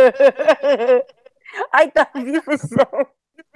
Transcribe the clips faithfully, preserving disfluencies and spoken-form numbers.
Ai, tá vivo já.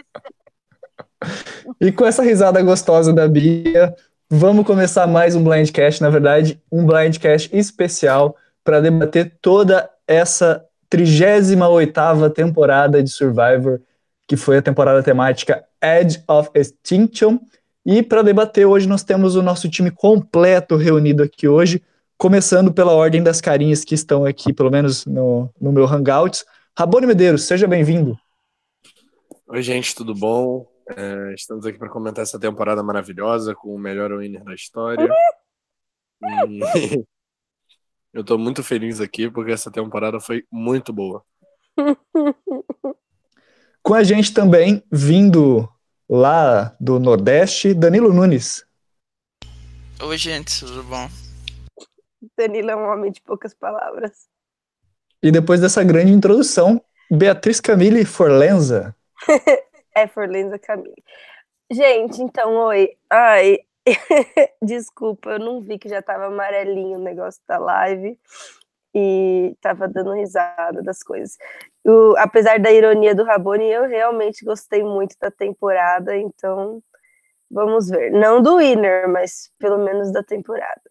E com essa risada gostosa da Bia, vamos começar mais um Blindcast, na verdade, um Blindcast especial para debater toda essa trigésima oitava temporada de Survivor, que foi a temporada temática Edge of Extinction. E para debater hoje nós temos o nosso time completo reunido aqui hoje, começando pela ordem das carinhas que estão aqui, pelo menos no, no meu Hangouts. Rabone Medeiros, seja bem-vindo. Oi, gente, tudo bom? É, estamos aqui para comentar essa temporada maravilhosa com o melhor winner da história. E eu tô muito feliz aqui porque essa temporada foi muito boa. Com a gente também, vindo lá do Nordeste, Danilo Nunes. Oi, gente, tudo bom? Danilo é um homem de poucas palavras. E depois dessa grande introdução, Beatriz Camille Forlenza. É, Forlenza Camille. Gente, então, oi. Ai, desculpa, eu não vi que já tava amarelinho o negócio da live e tava dando risada das coisas. O, apesar da ironia do Rabone, eu realmente gostei muito da temporada, então vamos ver. Não do winner, mas pelo menos da temporada.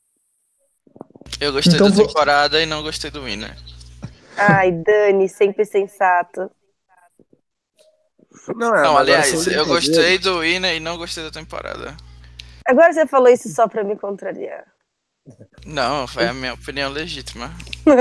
Eu gostei Então da vou- temporada e não gostei do winner. Ai, Dani, sempre sensato. Não, é, Não, mas aliás, agora sem eu brincadeira. gostei do winner e não gostei da temporada. Agora você falou isso só pra me contrariar. Não, foi a minha opinião legítima.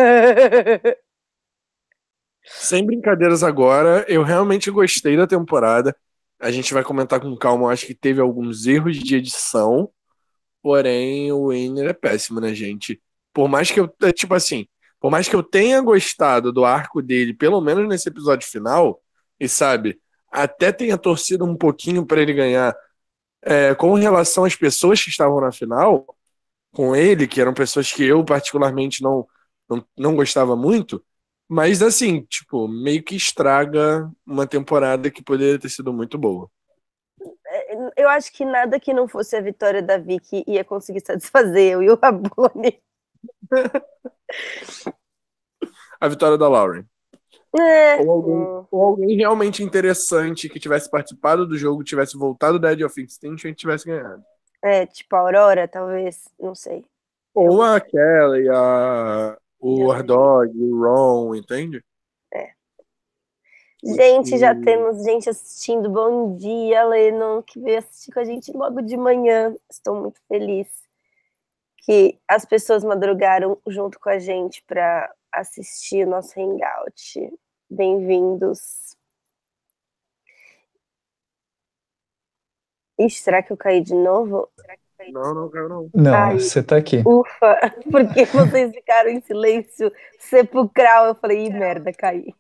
Sem brincadeiras agora, eu realmente gostei da temporada. A gente vai comentar com calma, eu acho que teve alguns erros de edição, porém o winner é péssimo, né, gente? Por mais que eu, é, tipo assim, por mais que eu tenha gostado do arco dele, pelo menos nesse episódio final, e sabe, até tenha torcido um pouquinho pra ele ganhar, é, com relação às pessoas que estavam na final, com ele, que eram pessoas que eu particularmente não, não, não gostava muito, mas assim, tipo, meio que estraga uma temporada que poderia ter sido muito boa. Eu acho que nada que não fosse a vitória da Vicky ia conseguir satisfazer eu e o Rabone. A vitória da Lauren. É. Ou alguém, ou alguém realmente interessante que tivesse participado do jogo, tivesse voltado da Edge of Extinction e tivesse ganhado. É, tipo a Aurora, talvez, não sei. Ou a Kelly, a, o Ardog, o Ron, entende? É. Gente, já E- temos gente assistindo. Bom dia, Lennon, que veio assistir com a gente logo de manhã. Estou muito feliz que as pessoas madrugaram junto com a gente para assistir o nosso hangout. Bem-vindos. Ixi, será que eu caí de novo? Será que eu caí de Não, não, cara, não. Não, Ai. você tá aqui. Ufa, porque vocês ficaram em silêncio sepulcral. Eu falei, ih, merda, caí.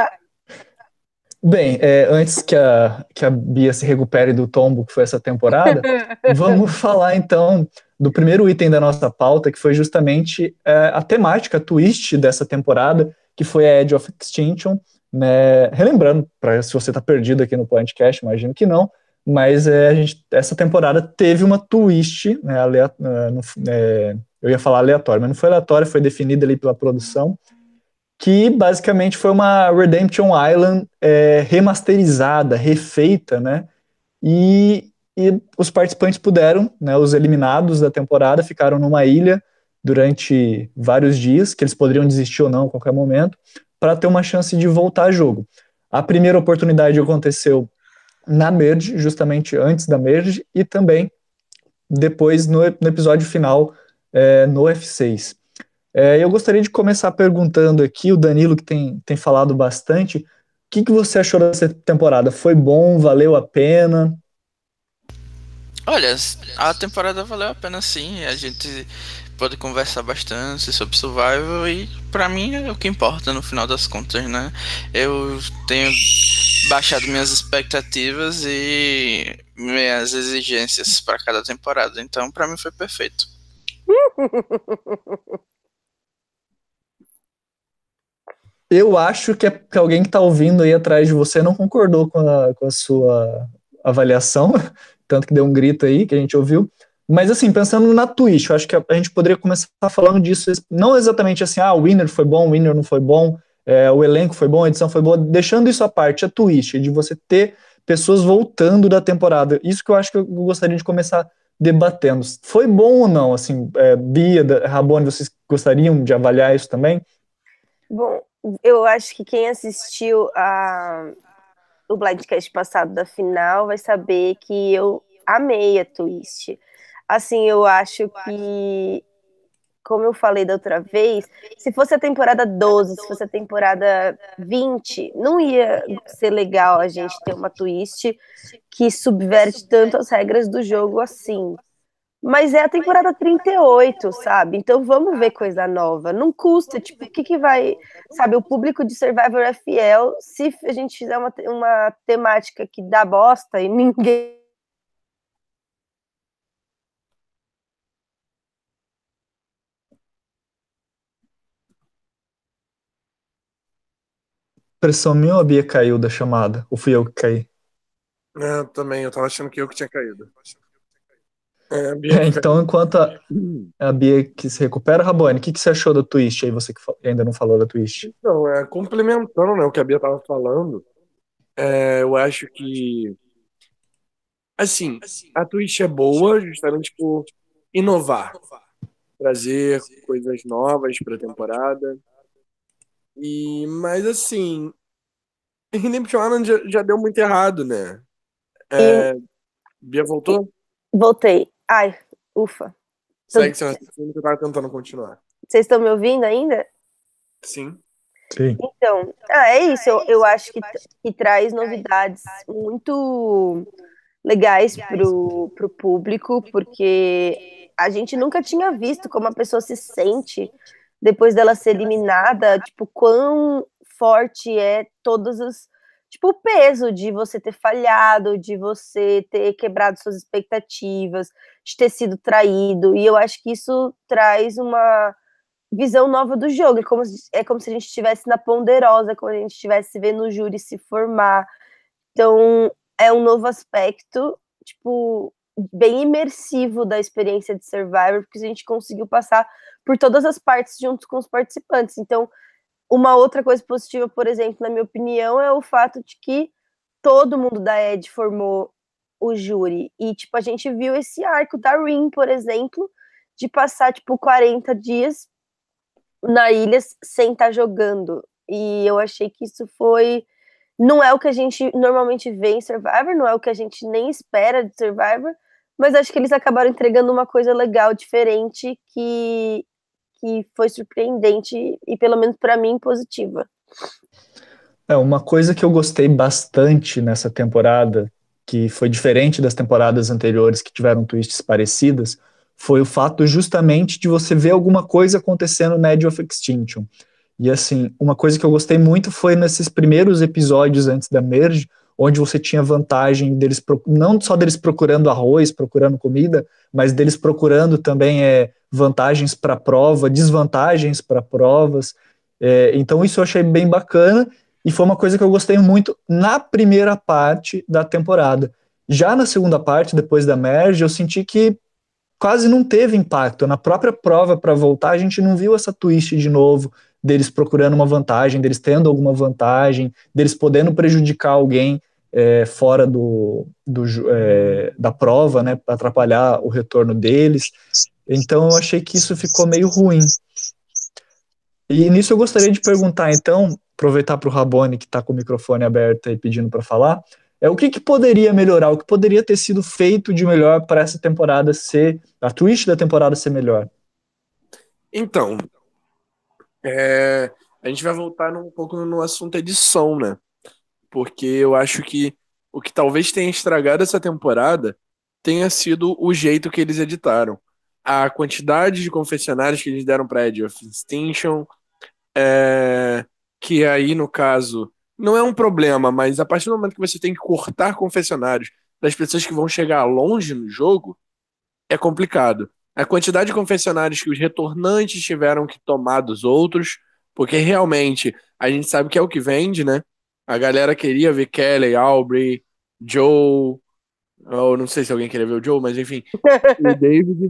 Bem, é, antes que a, que a Bia se recupere do tombo que foi essa temporada, vamos falar então do primeiro item da nossa pauta, que foi justamente é, a temática, a twist dessa temporada, que foi a Edge of Extinction, né? Relembrando, pra, se você está perdido aqui no podcast, imagino que não, mas é, a gente, essa temporada teve uma twist, né, alea- é, no- é, eu ia falar aleatória, mas não foi aleatória, foi definida ali pela produção, que basicamente foi uma Redemption Island é, remasterizada, refeita, né? E, e os participantes puderam, né, os eliminados da temporada, ficaram numa ilha durante vários dias, que eles poderiam desistir ou não a qualquer momento, para ter uma chance de voltar a jogo. A primeira oportunidade aconteceu na Merge, justamente antes da Merge, e também depois no, no episódio final é, no F seis. É, eu gostaria de começar perguntando aqui, o Danilo, que tem, tem falado bastante, o que, que você achou dessa temporada? Foi bom? Valeu a pena? Olha, a temporada valeu a pena sim. A gente pode conversar bastante sobre Survival e pra mim é o que importa no final das contas, né? Eu tenho baixado minhas expectativas e minhas exigências pra cada temporada, então pra mim foi perfeito. Eu acho que, é, que alguém que está ouvindo aí atrás de você não concordou com a, com a sua avaliação, tanto que deu um grito aí que a gente ouviu. Mas assim, pensando na Twitch, eu acho que a, a gente poderia começar falando disso, não exatamente assim, ah, o winner foi bom, o winner não foi bom, é, o elenco foi bom, a edição foi boa, deixando isso à parte, a twist de você ter pessoas voltando da temporada, isso que eu acho que eu gostaria de começar debatendo. Foi bom ou não? Assim, é, Bia, Rabone, vocês gostariam de avaliar isso também? Bom, eu acho que quem assistiu a, o Blindcast passado da final vai saber que eu amei a twist. Assim, eu acho que, como eu falei da outra vez, se fosse a temporada doze, se fosse a temporada vinte, não ia ser legal a gente ter uma twist que subverte tanto as regras do jogo assim. Mas é a temporada trinta e oito, sabe? Então vamos ver coisa nova. Não custa, tipo, o que que vai... Sabe, o público de Survivor é fiel. Se a gente fizer uma, uma temática que dá bosta e ninguém... Pressão minha ou a Bia caiu da chamada? Ou fui eu que caí? É, também, eu tava achando que eu que tinha caído. É, a Bia É, que então, caiu. enquanto a, a Bia que se recupera, Rabone, o que, que você achou da twist aí, você que fa- ainda não falou da twist? Então, é, complementando, né, o que a Bia tava falando, é, eu acho que, assim, a Twitch é boa justamente por inovar, trazer coisas novas pra temporada. E, mas, assim, Redemption Island já, já deu muito errado, né? E, Bia e voltou? voltei. Ai, ufa. Tô- Segue seu raciocínio que eu tava tentando continuar. Vocês estão me ouvindo ainda? Sim. Sim. Então, ah, é isso. Eu, eu acho que, que traz novidades muito legais pro, pro público, porque a gente nunca tinha visto como a pessoa se sente depois dela ser eliminada, tipo, quão forte é todos os, tipo, o peso de você ter falhado, de você ter quebrado suas expectativas, de ter sido traído, e eu acho que isso traz uma visão nova do jogo, é como, se- é como se a gente estivesse na Ponderosa, como a gente estivesse vendo o júri se formar, então, é um novo aspecto, tipo, bem imersivo da experiência de Survivor, porque a gente conseguiu passar por todas as partes junto com os participantes. Então, uma outra coisa positiva, por exemplo, na minha opinião, é o fato de que todo mundo da Ed formou o júri. E, tipo, a gente viu esse arco da Rin, por exemplo, de passar, tipo, quarenta dias na ilha sem estar jogando. E eu achei que isso foi não é o que a gente normalmente vê em Survivor, não é o que a gente nem espera de Survivor, mas acho que eles acabaram entregando uma coisa legal, diferente, que, que foi surpreendente e, pelo menos para mim, positiva. É, uma coisa que eu gostei bastante nessa temporada, que foi diferente das temporadas anteriores que tiveram twists parecidas, foi o fato justamente de você ver alguma coisa acontecendo na Edge of Extinction. E assim, uma coisa que eu gostei muito foi nesses primeiros episódios antes da merge, onde você tinha vantagem deles, não só deles procurando arroz, procurando comida, mas deles procurando também é, vantagens para prova, desvantagens para provas. É, então isso eu achei bem bacana e foi uma coisa que eu gostei muito na primeira parte da temporada. Já na segunda parte, depois da merge, eu senti que quase não teve impacto. Na própria prova para voltar, a gente não viu essa twist de novo, deles procurando uma vantagem, deles tendo alguma vantagem, deles podendo prejudicar alguém é, fora do, do é, da prova, né, para atrapalhar o retorno deles. Então eu achei que isso ficou meio ruim. E nisso eu gostaria de perguntar, então, aproveitar para o Rabone, que está com o microfone aberto e pedindo para falar, é o que, que poderia melhorar, o que poderia ter sido feito de melhor para essa temporada ser, a twist da temporada ser melhor? Então, é, a gente vai voltar um pouco no assunto edição, né? Porque eu acho que o que talvez tenha estragado essa temporada tenha sido o jeito que eles editaram. A quantidade de confessionários que eles deram para Edge of Extinction, é, que aí, no caso, não é um problema, mas a partir do momento que você tem que cortar confessionários das pessoas que vão chegar longe no jogo, é complicado. A quantidade de confessionários que os retornantes tiveram que tomar dos outros, porque realmente a gente sabe que é o que vende, né? A galera queria ver Kelly, Aubrey, Joe, ou não sei se alguém queria ver o Joe, mas enfim, o David.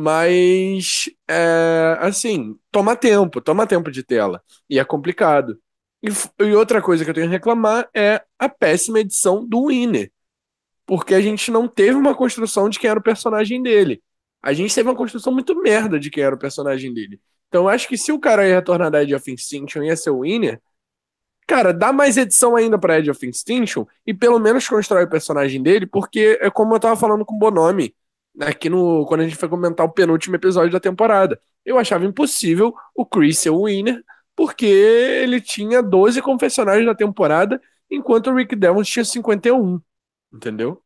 Mas, é, assim, toma tempo, toma tempo de tela. E é complicado. E, e outra coisa que eu tenho a reclamar é a péssima edição do Winner. Porque a gente não teve uma construção de quem era o personagem dele. A gente teve uma construção muito merda de quem era o personagem dele. Então eu acho que se o cara ia retornar da Edge of Extinction e ia ser o Winner, cara, dá mais edição ainda pra Edge of Extinction e pelo menos constrói o personagem dele, porque é como eu tava falando com o Bonomi, aqui no, quando a gente foi comentar o penúltimo episódio da temporada. Eu achava impossível o Chris ser o Winner, porque ele tinha doze confessionários na temporada, enquanto o Rick Devons tinha cinquenta e um. Entendeu?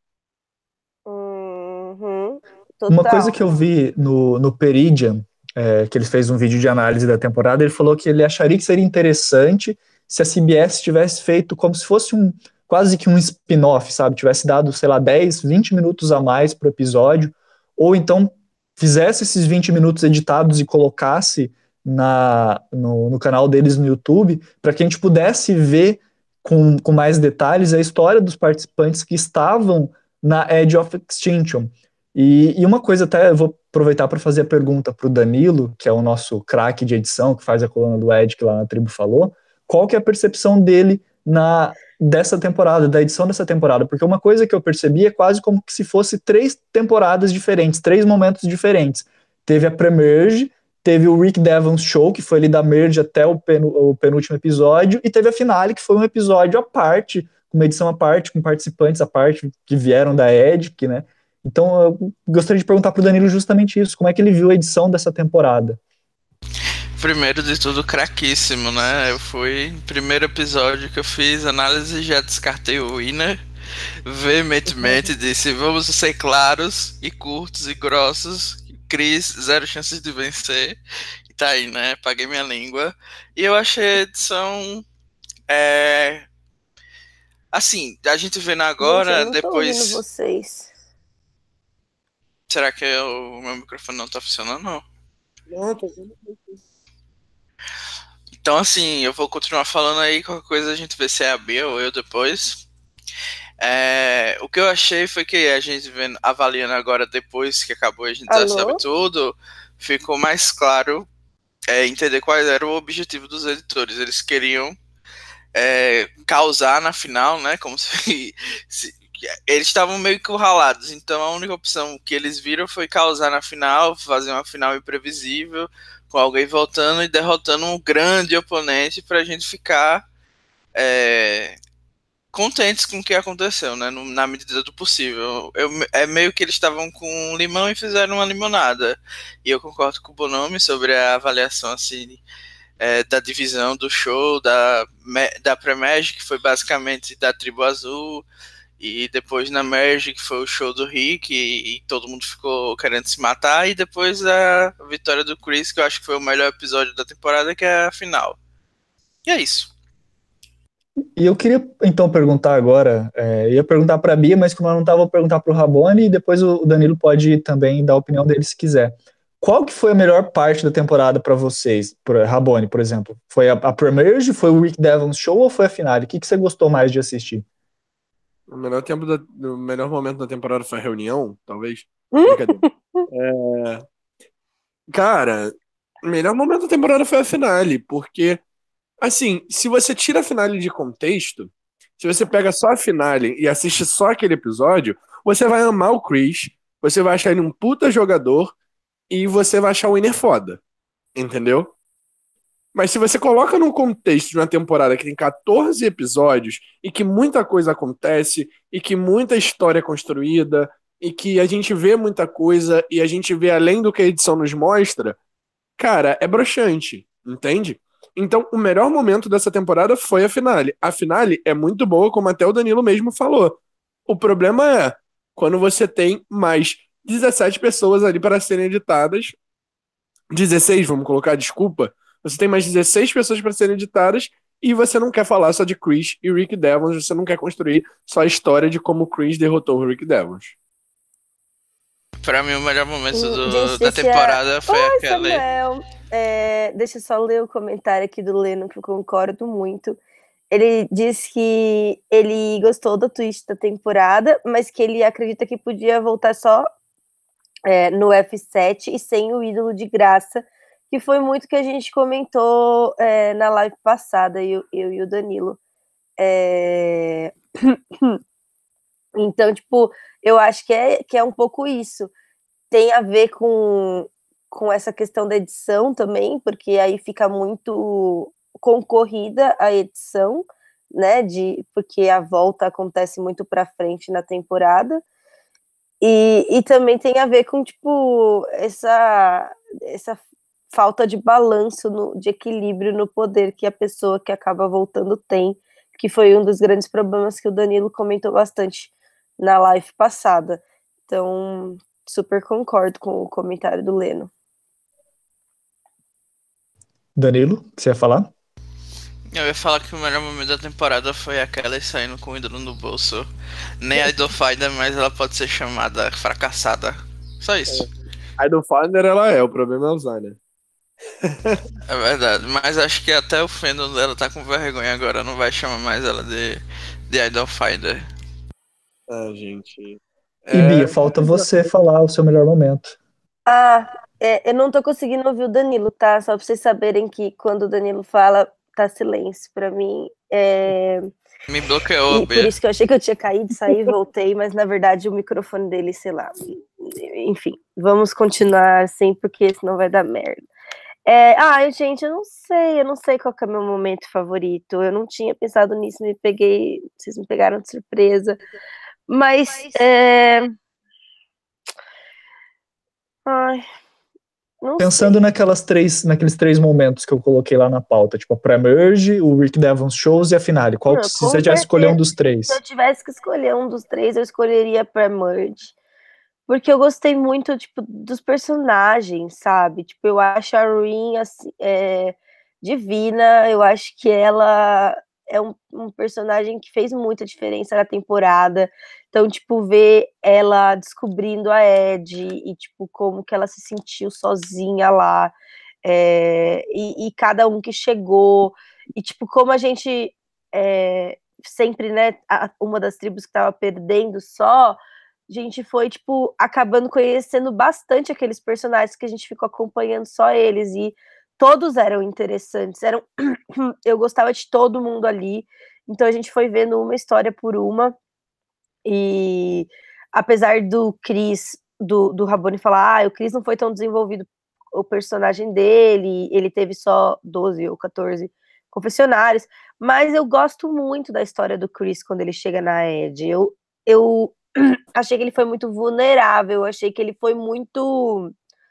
Uhum, Uma coisa total. que eu vi no, no Peridian, é, que ele fez um vídeo de análise da temporada, ele falou que ele acharia que seria interessante se a C B S tivesse feito como se fosse um quase que um spin-off, sabe? Tivesse dado, sei lá, dez, vinte minutos a mais pro episódio, ou então fizesse esses vinte minutos editados e colocasse na, no, no canal deles no YouTube, para que a gente pudesse ver com, com mais detalhes a história dos participantes que estavam na Edge of Extinction. E, e uma coisa, até eu vou aproveitar para fazer a pergunta para o Danilo, que é o nosso craque de edição, que faz a coluna do Ed, que lá na tribo falou, qual que é a percepção dele na dessa temporada, da edição dessa temporada? Porque uma coisa que eu percebi é quase como que se fosse três temporadas diferentes, três momentos diferentes. Teve a Pre-Merge, teve o Rick Devons Show, que foi ali da Merge até o, pen, o penúltimo episódio, e teve a Finale, que foi um episódio à parte, uma edição à parte, com participantes à parte, que vieram da Edge, que, né? Então, eu gostaria de perguntar para o Danilo justamente isso, como é que ele viu a edição dessa temporada? Primeiro de tudo, craquíssimo, né? Eu fui, primeiro episódio que eu fiz análise, já descartei o Winner, veementemente disse, vamos ser claros e curtos e grossos, Chris, zero chances de vencer, e tá aí, né? Paguei minha língua, e eu achei a edição, é... assim, a gente vendo agora, Gente, eu não tô depois... ouvindo vocês. Será que o meu microfone não tá funcionando, não? Não, tô vendo. Então, assim, eu vou continuar falando aí, qualquer coisa a gente vê se é a Bia ou eu depois. É, o que eu achei foi que a gente vendo, avaliando agora depois que acabou, a gente Alô? já sabe tudo, ficou mais claro é, entender qual era o objetivo dos editores. Eles queriam é, causar na final, né, como se... se eles estavam meio encurralados, então a única opção que eles viram foi causar na final, fazer uma final imprevisível, com alguém voltando e derrotando um grande oponente pra gente ficar é, contentes com o que aconteceu, né, no, na medida do possível. Eu, é meio que eles estavam com limão e fizeram uma limonada. E eu concordo com o Bonomi sobre a avaliação assim, é, da divisão do show, da, da Pre-Merge, que foi basicamente da Tribo Azul, e depois na Merge, que foi o show do Rick, e, e todo mundo ficou querendo se matar, e depois a vitória do Chris, que eu acho que foi o melhor episódio da temporada, que é a final. E é isso. E eu queria então perguntar agora, é, ia perguntar para a Bia, mas como eu não estava, vou perguntar para o Rabone, e depois o Danilo pode também dar a opinião dele se quiser. Qual que foi a melhor parte da temporada para vocês, por Rabone, por exemplo? Foi a, a Pre-Merge, foi o Rick Devons Show ou foi a finale? O que, que você gostou mais de assistir? O melhor tempo da, o melhor momento da temporada foi a reunião, talvez. Brincadeira. É, cara, o melhor momento da temporada foi a finale, porque, assim, se você tira a finale de contexto, se você pega só a finale e assiste só aquele episódio, você vai amar o Chris, você vai achar ele um puta jogador e você vai achar o Winner foda, entendeu? Mas se você coloca no contexto de uma temporada que tem quatorze episódios e que muita coisa acontece e que muita história é construída e que a gente vê muita coisa e a gente vê além do que a edição nos mostra, cara, é broxante, entende? Então, o melhor momento dessa temporada foi a finale. A finale é muito boa, como até o Danilo mesmo falou. O problema é quando você tem mais dezessete pessoas ali para serem editadas, dezesseis, vamos colocar, desculpa, você tem mais dezesseis pessoas para serem editadas e você não quer falar só de Chris e Rick Devons, você não quer construir só a história de como o Chris derrotou o Rick Devons. Pra mim, o melhor momento do, Gente, da deixa... temporada foi Oi, aquela... Samuel. É, deixa eu só ler o comentário aqui do Leno, que eu concordo muito. Ele diz que ele gostou do twist da temporada, mas que ele acredita que podia voltar só é, no F sete e sem o ídolo de graça, que foi muito que a gente comentou é, na live passada, eu, eu e o Danilo. É... Então, tipo, eu acho que é, que é um pouco isso. Tem a ver com, com essa questão da edição também, porque aí fica muito concorrida a edição, né? De, porque a volta acontece muito pra frente na temporada. E, e também tem a ver com, tipo, essa, essa falta de balanço, no, de equilíbrio no poder que a pessoa que acaba voltando tem, que foi um dos grandes problemas que o Danilo comentou bastante na live passada. Então, super concordo com o comentário do Leno. Danilo, o que você ia falar? Eu ia falar que o melhor momento da temporada foi aquela saindo com o ídolo no bolso. Nem a Idolfinder, mas ela pode ser chamada fracassada. Só isso. A Idolfinder ela é, o problema é usar, né? É verdade, mas acho que até o fandom dela tá com vergonha agora, não vai chamar mais ela de, de Idolfinder. Ah, gente. E É... Bia, falta você falar o seu melhor momento. Ah, é, eu não tô conseguindo ouvir o Danilo, tá? Só pra vocês saberem que quando o Danilo fala, tá silêncio pra mim. É... Me bloqueou, E Bia. por isso que eu achei que eu tinha caído, saí, voltei, mas na verdade o microfone dele, sei lá. Enfim, vamos continuar assim, porque senão vai dar merda. É, ai, gente, eu não sei, eu não sei qual que é o meu momento favorito. Eu não tinha pensado nisso, me peguei, vocês me pegaram de surpresa. Mas, é... ai, não Pensando sei. naquelas três, naqueles três momentos que eu coloquei lá na pauta, tipo a pré-merge, o Rick Devons shows e a finale. Qual Não, que, se com você tivesse escolher um certeza. dos três? Se eu tivesse que escolher um dos três, eu escolheria pré-merge. Porque eu gostei muito, tipo, dos personagens, sabe? Tipo, eu acho a Rin, assim, é, divina. Eu acho que ela é um, um personagem que fez muita diferença na temporada. Então, tipo, ver ela descobrindo a Ed e, tipo, como que ela se sentiu sozinha lá. É, e, e cada um que chegou. E, tipo, como a gente... É, sempre, né, a, uma das tribos que estava perdendo só... A gente foi, tipo, acabando conhecendo bastante aqueles personagens que a gente ficou acompanhando só eles, e todos eram interessantes, eram... eu gostava de todo mundo ali, então a gente foi vendo uma história por uma, e apesar do Chris, do, do Rabone falar, ah, o Chris não foi tão desenvolvido, o personagem dele, ele teve só doze ou quatorze confessionários, mas eu gosto muito da história do Chris quando ele chega na Ed, eu, eu achei que ele foi muito vulnerável, achei que ele foi muito...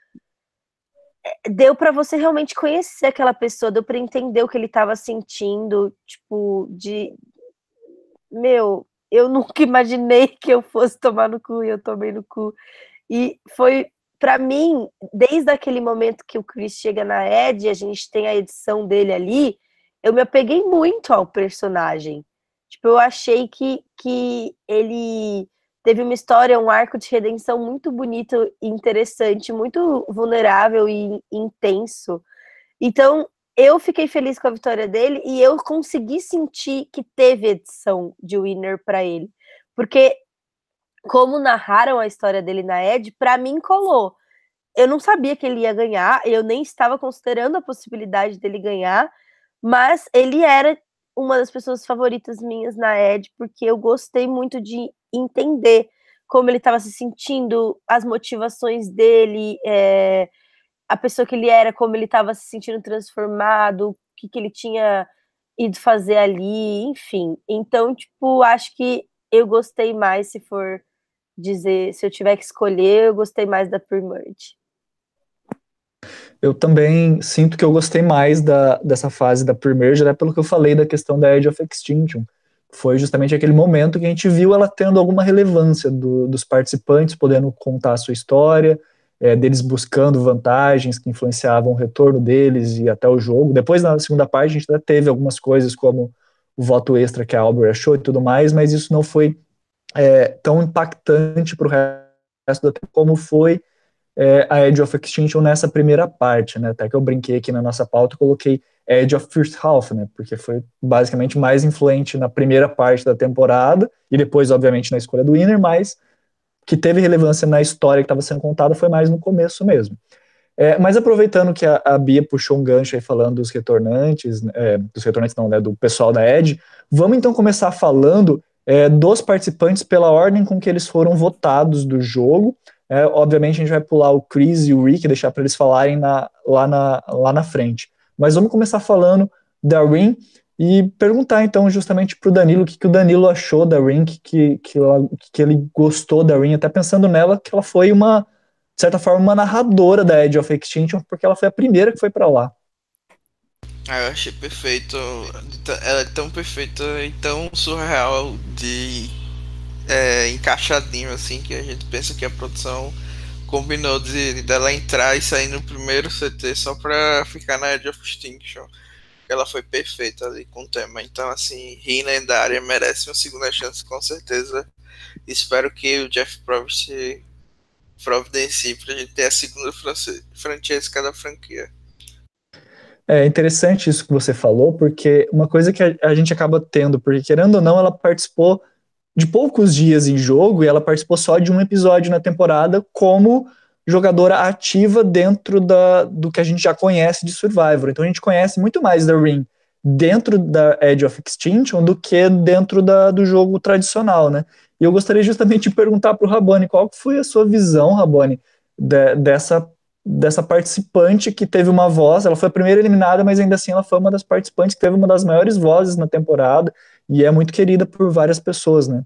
Deu pra você realmente conhecer aquela pessoa, deu pra entender o que ele tava sentindo, tipo, de... Meu, eu nunca imaginei que eu fosse tomar no cu, e eu tomei no cu. E foi, pra mim, desde aquele momento que o Chris chega na Ed, a gente tem a edição dele ali, eu me apeguei muito ao personagem. Tipo, eu achei que, que ele teve uma história, um arco de redenção muito bonito e interessante, muito vulnerável e intenso. Então, eu fiquei feliz com a vitória dele e eu consegui sentir que teve edição de winner para ele. Porque, como narraram a história dele na Ed, para mim colou. Eu não sabia que ele ia ganhar, eu nem estava considerando a possibilidade dele ganhar, mas ele era uma das pessoas favoritas minhas na Ed, porque eu gostei muito de entender como ele estava se sentindo, as motivações dele, é, a pessoa que ele era, como ele estava se sentindo transformado, o que, que ele tinha ido fazer ali, enfim. Então, tipo, acho que eu gostei mais, se for dizer, se eu tiver que escolher, eu gostei mais da Pre-Merge. Eu também sinto que eu gostei mais da, dessa fase da Pre-Merge, até pelo que eu falei da questão da Edge of Extinction. Foi justamente aquele momento que a gente viu ela tendo alguma relevância do, dos participantes, podendo contar a sua história, é, deles buscando vantagens que influenciavam o retorno deles e até o jogo. Depois, na segunda parte, a gente ainda teve algumas coisas como o voto extra que a Aubrey achou e tudo mais, mas isso não foi é, tão impactante para o resto do tempo como foi é, a Edge of Extinction nessa primeira parte, né? Até que eu brinquei aqui na nossa pauta e coloquei Edge of First Half, né? Porque foi basicamente mais influente na primeira parte da temporada e depois, obviamente, na escolha do winner, mas que teve relevância na história que estava sendo contada foi mais no começo mesmo. É, mas aproveitando que a, a Bia puxou um gancho aí falando dos retornantes, é, dos retornantes não, né, do pessoal da Ed, vamos então começar falando é, dos participantes pela ordem com que eles foram votados do jogo. É, obviamente a gente vai pular o Chris e o Rick, deixar para eles falarem na, lá, na, lá na frente. Mas vamos começar falando da Rin e perguntar então justamente para o Danilo o que, que o Danilo achou da Rin, que, que, que, ela, que ele gostou da Rin, até pensando nela que ela foi uma, de certa forma, uma narradora da Edge of Extinction, porque ela foi a primeira que foi para lá. Ah, eu achei perfeito. Ela é tão perfeita e tão surreal de é, encaixadinho assim que a gente pensa que a produção combinou de dela entrar e sair no primeiro C T só pra ficar na Edge of Extinction. Ela foi perfeita ali com o tema. Então, assim, Rin lendária merece uma segunda chance com certeza. Espero que o Jeff Provost providencie pra gente ter a segunda Francesca da franquia. É interessante isso que você falou, porque uma coisa que a, a gente acaba tendo, porque querendo ou não, ela participou de poucos dias em jogo e ela participou só de um episódio na temporada como jogadora ativa dentro da, do que a gente já conhece de Survivor. Então a gente conhece muito mais da Rin dentro da Edge of Extinction do que dentro da, do jogo tradicional, né? E eu gostaria justamente de perguntar para o Rabone, qual foi a sua visão, Rabone, de, dessa, dessa participante que teve uma voz, ela foi a primeira eliminada, mas ainda assim ela foi uma das participantes que teve uma das maiores vozes na temporada, e é muito querida por várias pessoas, né?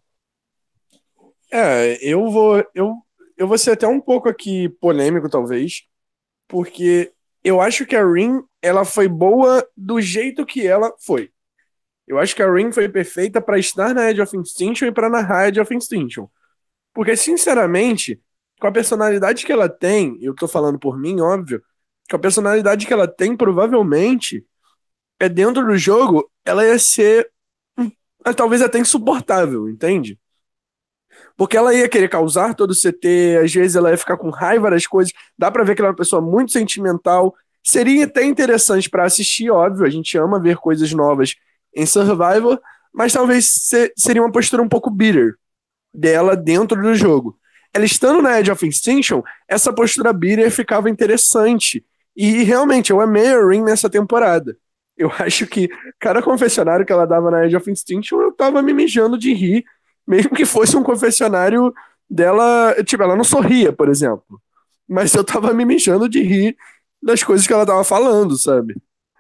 É, eu vou, eu, eu vou ser até um pouco aqui polêmico, talvez, porque eu acho que a Rin, ela foi boa do jeito que ela foi. Eu acho que a Rin foi perfeita para estar na Edge of Extinction e para narrar Edge of Extinction. Porque, sinceramente, com a personalidade que ela tem, eu tô falando por mim, óbvio, com a personalidade que ela tem, provavelmente, é dentro do jogo, ela ia ser hum, talvez até insuportável, entende? Porque ela ia querer causar todo o C T, às vezes ela ia ficar com raiva das coisas, dá pra ver que ela é uma pessoa muito sentimental. Seria até interessante pra assistir, óbvio, a gente ama ver coisas novas em Survivor, mas talvez se, seria uma postura um pouco bitter dela dentro do jogo. Ela estando na Edge of Extinction, essa postura bitter ficava interessante. E realmente, eu amei a Rin nessa temporada. Eu acho que cada confessionário que ela dava na Edge of Extinction, eu tava me mijando de rir, mesmo que fosse um confessionário dela. Tipo, ela não sorria, por exemplo. Mas eu tava me mijando de rir das coisas que ela tava falando, sabe?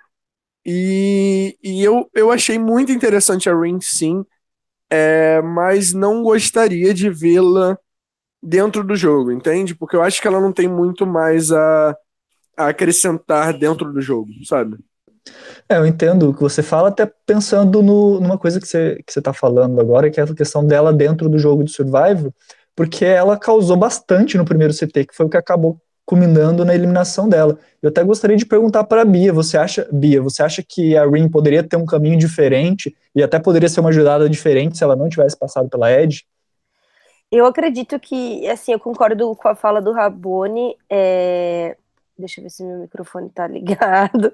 E, e eu, eu achei muito interessante a Rin, sim, é, mas não gostaria de vê-la dentro do jogo, entende? Porque eu acho que ela não tem muito mais a, a acrescentar dentro do jogo, sabe? É, eu entendo o que você fala, até pensando no, numa coisa que você, que você tá falando agora, que é essa questão dela dentro do jogo de Survival, porque ela causou bastante no primeiro C T, que foi o que acabou culminando na eliminação dela. Eu até gostaria de perguntar para a Bia, você acha, Bia, você acha que a Rin poderia ter um caminho diferente e até poderia ser uma jurada diferente se ela não tivesse passado pela Edge? Eu acredito que, assim, eu concordo com a fala do Rabone. É... Deixa eu ver se meu microfone tá ligado.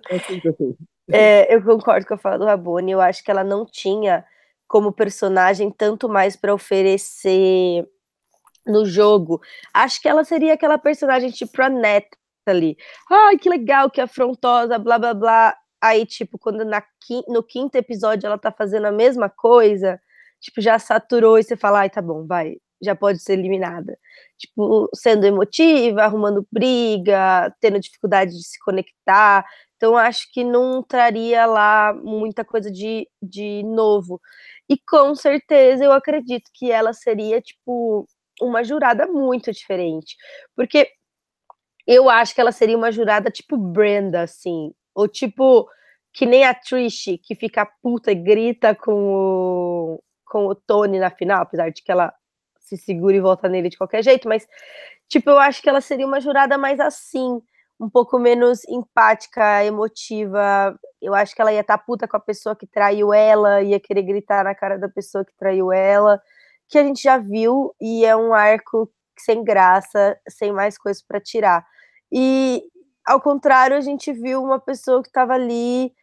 É, eu concordo com a fala do Rabone. Eu acho que ela não tinha como personagem tanto mais para oferecer no jogo. Acho que ela seria aquela personagem tipo a Natalie. Ai, que legal, que afrontosa, blá blá blá. Aí, tipo, quando na, no quinto episódio ela tá fazendo a mesma coisa, tipo, já saturou e você fala, ai, tá bom, vai, já pode ser eliminada. Tipo, sendo emotiva, arrumando briga, tendo dificuldade de se conectar. Então, acho que não traria lá muita coisa de, de novo. E com certeza eu acredito que ela seria, tipo, uma jurada muito diferente. Porque eu acho que ela seria uma jurada tipo Brenda, assim. Ou tipo, que nem a Trish, que fica puta e grita com o, com o Tony na final, apesar de que ela se segura e volta nele de qualquer jeito. Mas, tipo, eu acho que ela seria uma jurada mais assim, um pouco menos empática, emotiva. Eu acho que ela ia estar puta com a pessoa que traiu ela, ia querer gritar na cara da pessoa que traiu ela, que a gente já viu, e é um arco sem graça, sem mais coisas para tirar. E, ao contrário, a gente viu uma pessoa que estava ali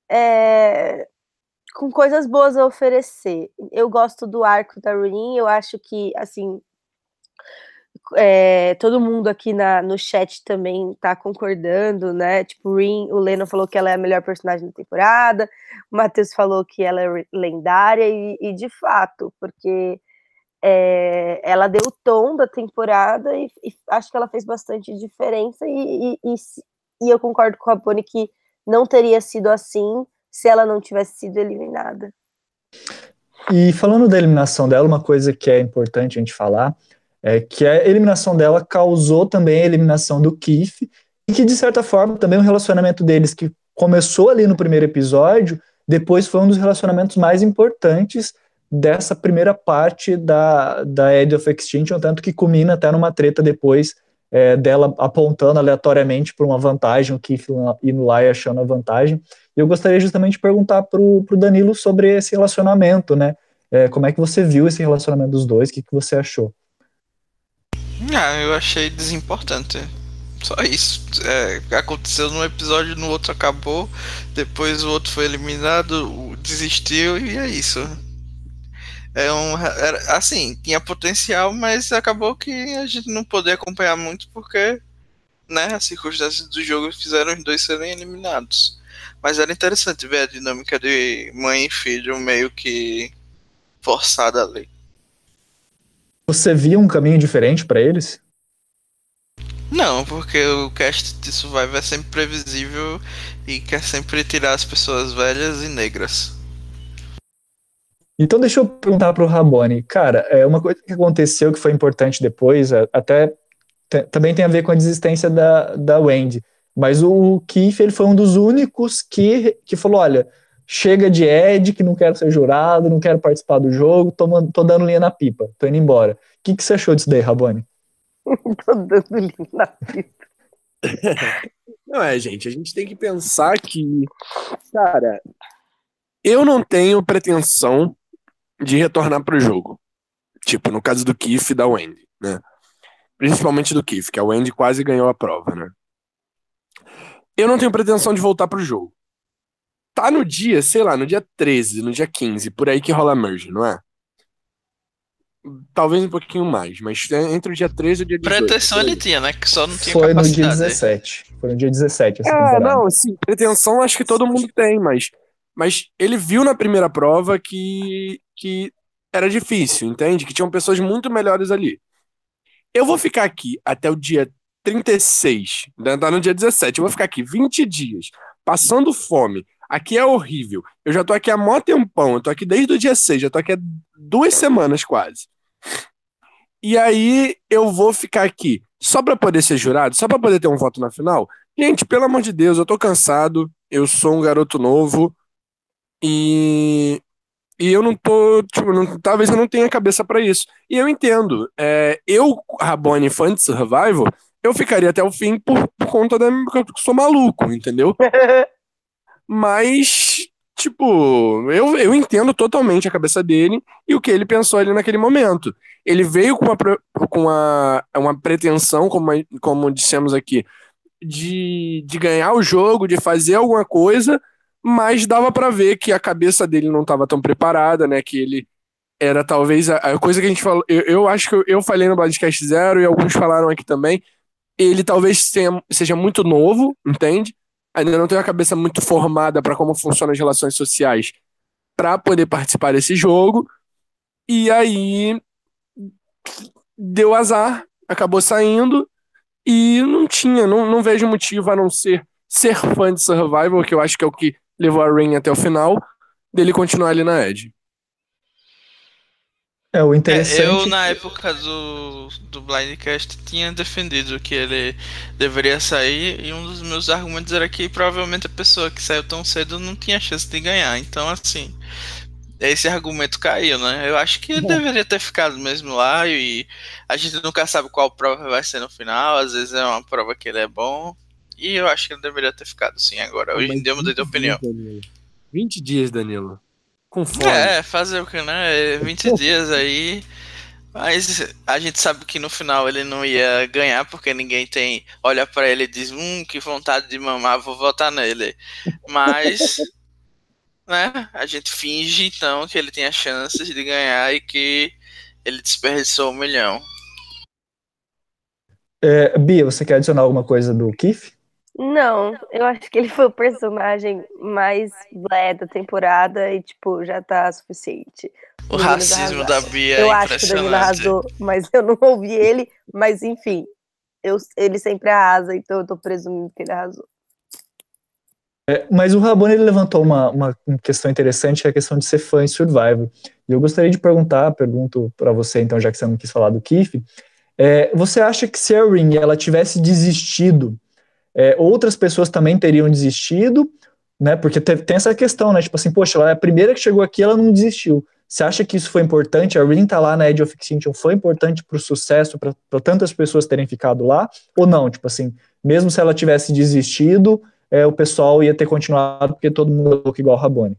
é, com coisas boas a oferecer. Eu gosto do arco da Rin, eu acho que, assim, é, todo mundo aqui na, no chat também tá concordando, né? Tipo, o Rin, o Leno falou que ela é a melhor personagem da temporada, o Matheus falou que ela é lendária, e, e de fato, porque é, ela deu o tom da temporada e, e acho que ela fez bastante diferença, e, e, e, e eu concordo com a Bonnie que não teria sido assim se ela não tivesse sido eliminada. E falando da eliminação dela, uma coisa que é importante a gente falar é que a eliminação dela causou também a eliminação do Keith, e que, de certa forma, também o relacionamento deles, que começou ali no primeiro episódio, depois foi um dos relacionamentos mais importantes dessa primeira parte da, da Edge of Extinction, tanto que culmina até numa treta depois é, dela apontando aleatoriamente para uma vantagem, o Keith indo lá e achando a vantagem. E eu gostaria justamente de perguntar para o Danilo sobre esse relacionamento, né? É, como é que você viu esse relacionamento dos dois? O que, que você achou? Ah, eu achei desimportante. Só isso. É, aconteceu num episódio, no outro acabou. Depois o outro foi eliminado, desistiu e é isso. É um, era, assim, tinha potencial, mas acabou que a gente não podia acompanhar muito porque, né, as circunstâncias do jogo fizeram os dois serem eliminados. Mas era interessante ver a dinâmica de mãe e filho meio que forçada ali. Você via um caminho diferente para eles? Não, porque o cast de Survivor é sempre previsível e quer sempre tirar as pessoas velhas e negras. Então deixa eu perguntar para o Rabone. Cara, é uma coisa que aconteceu que foi importante depois, até também tem a ver com a desistência da, da Wendy, mas o Keith, ele foi um dos únicos que, que falou, olha, chega de Ed, que não quero ser jurado, não quero participar do jogo, tô, tô dando linha na pipa, tô indo embora. O que, que você achou disso daí, Rabone? Tô dando linha na pipa. Não é, gente, a gente tem que pensar que, cara, eu não tenho pretensão de retornar pro jogo. Tipo, no caso do Keith e da Wendy, né? Principalmente do Keith, que a Wendy quase ganhou a prova, né? Eu não tenho pretensão de voltar pro jogo. Tá no dia, sei lá, no dia treze, no dia quinze, por aí que rola a merge, não é? Talvez um pouquinho mais, mas entre o dia treze e o dia dezoito. Pretensão ele tinha, né? Que só não tinha Foi capacidade. no dia dezessete. Foi no dia dezessete essa É, temporada. não, sim, pretensão acho que todo mundo tem, mas, mas ele viu na primeira prova que, que era difícil, entende? Que tinham pessoas muito melhores ali. Eu vou ficar aqui até o dia trinta e seis, né, tá no dia dezessete, eu vou ficar aqui vinte dias, passando fome. Aqui é horrível. Eu já tô aqui há mó tempão, eu tô aqui desde o dia seis, já tô aqui há duas semanas quase. E aí eu vou ficar aqui só pra poder ser jurado, só pra poder ter um voto na final? Gente, pelo amor de Deus, eu tô cansado, eu sou um garoto novo e, e eu não tô, tipo, não- talvez eu não tenha cabeça pra isso. E eu entendo, é, eu, Rabone, fã de Survival, eu ficaria até o fim por, por conta da que eu sou maluco, entendeu? Mas, tipo, eu, eu entendo totalmente a cabeça dele e o que ele pensou ali naquele momento. Ele veio com uma, pre- com uma, uma pretensão, como, a- como dissemos aqui, de, de ganhar o jogo, de fazer alguma coisa, mas dava pra ver que a cabeça dele não estava tão preparada, né? Que ele era talvez a, a coisa que a gente falou. Eu, eu acho que eu, eu falei no Podcast Zero e alguns falaram aqui também. Ele talvez tenha, seja muito novo, entende? Ainda não tem uma cabeça muito formada para como funcionam as relações sociais para poder participar desse jogo. E aí deu azar, acabou saindo e não tinha, não, não vejo motivo a não ser ser fã de Survival, que eu acho que é o que levou a Rain até o final, dele continuar ali na Edge. É, o É, interessante... eu na época do, do Blindcast tinha defendido que ele deveria sair e um dos meus argumentos era que provavelmente a pessoa que saiu tão cedo não tinha chance de ganhar. Então, assim, esse argumento caiu, né? Eu acho que ele deveria ter ficado mesmo lá e a gente nunca sabe qual prova vai ser no final. Às vezes é uma prova que ele é bom e eu acho que ele deveria ter ficado sim agora. Hoje em dia eu mudei de opinião. vinte dias, Danilo. Com fome. É, fazer o que, né? vinte dias aí. Mas a gente sabe que no final ele não ia ganhar porque ninguém tem. Olha pra ele e diz: Hum, que vontade de mamar, vou votar nele. Mas, né? A gente finge então que ele tinha chances de ganhar e que ele desperdiçou um milhão. É, Bia, você quer adicionar alguma coisa do Keith? Não, eu acho que ele foi o personagem mais blé da temporada e, tipo, já tá suficiente. O racismo da Bia Eu é acho que o Danilo impressionante. arrasou, mas eu não ouvi ele. Mas, enfim, eu, ele sempre arrasa, então eu tô presumindo que ele arrasou. É, mas o Rabone ele levantou uma, uma questão interessante, que é a questão de ser fã de Survivor. E eu gostaria de perguntar, pergunto para você, então, já que você não quis falar do Keith, é, você acha que se a Ring ela tivesse desistido, é, outras pessoas também teriam desistido, né? Porque te, tem essa questão, né? Tipo assim, poxa, ela é a primeira que chegou aqui, ela não desistiu. Você acha que isso foi importante? A Ring tá lá na Edge of Extinction, foi importante pro sucesso, para tantas pessoas terem ficado lá? Ou não? Tipo assim, mesmo se ela tivesse desistido, é, o pessoal ia ter continuado porque todo mundo é louco igual o Rabone.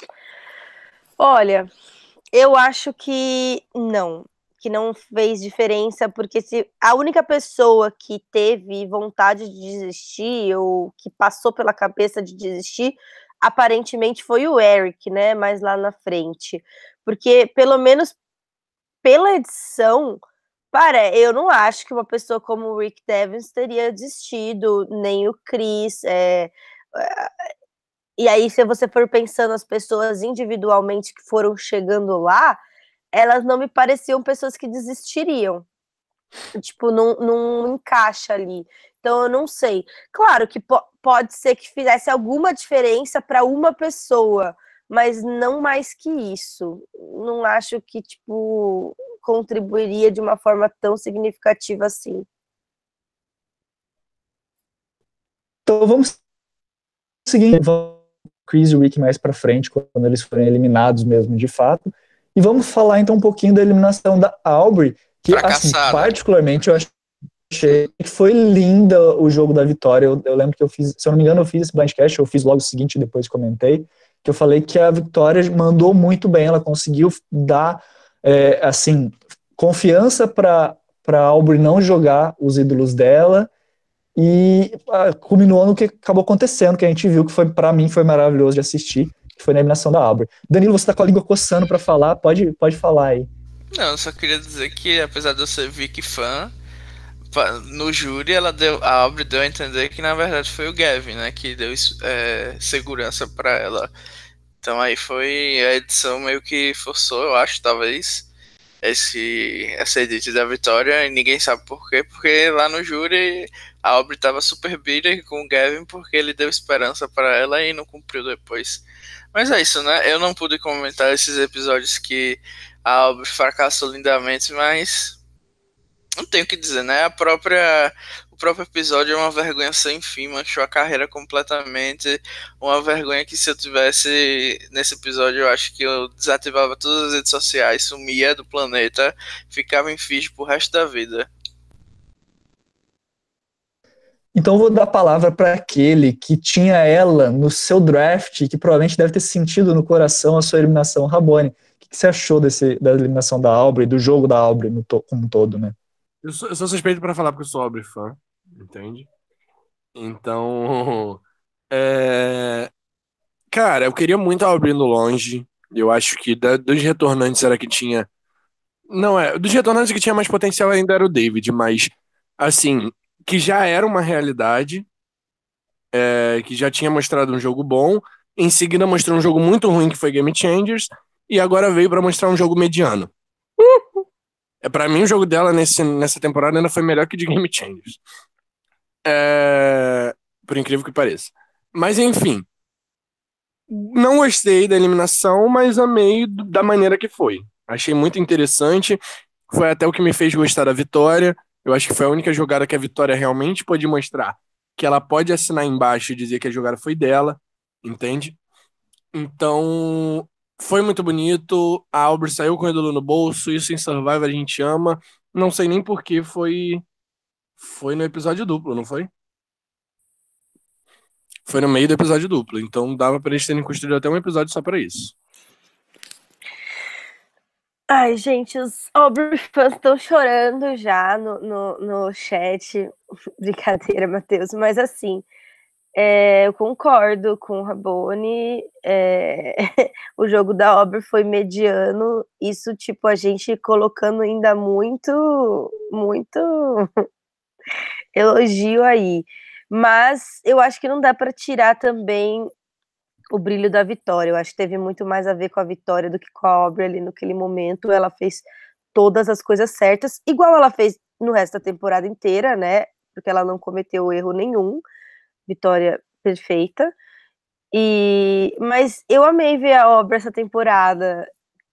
Olha, eu acho que não, que não fez diferença, porque se a única pessoa que teve vontade de desistir ou que passou pela cabeça de desistir, aparentemente foi o Eric, né, mais lá na frente. Porque pelo menos pela edição, para, eu não acho que uma pessoa como o Rick Devens teria desistido, nem o Chris, é, e aí se você for pensando as pessoas individualmente que foram chegando lá, elas não me pareciam pessoas que desistiriam. Tipo, não, não encaixa ali. Então, eu não sei. Claro que po pode ser que fizesse alguma diferença para uma pessoa, mas não mais que isso. Não acho que, tipo, contribuiria de uma forma tão significativa assim. Então vamos seguir o Chris e o Rick mais para frente, quando eles forem eliminados mesmo, de fato. E vamos falar então um pouquinho da eliminação da Aubrey, que, assim, particularmente eu achei que foi linda o jogo da vitória. Eu, eu lembro que eu fiz, se eu não me engano, eu fiz esse blindcast, eu fiz logo o seguinte, depois comentei, que eu falei que a Victoria mandou muito bem, ela conseguiu dar, é, assim, confiança para para Aubrey não jogar os ídolos dela, e ah, culminou no que acabou acontecendo, que a gente viu, que foi, para mim, foi maravilhoso de assistir, que foi na eliminação da Aubrey. Danilo, você tá com a língua coçando para falar, pode, pode falar aí. Não, eu só queria dizer que, apesar de eu ser Vicky fã, no júri ela deu, a Aubrey deu a entender que na verdade foi o Gavin, né, que deu é, segurança para ela. Então aí foi a edição meio que forçou, eu acho, talvez, esse, essa edit da vitória, e ninguém sabe por quê, porque lá no júri a Aubrey tava super bitter com o Gavin porque ele deu esperança para ela e não cumpriu depois. Mas é isso, né? Eu não pude comentar esses episódios que a Aubrey fracassou lindamente, mas não tenho o que dizer, né? A própria, o próprio episódio é uma vergonha sem fim, manchou a carreira completamente. Uma vergonha que se eu tivesse nesse episódio, eu acho que eu desativava todas as redes sociais, sumia do planeta, ficava em Fiji pro resto da vida. Então eu vou dar a palavra para aquele que tinha ela no seu draft, que provavelmente deve ter sentido no coração a sua eliminação, Rabone. O que você achou desse, da eliminação da Aubrey, do jogo da Aubrey no to, como um todo, né? Eu sou, eu sou suspeito para falar porque eu sou Aubrey fã, entende? Então, é... cara, eu queria muito a Aubrey no longe. Eu acho que da, dos retornantes era que tinha... Não, é, dos retornantes que tinha mais potencial ainda era o David, mas, assim, que já era uma realidade, é, que já tinha mostrado um jogo bom, em seguida mostrou um jogo muito ruim, que foi Game Changers, e agora veio para mostrar um jogo mediano. É, para mim, o jogo dela nesse, nessa temporada ainda foi melhor que de Game Changers. É, por incrível que pareça. Mas, enfim, não gostei da eliminação, mas amei da maneira que foi. Achei muito interessante. Foi até o que me fez gostar da Vitória. Eu acho que foi a única jogada que a Vitória realmente pôde mostrar que ela pode assinar embaixo e dizer que a jogada foi dela, entende? Então, foi muito bonito. A Aubrey saiu com o ídolo no bolso. Isso em Survivor a gente ama. Não sei nem por que foi, foi no episódio duplo, não foi? Foi no meio do episódio duplo. Então dava pra eles terem construído até um episódio só pra isso. Ai, gente, os Aubrey fãs estão chorando já no, no, no chat. Brincadeira, Matheus. Mas assim, é, eu concordo com o Rabone. É, o jogo da Aubrey foi mediano. Isso, tipo, a gente colocando ainda muito, muito elogio aí. Mas eu acho que não dá para tirar também o brilho da Vitória. Eu acho que teve muito mais a ver com a Vitória do que com a Aubrey ali naquele momento. Ela fez todas as coisas certas, igual ela fez no resto da temporada inteira, né? Porque ela não cometeu erro nenhum. Vitória perfeita. E mas eu amei ver a Aubrey essa temporada.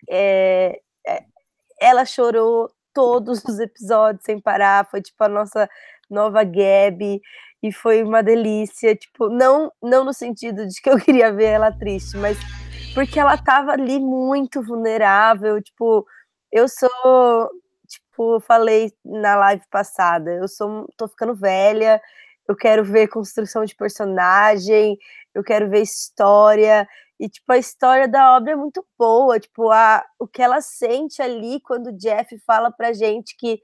É, é, ela chorou todos os episódios sem parar. Foi tipo a nossa nova Gabi. E foi uma delícia, tipo, não, não no sentido de que eu queria ver ela triste, mas porque ela tava ali muito vulnerável, tipo, eu sou, tipo, falei na live passada, eu sou, tô ficando velha, eu quero ver construção de personagem, eu quero ver história, e, tipo, a história da obra é muito boa, tipo, a, o que ela sente ali quando o Jeff fala pra gente que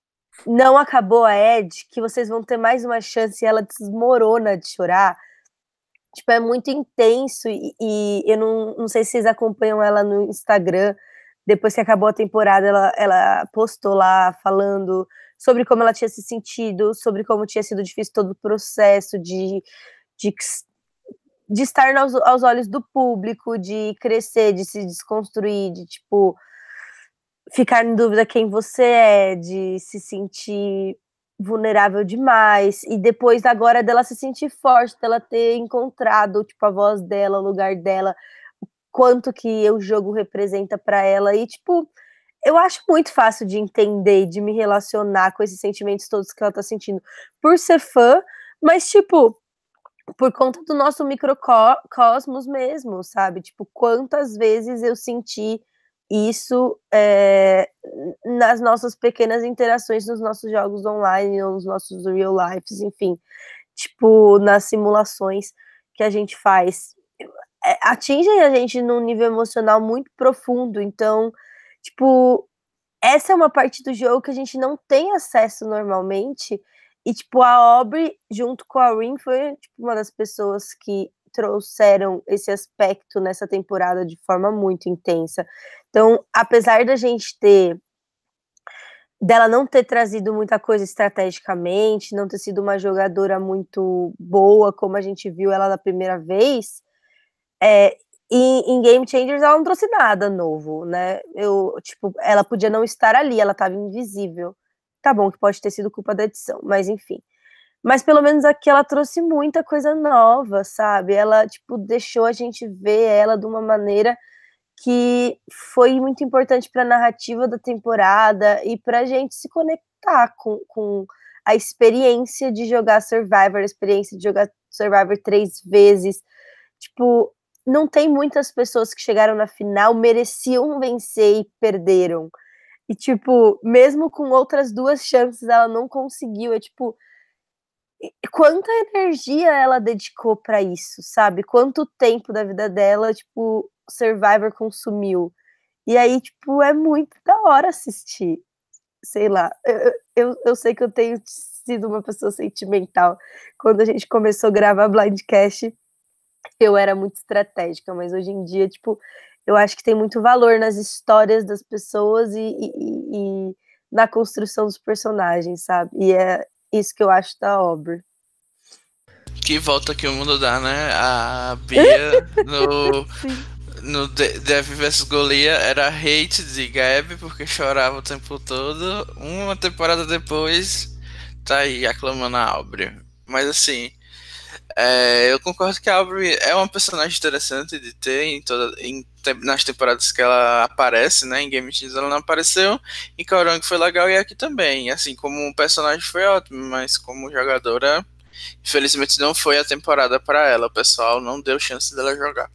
não acabou a Ed, que vocês vão ter mais uma chance e ela desmorona de chorar. Tipo, é muito intenso e, e eu não, não sei se vocês acompanham ela no Instagram. Depois que acabou a temporada, ela, ela postou lá falando sobre como ela tinha se sentido, sobre como tinha sido difícil todo o processo de, de, de estar aos, aos olhos do público, de crescer, de se desconstruir, de, tipo, ficar em dúvida quem você é, de se sentir vulnerável demais, e depois agora dela se sentir forte, dela ter encontrado, tipo, a voz dela, o lugar dela, o quanto que o jogo representa para ela, e, tipo, eu acho muito fácil de entender, de me relacionar com esses sentimentos todos que ela tá sentindo, por ser fã, mas, tipo, por conta do nosso microcosmos mesmo, sabe? Tipo, quantas vezes eu senti isso é, nas nossas pequenas interações nos nossos jogos online, nos nossos real lives, enfim, tipo, nas simulações que a gente faz, é, atingem a gente num nível emocional muito profundo, então, tipo, essa é uma parte do jogo que a gente não tem acesso normalmente, e, tipo, a Aubrey, junto com a Rin, foi, tipo, uma das pessoas que trouxeram esse aspecto nessa temporada de forma muito intensa. Então, apesar da gente ter, dela não ter trazido muita coisa estrategicamente, não ter sido uma jogadora muito boa, como a gente viu ela da primeira vez, é, em, em Game Changers ela não trouxe nada novo, né? Eu, tipo, ela podia não estar ali, ela estava invisível. Tá bom que pode ter sido culpa da edição, mas enfim. Mas pelo menos aqui ela trouxe muita coisa nova, sabe? Ela, tipo, deixou a gente ver ela de uma maneira que foi muito importante para a narrativa da temporada e para a gente se conectar com, com a experiência de jogar Survivor, a experiência de jogar Survivor três vezes. Tipo, não tem muitas pessoas que chegaram na final, mereciam vencer e perderam. E, tipo, mesmo com outras duas chances, ela não conseguiu. É, tipo, quanta energia ela dedicou para isso, sabe? Quanto tempo da vida dela, tipo, Survivor consumiu. E aí, tipo, é muito da hora assistir. Sei lá, eu, eu, eu sei que eu tenho sido uma pessoa sentimental. Quando a gente começou a gravar Blindcast, eu era muito estratégica, mas hoje em dia, tipo, eu acho que tem muito valor nas histórias das pessoas e, e, e na construção dos personagens, sabe? E é isso que eu acho da obra. Que volta que o mundo dá, né? A Bia no, no Dev versus Goliath era hate de Gabi porque chorava o tempo todo. Uma temporada depois, tá aí aclamando a Aubrey. Mas assim, é, eu concordo que a Aubrey é uma personagem interessante de ter em toda, em, nas temporadas que ela aparece, né? Em Game Changers ela não apareceu, em Kaorang foi legal e aqui também. Assim, como um personagem foi ótimo, mas como jogadora, infelizmente não foi a temporada para ela. O pessoal não deu chance dela jogar.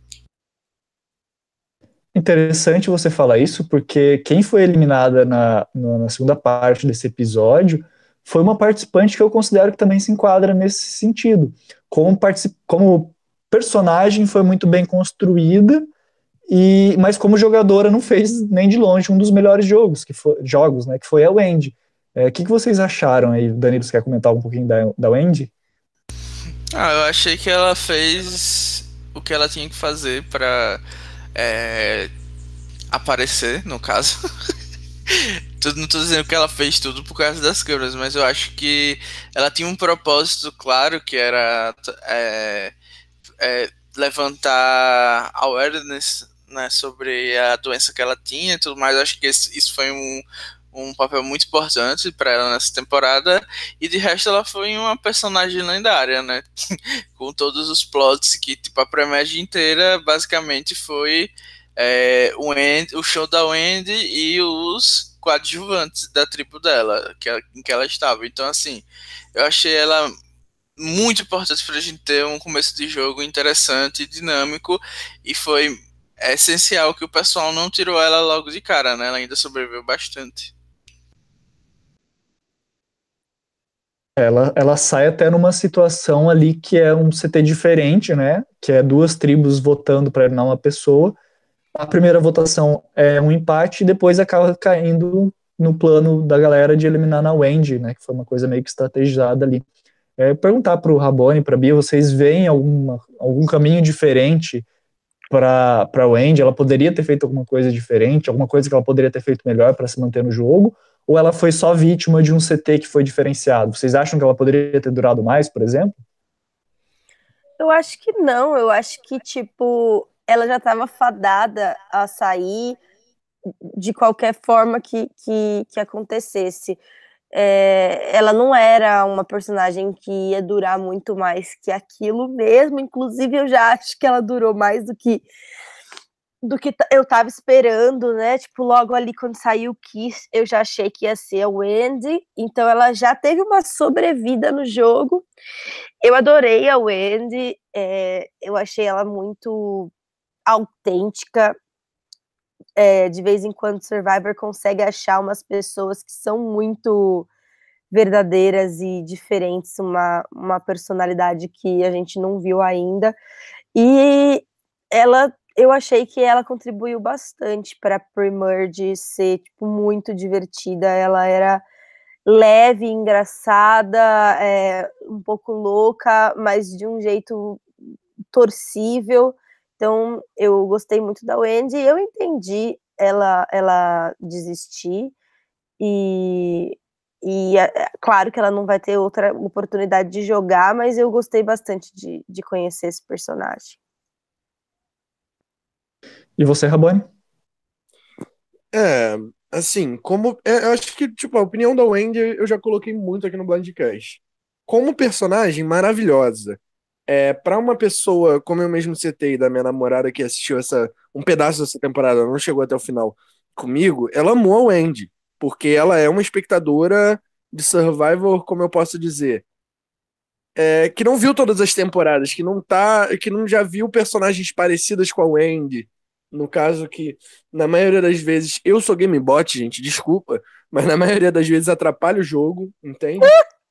Interessante você falar isso, porque quem foi eliminada na, na segunda parte desse episódio foi uma participante que eu considero que também se enquadra nesse sentido. Como, como personagem foi muito bem construída, e, mas como jogadora não fez nem de longe um dos melhores jogos, que foi, jogos, né, que foi a Wendy. O é, que, que vocês acharam aí? Danilo, você quer comentar um pouquinho da, da Wendy? Ah, eu achei que ela fez o que ela tinha que fazer pra é, aparecer, no caso. tudo, não tô dizendo que ela fez tudo por causa das câmeras, mas eu acho que ela tinha um propósito claro, que era é, é, levantar awareness, né, sobre a doença que ela tinha e tudo mais. Eu acho que esse, isso foi um, um papel muito importante para ela nessa temporada, e de resto ela foi uma personagem lendária, né? Com todos os plots que, tipo, a Pré-Mag inteira basicamente foi é, o, Wendy, o show da Wendy e os coadjuvantes da tribo dela, que, em que ela estava. Então, assim, eu achei ela muito importante para a gente ter um começo de jogo interessante e dinâmico, e foi essencial que o pessoal não tirou ela logo de cara, né? Ela ainda sobreviveu bastante. Ela, ela sai até numa situação ali que é um C T diferente, né? Que é duas tribos votando para eliminar uma pessoa. A primeira votação é um empate e depois acaba caindo no plano da galera de eliminar na Wendy, né? Que foi uma coisa meio que estrategizada ali. É, perguntar para o Rabone, para a Bia, vocês veem alguma, algum caminho diferente para a Wendy? Ela poderia ter feito alguma coisa diferente, alguma coisa que ela poderia ter feito melhor para se manter no jogo? Ou ela foi só vítima de um C T que foi diferenciado? Vocês acham que ela poderia ter durado mais, por exemplo? Eu acho que não, eu acho que, tipo, ela já estava fadada a sair de qualquer forma que, que, que acontecesse. É, ela não era uma personagem que ia durar muito mais que aquilo mesmo, inclusive eu já acho que ela durou mais do que do que eu tava esperando, né? Tipo, logo ali quando saiu o Kiss, eu já achei que ia ser a Wendy, então ela já teve uma sobrevida no jogo. Eu adorei a Wendy, é, eu achei ela muito autêntica. É, de vez em quando Survivor consegue achar umas pessoas que são muito verdadeiras e diferentes, uma, uma personalidade que a gente não viu ainda. E ela, eu achei que ela contribuiu bastante para a Pre-Merge ser, tipo, muito divertida. Ela era leve, engraçada, é, um pouco louca, mas de um jeito torcível. Então, eu gostei muito da Wendy. Eu entendi ela, ela desistir. E, e é, claro que ela não vai ter outra oportunidade de jogar, mas eu gostei bastante de, de conhecer esse personagem. E você, Rabone? É, assim, como. é, eu acho que, tipo, a opinião da Wendy eu já coloquei muito aqui no Blindcast. Como personagem, maravilhosa. É, para uma pessoa, como eu mesmo citei, da minha namorada que assistiu essa, um pedaço dessa temporada, não chegou até o final comigo, ela amou a Wendy. Porque ela é uma espectadora de Survivor, como eu posso dizer. É, que não viu todas as temporadas, que não tá, que não já viu personagens parecidas com a Wendy. No caso que, na maioria das vezes, eu sou gamebot, gente, desculpa, mas na maioria das vezes atrapalha o jogo, entende?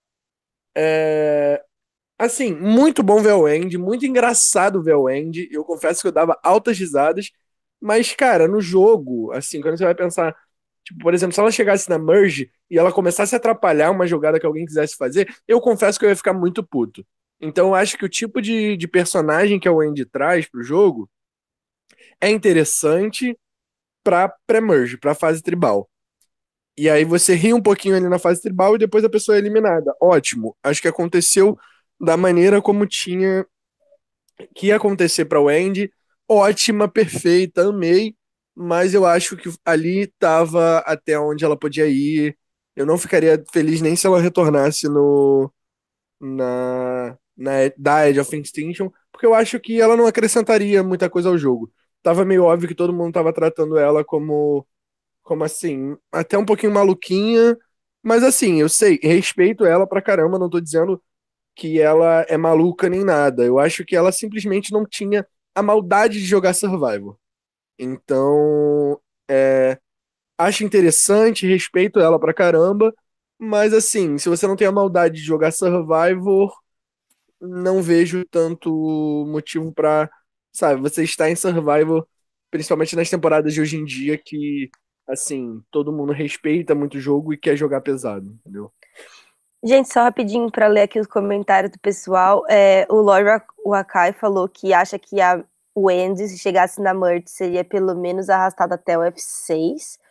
É, assim, muito bom ver a Wendy, muito engraçado ver a Wendy. Eu confesso que eu dava altas risadas, mas, cara, no jogo, assim, quando você vai pensar, tipo, por exemplo, se ela chegasse na Merge e ela começasse a atrapalhar uma jogada que alguém quisesse fazer, eu confesso que eu ia ficar muito puto. Então, eu acho que o tipo de, de personagem que a Wendy traz pro jogo é interessante pra pré-merge, pra fase tribal. E aí você ri um pouquinho ali na fase tribal e depois a pessoa é eliminada. Ótimo. Acho que aconteceu da maneira como tinha que ia acontecer pra Wendy. Ótima, perfeita, amei. Mas eu acho que ali tava até onde ela podia ir. Eu não ficaria feliz nem se ela retornasse no na, na da Edge of Extinction, porque eu acho que ela não acrescentaria muita coisa ao jogo. Tava meio óbvio que todo mundo tava tratando ela como como assim, até um pouquinho maluquinha, mas assim, eu sei, respeito ela pra caramba, não tô dizendo que ela é maluca nem nada. Eu acho que ela simplesmente não tinha a maldade de jogar Survivor. Então, é, acho interessante, respeito ela pra caramba, mas assim, se você não tem a maldade de jogar Survivor, não vejo tanto motivo pra, sabe, você estar em Survivor, principalmente nas temporadas de hoje em dia, que, assim, todo mundo respeita muito o jogo e quer jogar pesado, entendeu? Gente, só rapidinho para ler aqui os comentários do pessoal. É, o Lord Wakai falou que acha que a Wendy, se chegasse na Merge, seria pelo menos arrastada até o F seis.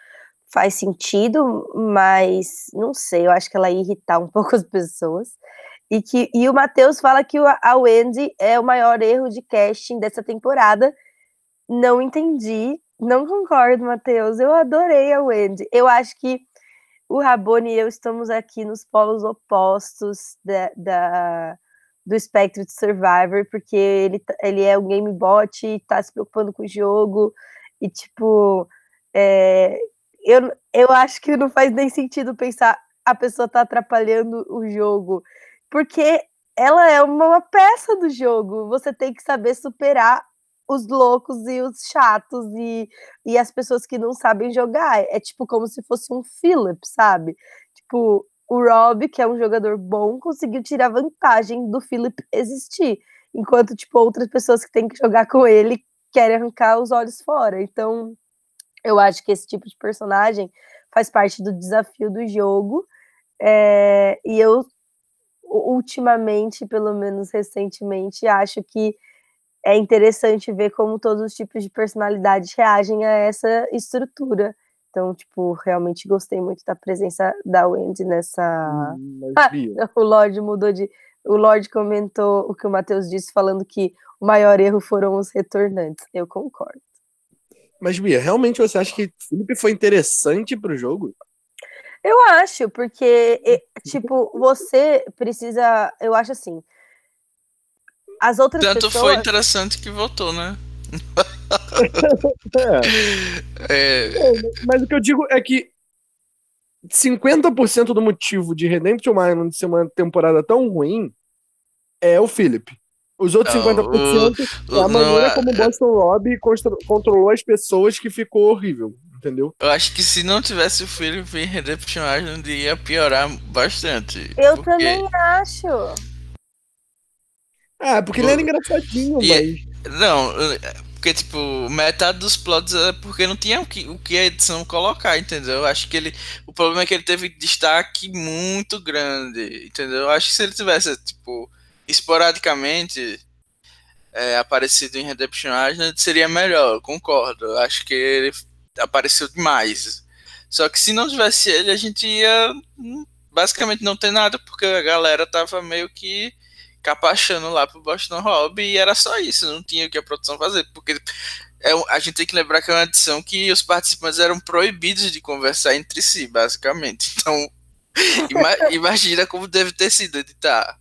faz sentido, mas não sei, eu acho que ela ia irritar um pouco as pessoas. E, que, e o Matheus fala que a Wendy é o maior erro de casting dessa temporada. Não entendi, não concordo, Matheus. Eu adorei a Wendy. Eu acho que o Rabone e eu estamos aqui nos polos opostos da, da, do espectro de Survivor, porque ele, ele é um gamebot e tá se preocupando com o jogo. E, tipo, é, eu, eu acho que não faz nem sentido pensar a pessoa tá atrapalhando o jogo, porque ela é uma, uma peça do jogo. Você tem que saber superar os loucos e os chatos e, e as pessoas que não sabem jogar. É tipo como se fosse um Philip, sabe? Tipo, o Rob, que é um jogador bom, conseguiu tirar vantagem do Philip existir, enquanto, tipo, outras pessoas que têm que jogar com ele querem arrancar os olhos fora. Então, eu acho que esse tipo de personagem faz parte do desafio do jogo. É, e eu, ultimamente, pelo menos recentemente, acho que é interessante ver como todos os tipos de personalidades reagem a essa estrutura. Então, tipo, realmente gostei muito da presença da Wendy nessa... Hum, ah, o Lorde mudou de... O Lorde comentou o que o Matheus disse, falando que o maior erro foram os retornantes. Eu concordo. Mas, Bia, realmente você acha que Felipe foi interessante pro jogo? Eu acho, porque, tipo, você precisa... Eu acho assim... As outras Tanto pessoas... foi interessante que votou, né? é. É. Mas o que eu digo é que cinquenta por cento do motivo de Redemption Island ser uma temporada tão ruim é o Philip. Os outros não, cinquenta por cento o, o, é a maneira não, como o Boston Rob controlou as pessoas, que ficou horrível, entendeu? Eu acho que se não tivesse o Philip em Redemption Island ia piorar bastante. Eu porque... também acho. Ah, porque o... ele era engraçadinho, e, mas... Não, porque, tipo, metade dos plots é porque não tinha o que, o que a edição colocar, entendeu? Eu acho que ele... O problema é que ele teve destaque muito grande, entendeu? Eu acho que se ele tivesse, tipo, esporadicamente é, aparecido em Redemption Island, seria melhor, eu concordo. Eu acho que ele apareceu demais. Só que se não tivesse ele, a gente ia basicamente não ter nada, porque a galera tava meio que capachando lá pro Boston Rob e era só isso, não tinha o que a produção fazer, porque é, a gente tem que lembrar que é uma edição que os participantes eram proibidos de conversar entre si, basicamente. Então, ima imagina como deve ter sido editar.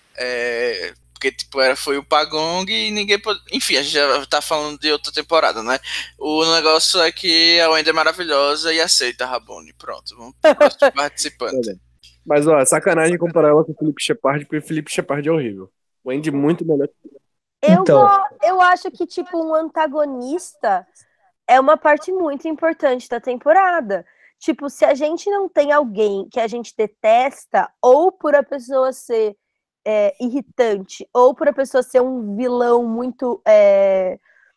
É, porque, tipo, era, foi o Pagong e ninguém pode... Enfim, a gente já tá falando de outra temporada, né? O negócio é que a Wendy é maravilhosa e aceita a Rabone. Pronto, vamos pro próximo participante. Mas, ó, sacanagem comparar ela com o Felipe Shepard, porque o Felipe Shepard é horrível. O Wendy muito melhor. Eu, então... eu acho que, tipo, um antagonista é uma parte muito importante da temporada. Tipo, se a gente não tem alguém que a gente detesta, ou por a pessoa ser é, irritante, ou por a pessoa ser um vilão muito é,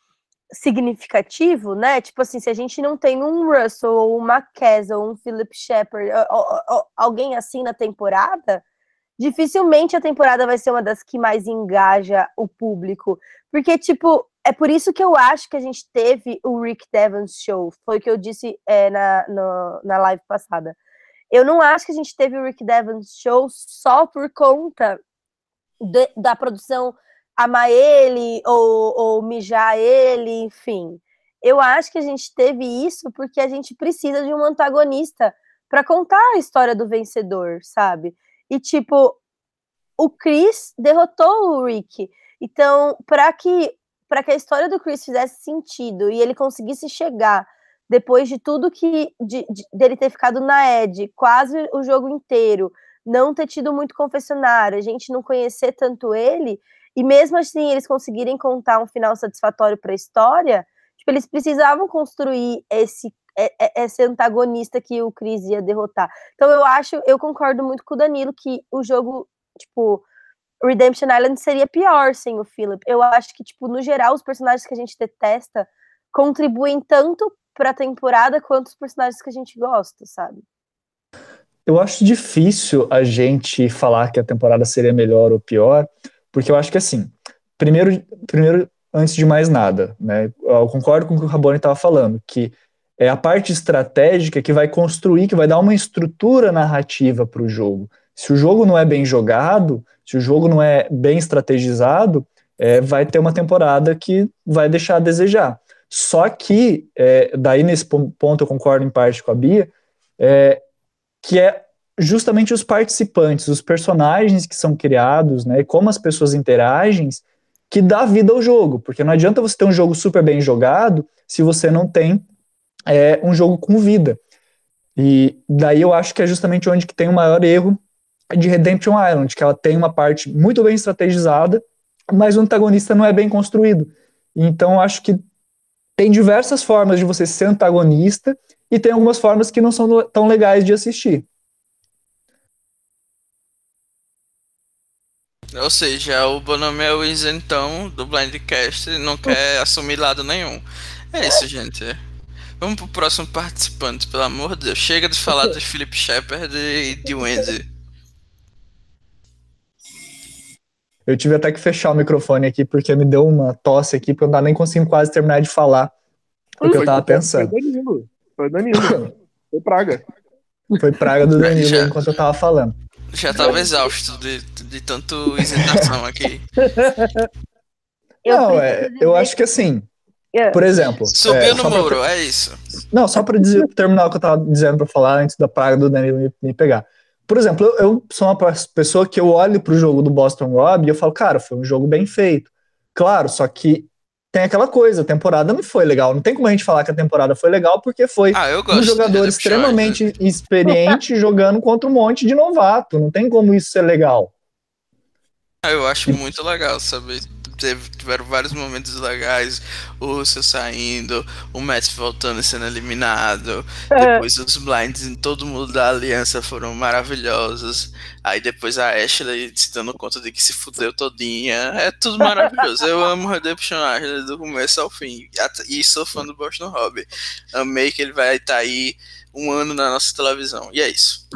significativo, né? Tipo assim, se a gente não tem um Russell, ou uma Castle, ou um Philip Shepard, ou, ou, ou, alguém assim na temporada, dificilmente a temporada vai ser uma das que mais engaja o público. Porque, tipo, é por isso que eu acho que a gente teve o Rick Devens Show. Foi o que eu disse é, na, no, na live passada. Eu não acho que a gente teve o Rick Devens Show só por conta de, da produção amar ele ou, ou mijar ele, enfim. Eu acho que a gente teve isso porque a gente precisa de um antagonista para contar a história do vencedor, sabe? E, tipo, o Chris derrotou o Rick. Então, para que, para que a história do Chris fizesse sentido e ele conseguisse chegar, depois de tudo que... De, de, dele ter ficado na Ed quase o jogo inteiro, não ter tido muito confessionário, a gente não conhecer tanto ele, e mesmo assim eles conseguirem contar um final satisfatório para a história, tipo, eles precisavam construir esse esse antagonista que o Chris ia derrotar. Então eu acho, eu concordo muito com o Danilo que o jogo, tipo, Redemption Island seria pior sem o Philip. Eu acho que, tipo, no geral, os personagens que a gente detesta contribuem tanto pra temporada quanto os personagens que a gente gosta, sabe? Eu acho difícil a gente falar que a temporada seria melhor ou pior, porque eu acho que, assim, primeiro, primeiro antes de mais nada, né, eu concordo com o que o Rabone estava falando, que é a parte estratégica que vai construir, que vai dar uma estrutura narrativa para o jogo. Se o jogo não é bem jogado, se o jogo não é bem estrategizado, é, vai ter uma temporada que vai deixar a desejar. Só que, é, daí nesse ponto eu concordo em parte com a Bia, é, que é justamente os participantes, os personagens que são criados, né, e como as pessoas interagem, que dá vida ao jogo, porque não adianta você ter um jogo super bem jogado se você não tem é, um jogo com vida. E daí eu acho que é justamente onde que tem o maior erro de Redemption Island, que ela tem uma parte muito bem estrategizada, mas o antagonista não é bem construído. Então eu acho que tem diversas formas de você ser antagonista e tem algumas formas que não são tão legais de assistir. Ou seja, o Bonome é o isentão do Blindcast e não quer assumir lado nenhum. É isso, gente. Vamos pro próximo participante, pelo amor de Deus. Chega de falar de Philip Shepard e de Wendy. Eu tive até que fechar o microfone aqui, porque me deu uma tosse aqui, porque eu não nem consigo quase terminar de falar o que eu tava pensando. Foi Danilo. Foi Danilo. Foi praga. Foi praga do Danilo Já- enquanto eu tava falando. Já tava exausto de, de tanto isentação aqui. Eu não, preciso é, dizer eu acho que assim, É. por exemplo... Subiu é, no só pra- muro, é isso. Não, só para dizer, terminar o que eu tava dizendo para falar antes da praga do Danilo me, me pegar. Por exemplo, eu, eu sou uma pessoa que eu olho pro jogo do Boston Rob e eu falo, cara, foi um jogo bem feito. Claro, só que tem aquela coisa, a temporada não foi legal. Não tem como a gente falar que a temporada foi legal porque foi Ah, eu gosto um de jogador Redemption extremamente experiente jogando contra um monte de novato. Não tem como isso ser legal. Ah, eu acho muito legal, sabe? Teve, tiveram vários momentos legais, o Russell saindo, o Matt voltando e sendo eliminado, depois os blinds em todo mundo da aliança foram maravilhosos, aí depois a Ashley se dando conta de que se fudeu todinha, é tudo maravilhoso. Eu amo Redemption Island do começo ao fim, e sou fã do Boston Rob. Amei que ele vai estar aí um ano na nossa televisão, e é isso.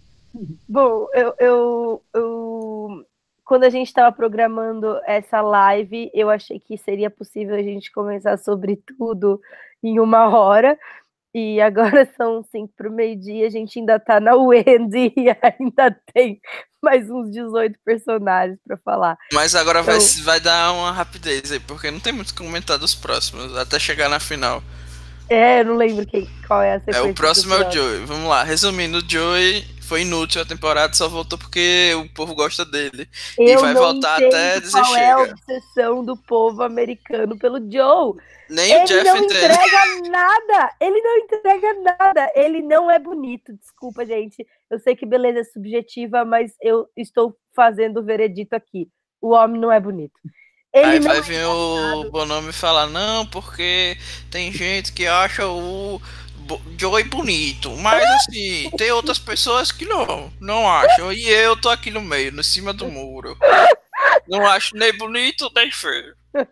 Bom, eu, eu, eu quando a gente estava programando essa live, eu achei que seria possível a gente conversar sobre tudo em uma hora. E agora são cinco para o meio-dia, a gente ainda está na Wendy e ainda tem mais uns dezoito personagens para falar. Mas agora Então- vai, vai dar uma rapidez aí, porque não tem muito o que comentar dos próximos, até chegar na final. É, eu não lembro quem, qual é a É, sequência. o próximo é do o Joey. Vamos lá, resumindo, o Joey foi inútil a temporada, só voltou porque o povo gosta dele. E Eu vai não voltar entendo até dizer qual é a chega. obsessão do povo americano pelo Joe. Nem o Ele Jeff não entende. entrega nada, ele não entrega nada, ele não é bonito, desculpa, gente. Eu sei que beleza é subjetiva, mas eu estou fazendo o veredito aqui. O homem não é bonito. Ele Aí não vai é vir o Bonome falar, não, porque tem gente que acha o Bo- Joey bonito, mas assim, tem outras pessoas que não, não acham. E eu tô aqui no meio, no cima do muro. Não acho nem bonito, nem feio.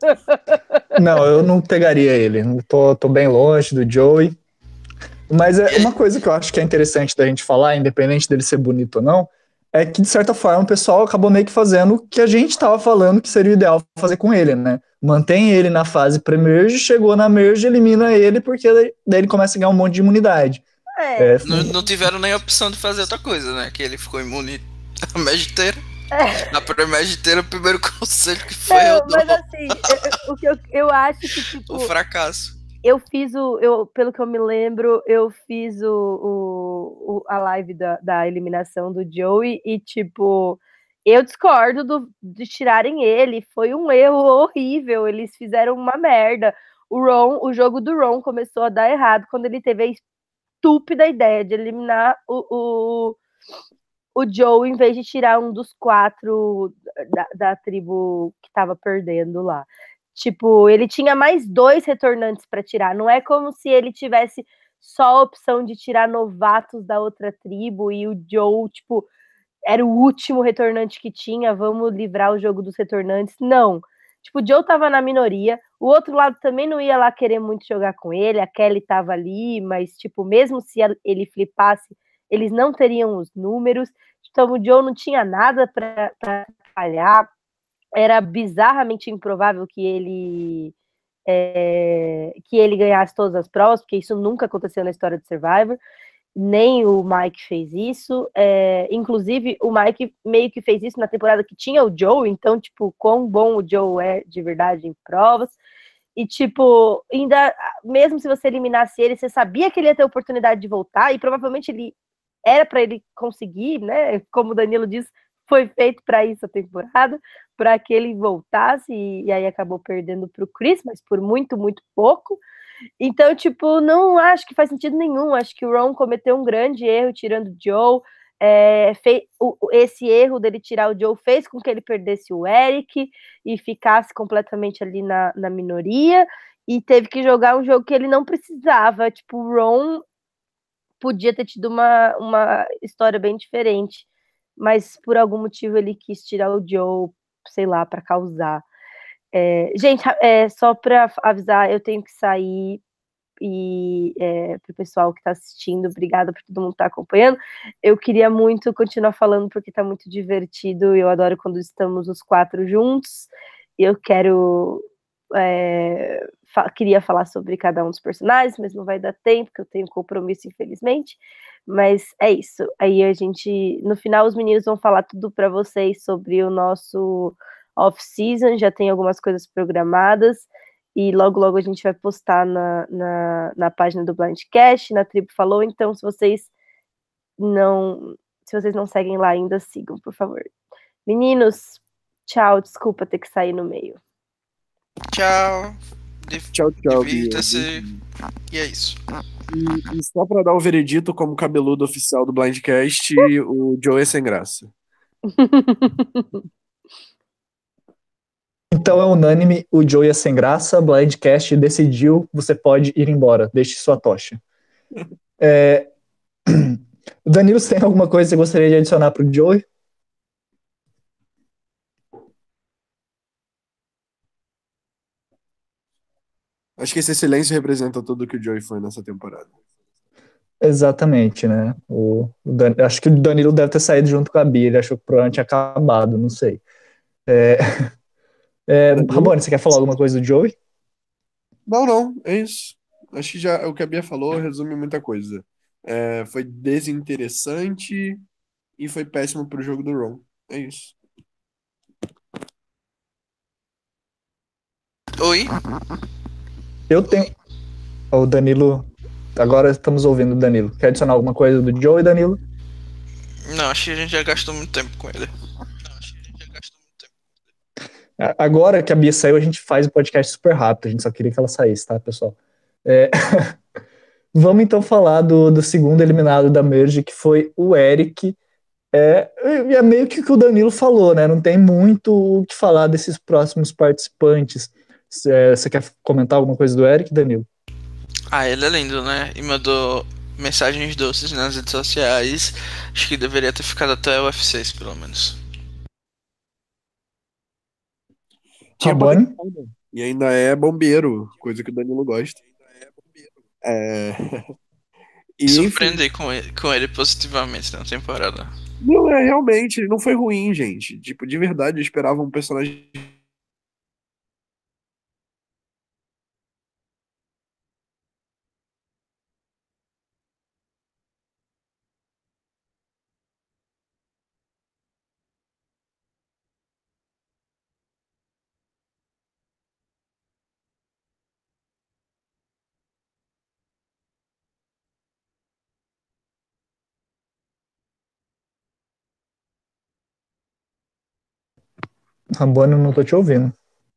Não, eu não pegaria ele. Tô, tô bem longe do Joey. Mas é uma coisa que eu acho que é interessante da gente falar, independente dele ser bonito ou não, é que, de certa forma, o pessoal acabou meio que fazendo o que a gente estava falando que seria o ideal fazer com ele, né? Mantém ele na fase pre-merge, chegou na merge, elimina ele, porque daí ele começa a ganhar um monte de imunidade. É, É, Não, não tiveram nem opção de fazer outra coisa, né? Que ele ficou imune a match inteira. é. Na pré-match inteira, o primeiro conselho que foi Não, eu mas dou assim, eu- o que eu, eu acho que, tipo, o fracasso. eu fiz o. Eu, pelo que eu me lembro, eu fiz o, o, o- a live da, da eliminação do Joey e, tipo, eu discordo do, de tirarem ele. Foi um erro horrível. Eles fizeram uma merda. O Ron, o jogo do Ron começou a dar errado quando ele teve a estúpida ideia de eliminar o, o, o Joe em vez de tirar um dos quatro da, da tribo que tava perdendo lá. Tipo, ele tinha mais dois retornantes para tirar. Não é como se ele tivesse só a opção de tirar novatos da outra tribo e o Joe, tipo, era o último retornante que tinha, vamos livrar o jogo dos retornantes. Não. Tipo, o Joe tava na minoria, o outro lado também não ia lá querer muito jogar com ele, a Kelly tava ali, mas, tipo, mesmo se ele flipasse, eles não teriam os números. Então, o Joe não tinha nada para falhar. Era bizarramente improvável que ele é, que ele ganhasse todas as provas, porque isso nunca aconteceu na história de Survivor, nem o Mike fez isso, é, inclusive o Mike meio que fez isso na temporada que tinha o Joe, então, tipo, quão bom o Joe é de verdade em provas, e, tipo, ainda, mesmo se você eliminasse ele, você sabia que ele ia ter oportunidade de voltar, e provavelmente ele era para ele conseguir, né, como o Danilo disse, foi feito para isso a temporada, para que ele voltasse, e, e aí acabou perdendo para o Chris, mas por muito, muito pouco. Então, tipo, não acho que faz sentido nenhum. Acho que o Ron cometeu um grande erro tirando o Joe. É, fez, o, esse erro dele tirar o Joe fez com que ele perdesse o Eric e ficasse completamente ali na, na minoria. E teve que jogar um jogo que ele não precisava. Tipo, o Ron podia ter tido uma, uma história bem diferente. Mas por algum motivo ele quis tirar o Joe, sei lá, para causar. É, gente, é, só para avisar, eu tenho que sair e é, para o pessoal que está assistindo, obrigada por todo mundo estar tá acompanhando. Eu queria muito continuar falando porque está muito divertido. Eu adoro quando estamos os quatro juntos. Eu quero é, fa queria falar sobre cada um dos personagens, mas não vai dar tempo, porque eu tenho compromisso, infelizmente. Mas é isso. Aí a gente, no final, os meninos vão falar tudo para vocês sobre o nosso off-season, já tem algumas coisas programadas, e logo, logo a gente vai postar na, na, na página do Blindcast, na Tribo Falou, então se vocês não se vocês não seguem lá ainda, sigam, por favor. Meninos, tchau, desculpa ter que sair no meio. Tchau. Tchau, tchau. Divirta-se. E é isso. E, e só pra dar o veredito como cabeludo oficial do Blindcast, o Joe é sem graça. Então é unânime, o Joe é sem graça, Blindcast decidiu, você pode ir embora, deixe sua tocha. É... Danilo, você tem alguma coisa que você gostaria de adicionar pro Joey? Acho que esse silêncio representa tudo que o Joey foi nessa temporada. Exatamente, né? O, o Dan... Acho que o Danilo deve ter saído junto com a Bia, ele achou que o programa tinha acabado, não sei. É... É... Rabone, você quer falar alguma coisa do Joey? Não, não, é isso. Acho que já o que a Bia falou resume muita coisa. É, foi desinteressante e foi péssimo pro jogo do Ron. É isso. Oi? Eu tenho. O Danilo. Agora estamos ouvindo o Danilo. Quer adicionar alguma coisa do Joey, Danilo? Não, acho que a gente já gastou muito tempo com ele. Não, acho que a gente já gastou muito tempo. Agora que a Bia saiu, a gente faz o podcast super rápido. A gente só queria que ela saísse, tá, pessoal? É... Vamos então falar do, do segundo eliminado da Merge, que foi o Eric. É, é meio que o que o Danilo falou, né? Não tem muito o que falar desses próximos participantes. Você quer comentar alguma coisa do Eric, Danilo? Ah, ele é lindo, né? E mandou mensagens doces nas redes sociais. Acho que deveria ter ficado até o F seis, pelo menos. Rabone? E ainda é bombeiro, coisa que o Danilo gosta. É... E surpreender com ele, com ele positivamente na temporada. Não, é realmente, ele não foi ruim, gente. Tipo, de verdade, eu esperava um personagem. Rabone, eu não tô te ouvindo.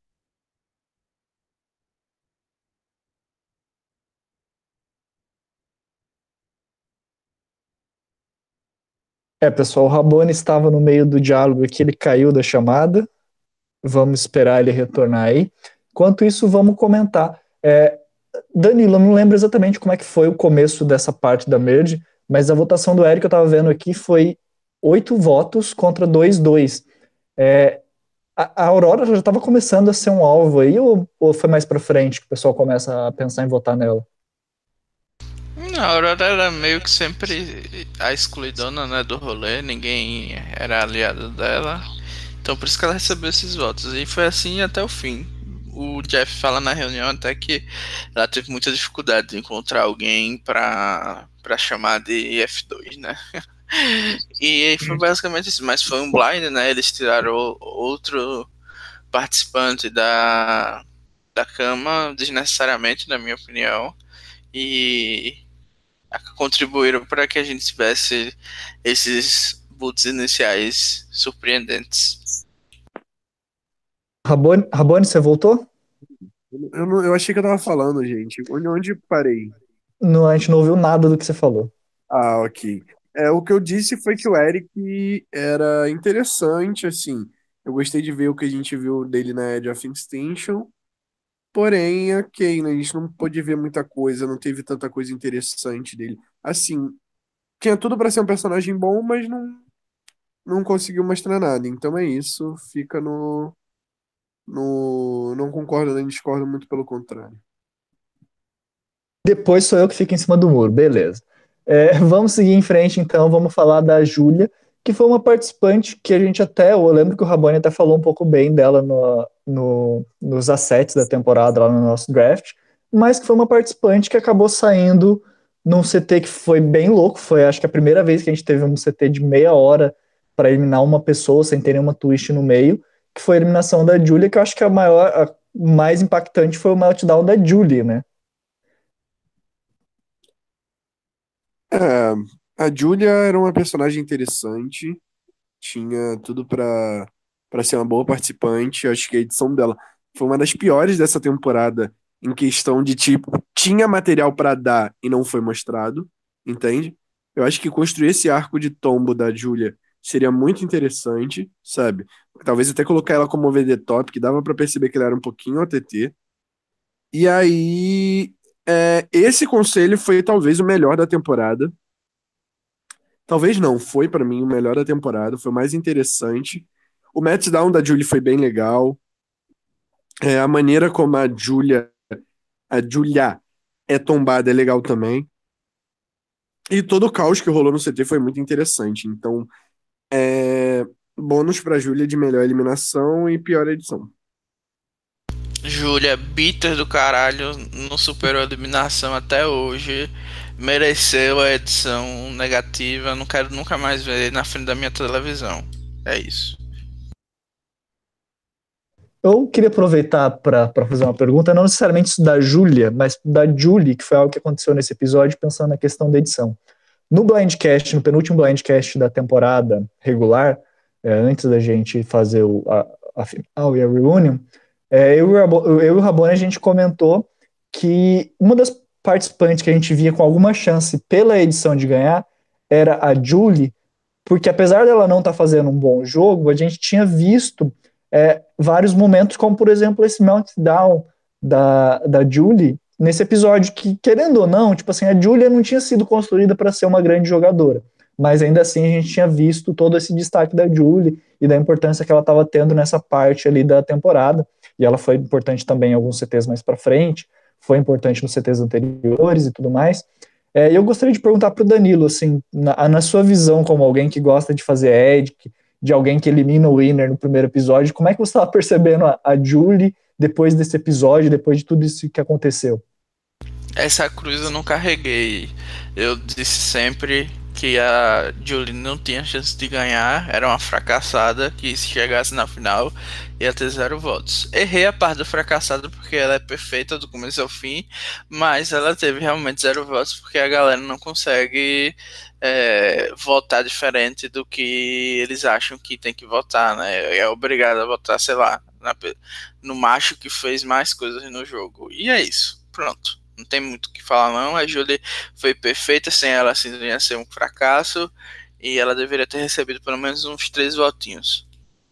É, pessoal, o Rabone estava no meio do diálogo aqui, ele caiu da chamada. Vamos esperar ele retornar aí. Enquanto isso, vamos comentar. É, Danilo, eu não lembro exatamente como é que foi o começo dessa parte da merge, mas a votação do Eric, eu estava vendo aqui, foi oito votos contra dois, dois. É, a, a Aurora já estava começando a ser um alvo aí, ou, ou foi mais para frente que o pessoal começa a pensar em votar nela? A Aurora era meio que sempre a excluidona, né, do rolê, ninguém era aliado dela. Então por isso que ela recebeu esses votos. E foi assim até o fim. o Jeff fala na reunião até que ela teve muita dificuldade de encontrar alguém pra, pra chamar de F dois, né? E aí foi basicamente isso, mas foi um blind, né? Eles tiraram outro participante da, da cama desnecessariamente, na minha opinião, e contribuíram para que a gente tivesse esses boots iniciais surpreendentes. Rabone, Rabone, você voltou? Eu, não, eu achei que eu tava falando, gente. Onde, onde parei? Não, a gente não ouviu nada do que você falou. Ah, ok. É, o que eu disse foi que o Eric era interessante, assim. Eu gostei de ver o que a gente viu dele na Edge of Extinction. Porém, ok, né? A gente não pôde ver muita coisa, não teve tanta coisa interessante dele. Assim, tinha tudo pra ser um personagem bom, mas não, não conseguiu mostrar nada. Então é isso, fica no, no... Não concordo nem discordo, muito pelo contrário. Depois sou eu que fico em cima do muro, beleza. É, vamos seguir em frente, então, vamos falar da Júlia, que foi uma participante que a gente até, eu lembro que o Rabone até falou um pouco bem dela no, no, nos assets da temporada, lá no nosso draft, mas que foi uma participante que acabou saindo num C T que foi bem louco, foi acho que a primeira vez que a gente teve um C T de meia hora para eliminar uma pessoa sem ter nenhuma twist no meio, que foi a eliminação da Júlia, que eu acho que a maior, a mais impactante foi o meltdown da Julie, né? É, a Julia era uma personagem interessante, tinha tudo pra para ser uma boa participante. Acho que a edição dela foi uma das piores dessa temporada em questão de tipo, tinha material pra dar e não foi mostrado, entende? Eu acho que construir esse arco de tombo da Julia seria muito interessante, sabe? Talvez até colocar ela como V D top, que dava pra perceber que ela era um pouquinho O T T. E aí, é, esse conselho foi talvez o melhor da temporada. Talvez não, foi pra mim o melhor da temporada, foi o mais interessante. O matchdown da Julie foi bem legal. É, a maneira como a Julia, a Julia é tombada é legal também. E todo o caos que rolou no C T foi muito interessante. Então, é, bônus pra Julia de melhor eliminação e pior edição. Júlia, bitter do caralho, não superou a eliminação até hoje. Mereceu a edição negativa. Não quero nunca mais ver ele na frente da minha televisão. É isso. Eu queria aproveitar para fazer uma pergunta, não necessariamente isso da Júlia, mas da Julie, que foi algo que aconteceu nesse episódio, pensando na questão da edição. No Blindcast, no penúltimo Blindcast da temporada regular, é, antes da gente fazer o, a, a final e a reunion, é, eu, eu e o Rabone, a gente comentou que uma das participantes que a gente via com alguma chance pela edição de ganhar era a Julie, porque apesar dela não estar tá fazendo um bom jogo, a gente tinha visto é, vários momentos, como por exemplo esse meltdown da, da Julie nesse episódio, que querendo ou não, tipo assim, a Julia não tinha sido construída para ser uma grande jogadora, mas ainda assim a gente tinha visto todo esse destaque da Julie e da importância que ela estava tendo nessa parte ali da temporada, e ela foi importante também em alguns C Ts mais para frente, foi importante nos C Ts anteriores e tudo mais. É, eu gostaria de perguntar para o Danilo, assim, na, na sua visão como alguém que gosta de fazer edit, de alguém que elimina o winner no primeiro episódio, como é que você estava percebendo a, a Julie depois desse episódio, depois de tudo isso que aconteceu? Essa cruz eu não carreguei. Eu disse sempre que a Julie não tinha chance de ganhar, era uma fracassada, que se chegasse na final ia ter zero votos. Errei a parte do fracassado porque ela é perfeita do começo ao fim, mas ela teve realmente zero votos porque a galera não consegue é, votar diferente do que eles acham que tem que votar, né? É obrigado a votar, sei lá, na, no macho que fez mais coisas no jogo. E é isso, pronto. Não tem muito o que falar não, a Julie foi perfeita, sem ela assim ia ser um fracasso, e ela deveria ter recebido pelo menos uns três votinhos.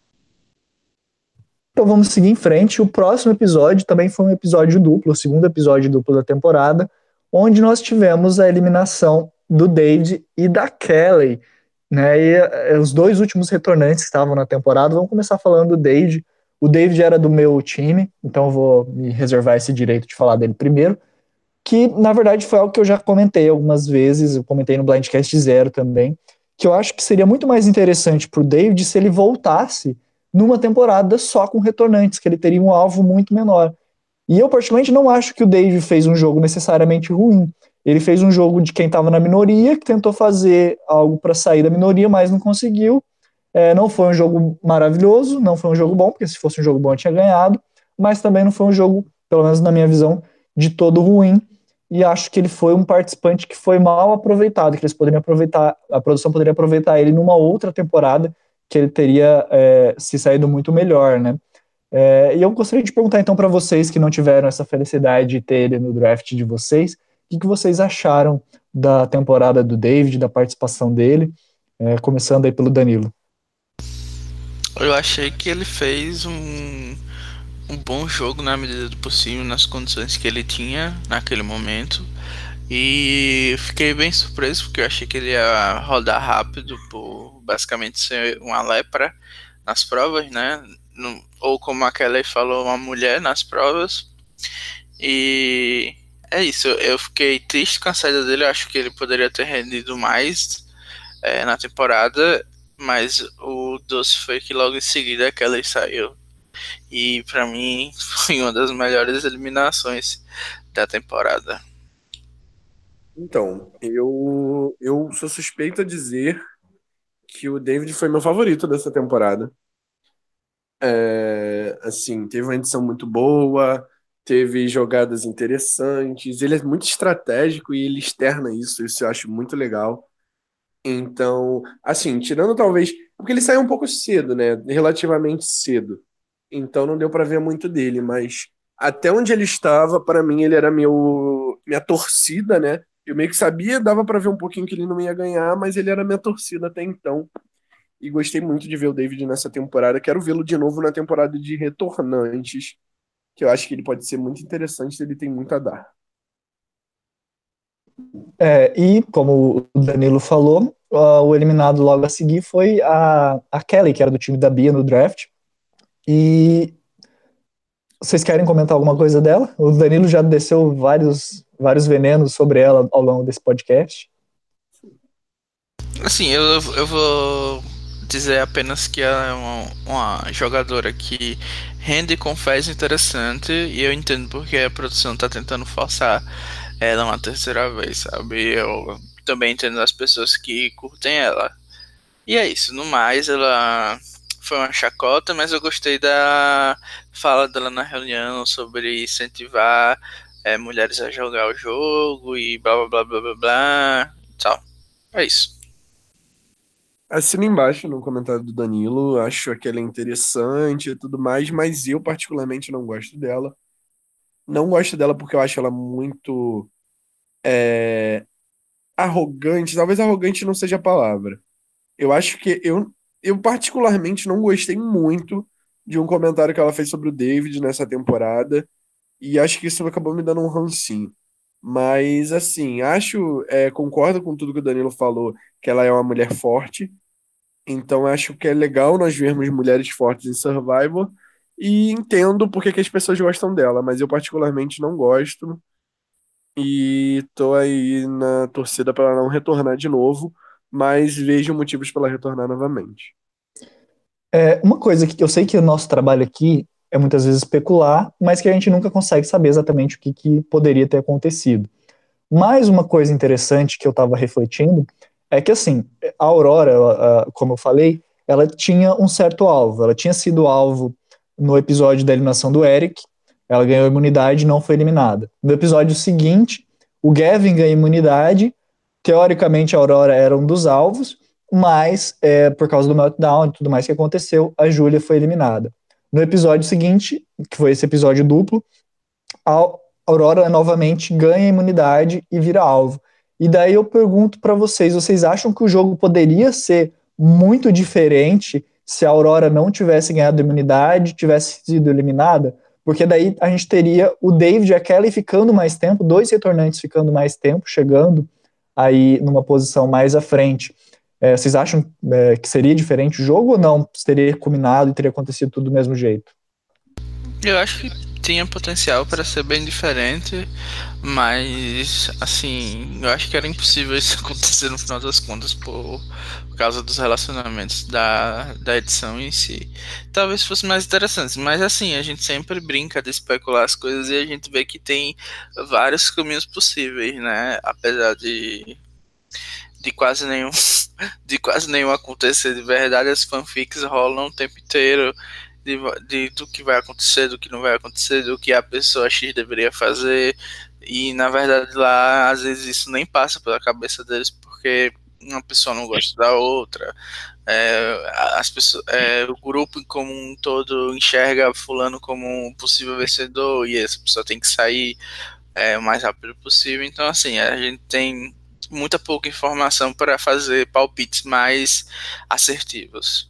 Então vamos seguir em frente, o próximo episódio também foi um episódio duplo, o segundo episódio duplo da temporada, onde nós tivemos a eliminação do David e da Kelly, né, e os dois últimos retornantes que estavam na temporada. Vamos começar falando do David. O David era do meu time, então eu vou me reservar esse direito de falar dele primeiro, que na verdade foi algo que eu já comentei algumas vezes, eu comentei no Blindcast Zero também, que eu acho que seria muito mais interessante pro David se ele voltasse numa temporada só com retornantes, que ele teria um alvo muito menor. E eu, particularmente, não acho que o Dave fez um jogo necessariamente ruim. Ele fez um jogo de quem estava na minoria, que tentou fazer algo para sair da minoria, mas não conseguiu. É, não foi um jogo maravilhoso, não foi um jogo bom, porque se fosse um jogo bom eu tinha ganhado, mas também não foi um jogo, pelo menos na minha visão, de todo ruim. E acho que ele foi um participante que foi mal aproveitado, que eles poderiam aproveitar, a produção poderia aproveitar ele numa outra temporada, que ele teria é, se saído muito melhor, né? É, e eu gostaria de perguntar então para vocês que não tiveram essa felicidade de ter ele no draft de vocês, o que, que vocês acharam da temporada do David, da participação dele, é, começando aí pelo Danilo. Eu achei que ele fez um, um bom jogo na medida do possível, nas condições que ele tinha naquele momento. E fiquei bem surpreso, porque eu achei que ele ia rodar rápido por basicamente ser uma lepra nas provas, né? No, ou como a Kelly falou, uma mulher nas provas. E é isso, eu fiquei triste com a saída dele. Eu acho que ele poderia ter rendido mais é, na temporada, mas o doce foi que logo em seguida a Kelly saiu. E pra mim foi uma das melhores eliminações da temporada. Então, eu, eu sou suspeito a dizer que o David foi meu favorito dessa temporada. É, assim, teve uma edição muito boa, teve jogadas interessantes, ele é muito estratégico e ele externa isso, isso eu acho muito legal. Então, assim, tirando talvez, porque ele saiu um pouco cedo, né, relativamente cedo, então não deu pra ver muito dele, mas até onde ele estava, para mim ele era meu, minha torcida, né, eu meio que sabia, dava pra ver um pouquinho que ele não ia ganhar, mas ele era minha torcida até então. E gostei muito de ver o David nessa temporada. Quero vê-lo de novo na temporada de retornantes, que eu acho que ele pode ser muito interessante, ele tem muito a dar. É, e, como o Danilo falou, uh, o eliminado logo a seguir foi a, a Kelly, que era do time da Bia no draft. E vocês querem comentar alguma coisa dela? O Danilo já desceu vários, vários venenos sobre ela ao longo desse podcast. Assim, eu, eu vou dizer apenas que ela é uma, uma jogadora que rende com fés interessante, e eu entendo porque a produção tá tentando forçar ela uma terceira vez, sabe? Eu também entendo as pessoas que curtem ela. E é isso, no mais, ela foi uma chacota, mas eu gostei da fala dela na reunião sobre incentivar é, mulheres a jogar o jogo e blá blá blá blá blá blá e tal. É isso. Assino embaixo no comentário do Danilo, acho que ela é interessante e tudo mais, mas eu particularmente não gosto dela. Não gosto dela porque eu acho ela muito é, arrogante, talvez arrogante não seja a palavra. Eu acho que eu, eu particularmente não gostei muito de um comentário que ela fez sobre o David nessa temporada, e acho que isso acabou me dando um rancinho. Mas, assim, acho, é, concordo com tudo que o Danilo falou, que ela é uma mulher forte, então acho que é legal nós vermos mulheres fortes em Survivor, e entendo porque que as pessoas gostam dela, mas eu particularmente não gosto, e tô aí na torcida para ela não retornar de novo, mas vejo motivos para ela retornar novamente. É, uma coisa que eu sei que o nosso trabalho aqui é muitas vezes especular, mas que a gente nunca consegue saber exatamente o que, que poderia ter acontecido. Mais uma coisa interessante que eu estava refletindo é que, assim, a Aurora, ela, como eu falei, ela tinha um certo alvo. Ela tinha sido alvo no episódio da eliminação do Eric, ela ganhou imunidade e não foi eliminada. No episódio seguinte, o Gavin ganha imunidade, teoricamente a Aurora era um dos alvos, mas é, por causa do meltdown e tudo mais que aconteceu, a Júlia foi eliminada. No episódio seguinte, que foi esse episódio duplo, a Aurora novamente ganha imunidade e vira alvo. E daí eu pergunto para vocês, vocês acham que o jogo poderia ser muito diferente se a Aurora não tivesse ganhado imunidade, tivesse sido eliminada? Porque daí a gente teria o David e a Kelly ficando mais tempo, dois retornantes ficando mais tempo, chegando aí numa posição mais à frente. É, vocês acham é, que seria diferente o jogo ou não? Teria culminado e teria acontecido tudo do mesmo jeito? Eu acho que tinha potencial para ser bem diferente, mas assim, eu acho que era impossível isso acontecer no final das contas por, por causa dos relacionamentos da, da edição em si. Talvez fosse mais interessante, mas assim, a gente sempre brinca de especular as coisas e a gente vê que tem vários caminhos possíveis, né? Apesar de de quase nenhum de quase nenhum acontecer de verdade, as fanfics rolam o tempo inteiro de, de do que vai acontecer, do que não vai acontecer, do que a pessoa X deveria fazer, e na verdade lá às vezes isso nem passa pela cabeça deles porque uma pessoa não gosta da outra, é, as pessoas, é, o grupo como um todo enxerga fulano como um possível vencedor e essa pessoa tem que sair é, o mais rápido possível. Então assim, a gente tem muita pouca informação para fazer palpites mais assertivos.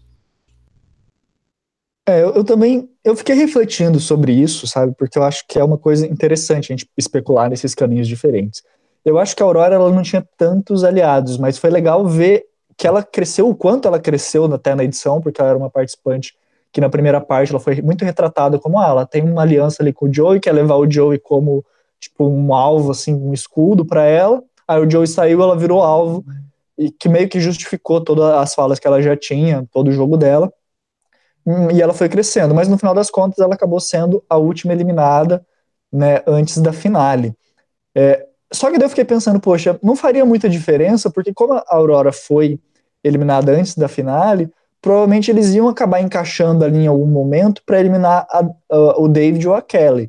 É, eu, eu também, eu fiquei refletindo sobre isso, sabe, porque eu acho que é uma coisa interessante a gente especular nesses caminhos diferentes. Eu acho que a Aurora, ela não tinha tantos aliados, mas foi legal ver que ela cresceu, o quanto ela cresceu até na edição, porque ela era uma participante que na primeira parte ela foi muito retratada como, ah, ela tem uma aliança ali com o Joey, quer levar o Joey como, tipo, um alvo, assim, um escudo para ela. Aí o Joey saiu, ela virou alvo, e que meio que justificou todas as falas que ela já tinha, todo o jogo dela. E ela foi crescendo, mas no final das contas ela acabou sendo a última eliminada, né, antes da finale. É, só que daí eu fiquei pensando, poxa, não faria muita diferença, porque como a Aurora foi eliminada antes da finale, provavelmente eles iam acabar encaixando ali em algum momento para eliminar a, a, o David ou a Kelly.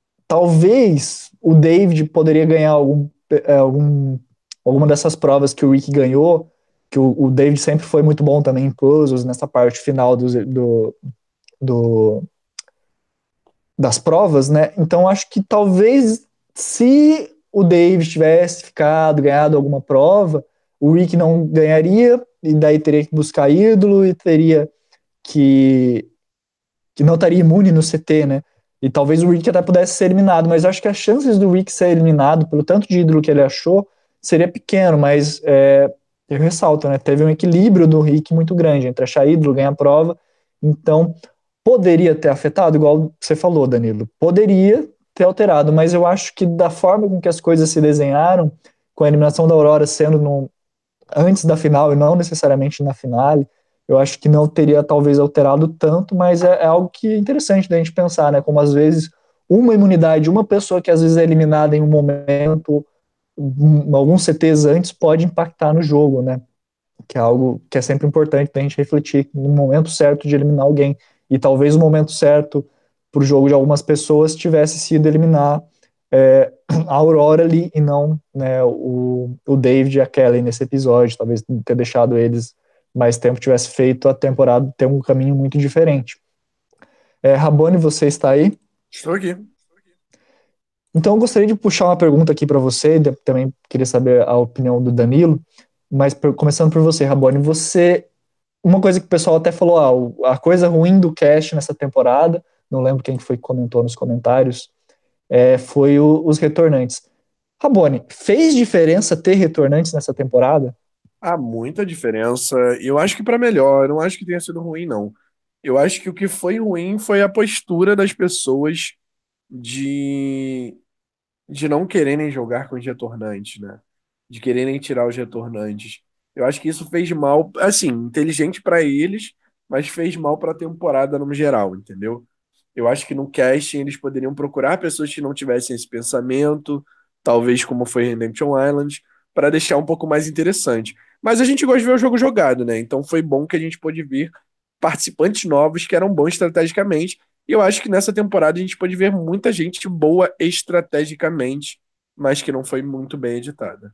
Talvez o David poderia ganhar algum, é, algum, alguma dessas provas que o Rick ganhou, que o, o David sempre foi muito bom também em puzzles, nessa parte final do, do, do, das provas, né? Então acho que talvez se o David tivesse ficado, ganhado alguma prova, o Rick não ganharia, e daí teria que buscar ídolo e teria que, que não estaria imune no C T, né? E talvez o Rick até pudesse ser eliminado, mas acho que as chances do Rick ser eliminado, pelo tanto de ídolo que ele achou, seria pequeno, mas é, eu ressalto, né? Teve um equilíbrio do Rick muito grande entre achar ídolo, ganhar prova, então poderia ter afetado, igual você falou, Danilo, poderia ter alterado, mas eu acho que da forma com que as coisas se desenharam, com a eliminação da Aurora sendo no, antes da final e não necessariamente na finale, eu acho que não teria talvez alterado tanto, mas é, é algo que é interessante da gente pensar, né? Como às vezes uma imunidade, uma pessoa que às vezes é eliminada em um momento, um, alguns C Ts antes, pode impactar no jogo, né? Que é algo que é sempre importante da gente refletir no momento certo de eliminar alguém. E talvez o momento certo para o jogo de algumas pessoas tivesse sido eliminar é, a Aurora ali e não, né, o, o David e a Kelly nesse episódio. Talvez ter deixado eles mais tempo tivesse feito a temporada ter um caminho muito diferente. É, Rabone, você está aí? Estou aqui. Então eu gostaria de puxar uma pergunta aqui para você, também queria saber a opinião do Danilo, mas por, começando por você, Rabone, você, uma coisa que o pessoal até falou, ah, a coisa ruim do cast nessa temporada, não lembro quem foi que comentou nos comentários, é, foi o, os retornantes. Rabone, fez diferença ter retornantes nessa temporada? Há muita diferença. E eu acho que para melhor. Eu não acho que tenha sido ruim, não. Eu acho que o que foi ruim foi a postura das pessoas de, de não quererem jogar com os retornantes, né? De quererem tirar os retornantes. Eu acho que isso fez mal, assim, inteligente para eles, mas fez mal para a temporada no geral, entendeu? Eu acho que no casting eles poderiam procurar pessoas que não tivessem esse pensamento, talvez como foi Redemption Island, para deixar um pouco mais interessante. Mas a gente gosta de ver o jogo jogado, né? Então foi bom que a gente pôde ver participantes novos que eram bons estrategicamente. E eu acho que nessa temporada a gente pôde ver muita gente boa estrategicamente, mas que não foi muito bem editada.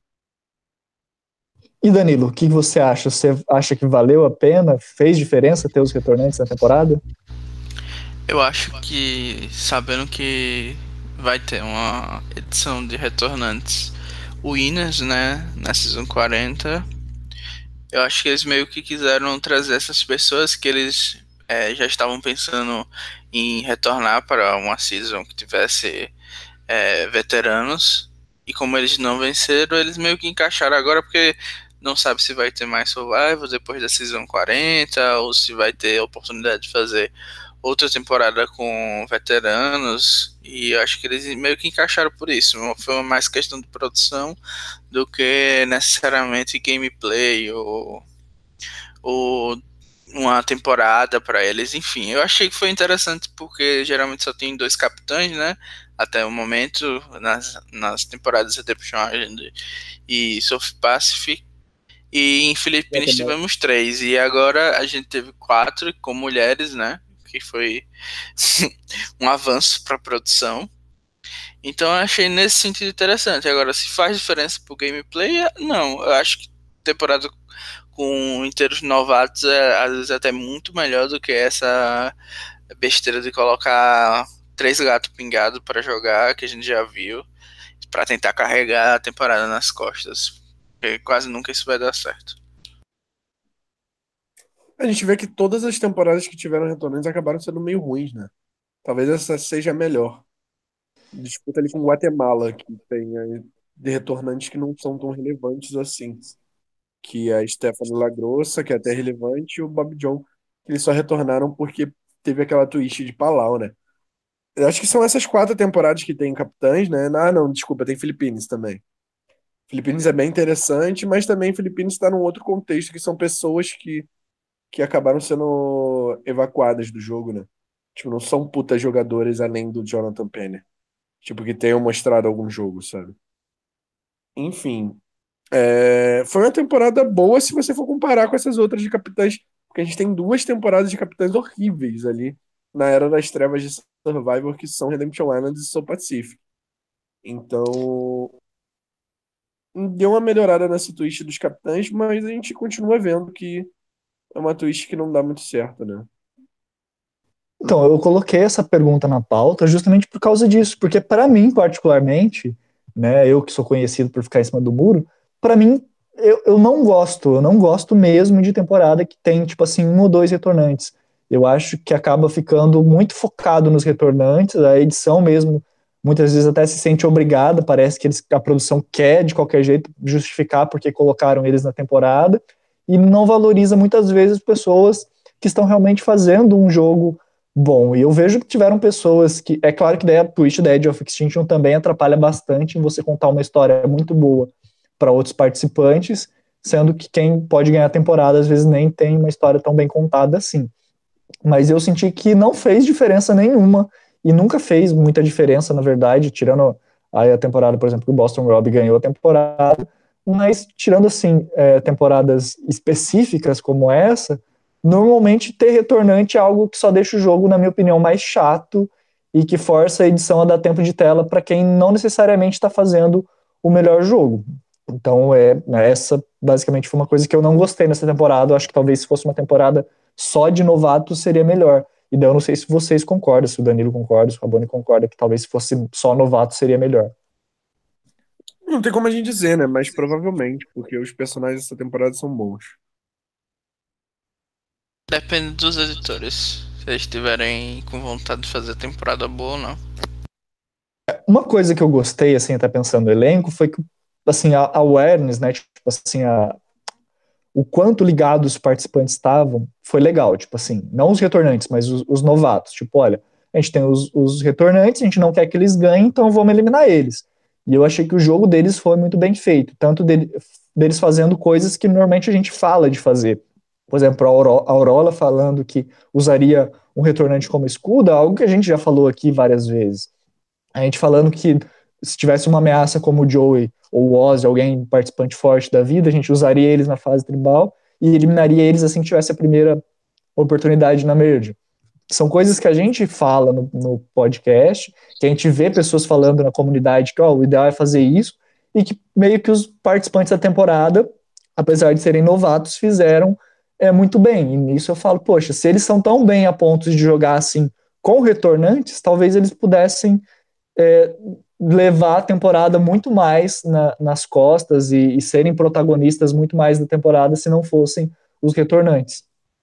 E Danilo, o que você acha? Você acha que valeu a pena? Fez diferença ter os retornantes na temporada? Eu acho que, sabendo que vai ter uma edição de retornantes winners, né, na Season quarenta, eu acho que eles meio que quiseram trazer essas pessoas que eles é, já estavam pensando em retornar para uma Season que tivesse é, veteranos, e como eles não venceram, eles meio que encaixaram agora, porque não sabe se vai ter mais Survival depois da Season quarenta, ou se vai ter a oportunidade de fazer outra temporada com veteranos, e eu acho que eles meio que encaixaram por isso. Foi mais questão de produção do que necessariamente gameplay ou, ou uma temporada para eles. Enfim, eu achei que foi interessante porque geralmente só tem dois capitães, né? Até o momento, nas, nas temporadas Redemption Island e South Pacific. E em Filipinas tivemos três. E agora a gente teve quatro com mulheres, né? Que foi um avanço para a produção. Então eu achei nesse sentido interessante. Agora, se faz diferença pro gameplay, não. Eu acho que temporada com inteiros novatos é às vezes até muito melhor do que essa besteira de colocar três gatos pingados para jogar, que a gente já viu, para tentar carregar a temporada nas costas. Porque quase nunca isso vai dar certo. A gente vê que todas as temporadas que tiveram retornantes acabaram sendo meio ruins, né? Talvez essa seja a melhor. Disputa ali com Guatemala, que tem aí de retornantes que não são tão relevantes assim. Que é a Stephanie Lagrossa, que é até relevante, e o Bob John, que eles só retornaram porque teve aquela twist de Palau, né? Eu acho que são essas quatro temporadas que tem Capitães, né? Ah, não, desculpa, tem Filipinas também. Filipinas é bem interessante, mas também Filipinas está num outro contexto, que são pessoas que, que acabaram sendo evacuadas do jogo, né? Tipo, não são putas jogadores além do Jonathan Penner. Tipo, que tenham mostrado algum jogo, sabe? Enfim, é, foi uma temporada boa se você for comparar com essas outras de Capitães, porque a gente tem duas temporadas de Capitães horríveis ali na Era das Trevas de Survivor, que são Redemption Island e Soul Pacific. Então, deu uma melhorada nessa twist dos Capitães, mas a gente continua vendo que é uma twist que não dá muito certo, né? Então, eu coloquei essa pergunta na pauta justamente por causa disso, porque para mim, particularmente, né, eu que sou conhecido por ficar em cima do muro, para mim, eu, eu não gosto, eu não gosto mesmo de temporada que tem, tipo assim, um ou dois retornantes. Eu acho que acaba ficando muito focado nos retornantes, a edição mesmo, muitas vezes até se sente obrigada, parece que eles, a produção quer, de qualquer jeito, justificar porque colocaram eles na temporada, e não valoriza muitas vezes pessoas que estão realmente fazendo um jogo bom. E eu vejo que tiveram pessoas que. É claro que daí a twist da Edge of Extinction também atrapalha bastante em você contar uma história muito boa para outros participantes, sendo que quem pode ganhar a temporada às vezes nem tem uma história tão bem contada assim. Mas eu senti que não fez diferença nenhuma, e nunca fez muita diferença, na verdade, tirando aí a temporada, por exemplo, que o Boston Rob ganhou a temporada, mas tirando assim, é, temporadas específicas como essa, normalmente ter retornante é algo que só deixa o jogo, na minha opinião, mais chato e que força a edição a dar tempo de tela para quem não necessariamente está fazendo o melhor jogo. Então, é, essa basicamente foi uma coisa que eu não gostei nessa temporada. Eu acho que talvez se fosse uma temporada só de novatos seria melhor. E daí eu não sei se vocês concordam, se o Danilo concorda, se o Rabone concorda, que talvez se fosse só novato seria melhor. Não tem como a gente dizer, né? Mas provavelmente, porque os personagens dessa temporada são bons. Depende dos editores. Se eles estiverem com vontade de fazer temporada boa ou não. Uma coisa que eu gostei, assim, até pensando no elenco, foi que, assim, a awareness, né, tipo assim, a, o quanto ligados os participantes estavam, foi legal, tipo assim, não os retornantes, mas os, os novatos, tipo, olha, a gente tem os, os retornantes, a gente não quer que eles ganhem, então vamos eliminar eles. E eu achei que o jogo deles foi muito bem feito, tanto dele, deles fazendo coisas que normalmente a gente fala de fazer. Por exemplo, a Aurora falando que usaria um retornante como escudo, algo que a gente já falou aqui várias vezes. A gente falando que se tivesse uma ameaça como o Joey ou o Oz, alguém participante forte da vida, a gente usaria eles na fase tribal e eliminaria eles assim que tivesse a primeira oportunidade na merge. São coisas que a gente fala no, no podcast, que a gente vê pessoas falando na comunidade que oh, o ideal é fazer isso, e que meio que os participantes da temporada, apesar de serem novatos, fizeram é, muito bem. E nisso eu falo, poxa, se eles são tão bem a ponto de jogar assim com retornantes, talvez eles pudessem é, levar a temporada muito mais na, nas costas e, e serem protagonistas muito mais da temporada se não fossem os retornantes.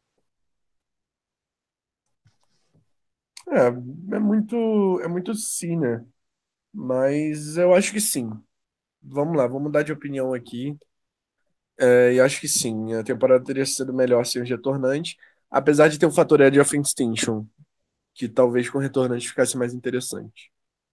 É, é muito, é muito sim, né? Mas eu acho que sim. Vamos lá, vamos mudar de opinião aqui. É, e acho que sim, a temporada teria sido melhor sem os retornantes, apesar de ter o fator Edge of Extinction. que talvez com retornante ficasse mais interessante.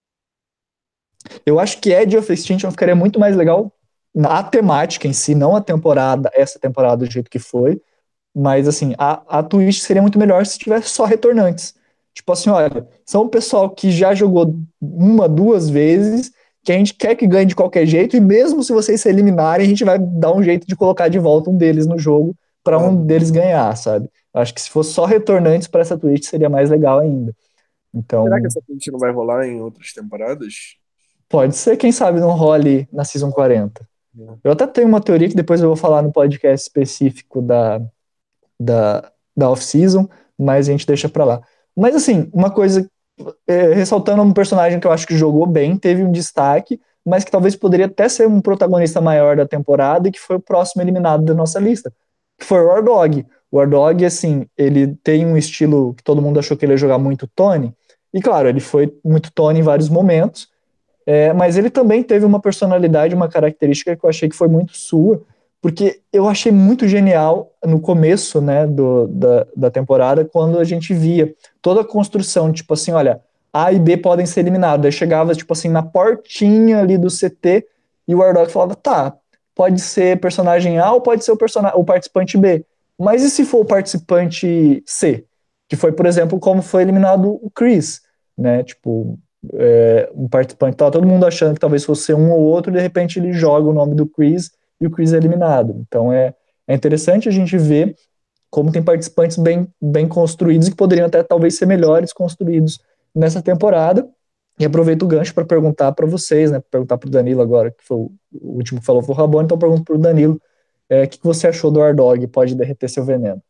Eu acho que Edge of Extinction ficaria muito mais legal na temática em si, não a temporada, essa temporada do jeito que foi, mas assim, a, a Twitch seria muito melhor se tivesse só retornantes. Tipo assim, olha, são o pessoal que já jogou uma, duas vezes, que a gente quer que ganhe de qualquer jeito, e mesmo se vocês se eliminarem, a gente vai dar um jeito de colocar de volta um deles no jogo para um Claro. deles ganhar, sabe? Acho que se fosse só retornantes para essa Twitch seria mais legal ainda. Então, Será que essa Twitch não vai rolar em outras temporadas? pode ser, quem sabe, não role na Season quarenta. Eu até tenho uma teoria que depois eu vou falar no podcast específico da, da, da off-season, mas a gente deixa pra lá. Mas assim, uma coisa, é, ressaltando um personagem que eu acho que jogou bem, teve um destaque, mas que talvez poderia até ser um protagonista maior da temporada e que foi o próximo eliminado da nossa lista, que foi o War Dog. O War Dog, assim, ele tem um estilo que todo mundo achou que ele ia jogar muito Tony, e claro, ele foi muito Tony em vários momentos, é, mas ele também teve uma personalidade, uma característica que eu achei que foi muito sua, porque eu achei muito genial no começo, né, do, da, da temporada, quando a gente via toda a construção, tipo assim, olha, A e B podem ser eliminados. Aí chegava, tipo assim, na portinha ali do C T, e o Warlock falava, tá, pode ser personagem A ou pode ser o, person o participante B. Mas e se for o participante C? Que foi, por exemplo, como foi eliminado o Chris, né, tipo... É, um participante, tava todo mundo achando que talvez fosse um ou outro, e de repente ele joga o nome do Chris e o Chris é eliminado. Então é, é interessante a gente ver como tem participantes bem, bem construídos e que poderiam até talvez ser melhores construídos nessa temporada. E aproveito o gancho para perguntar para vocês, né? Perguntar para o Danilo agora, que foi o, o último que falou, foi o Rabone, então eu pergunto para o Danilo, é, o que, que você achou do War Dog? Pode derreter seu veneno?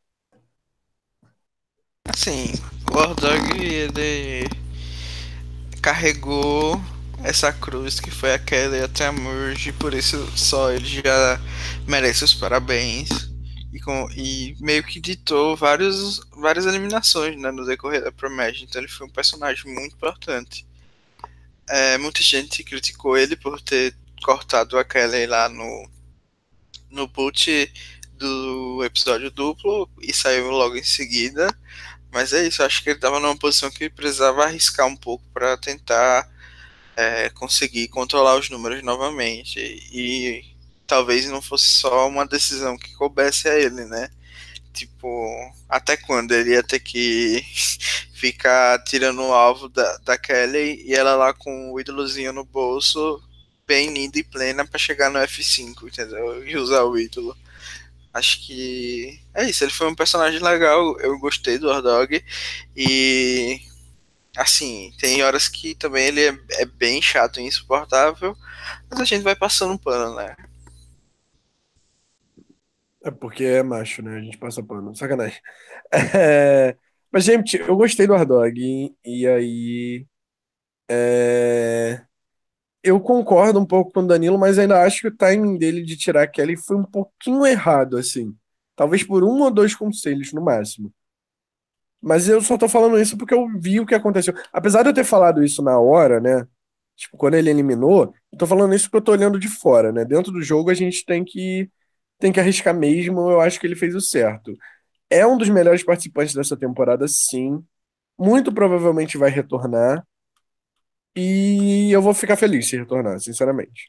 Assim, o War Dog, ele carregou essa cruz que foi a Kelly até a Merge, por isso só ele já merece os parabéns. E, com, e meio que ditou vários, várias eliminações, né, no decorrer da Pro-Match, então ele foi um personagem muito importante. É, muita gente criticou ele por ter cortado a Kelly lá no, no boot do episódio duplo e saiu logo em seguida. Mas é isso, acho que ele estava numa posição que ele precisava arriscar um pouco para tentar é, conseguir controlar os números novamente. E talvez não fosse só uma decisão que coubesse a ele, né? Tipo, até quando ele ia ter que ficar tirando o alvo da, da Kelly e ela lá com o ídolozinho no bolso, bem linda e plena para chegar no F cinco, entendeu? E usar o ídolo. Acho que é isso, ele foi um personagem legal, eu gostei do War Dog, e assim, tem horas que também ele é, é bem chato e insuportável, mas a gente vai passando um pano, né? É porque é macho, né? A gente passa pano. Sacanagem. É, mas, gente, eu gostei do War Dog, e, e aí... É, eu concordo um pouco com o Danilo, mas ainda acho que o timing dele de tirar a Kelly foi um pouquinho errado, assim. Talvez por um ou dois conselhos, no máximo. Mas eu só tô falando isso porque eu vi o que aconteceu. Apesar de eu ter falado isso na hora, né? Tipo, quando ele eliminou, eu tô falando isso porque eu tô olhando de fora, né? Dentro do jogo a gente tem que tem que arriscar mesmo, eu acho que ele fez o certo. É um dos melhores participantes dessa temporada, sim. Muito provavelmente vai retornar. E eu vou ficar feliz se retornar, sinceramente.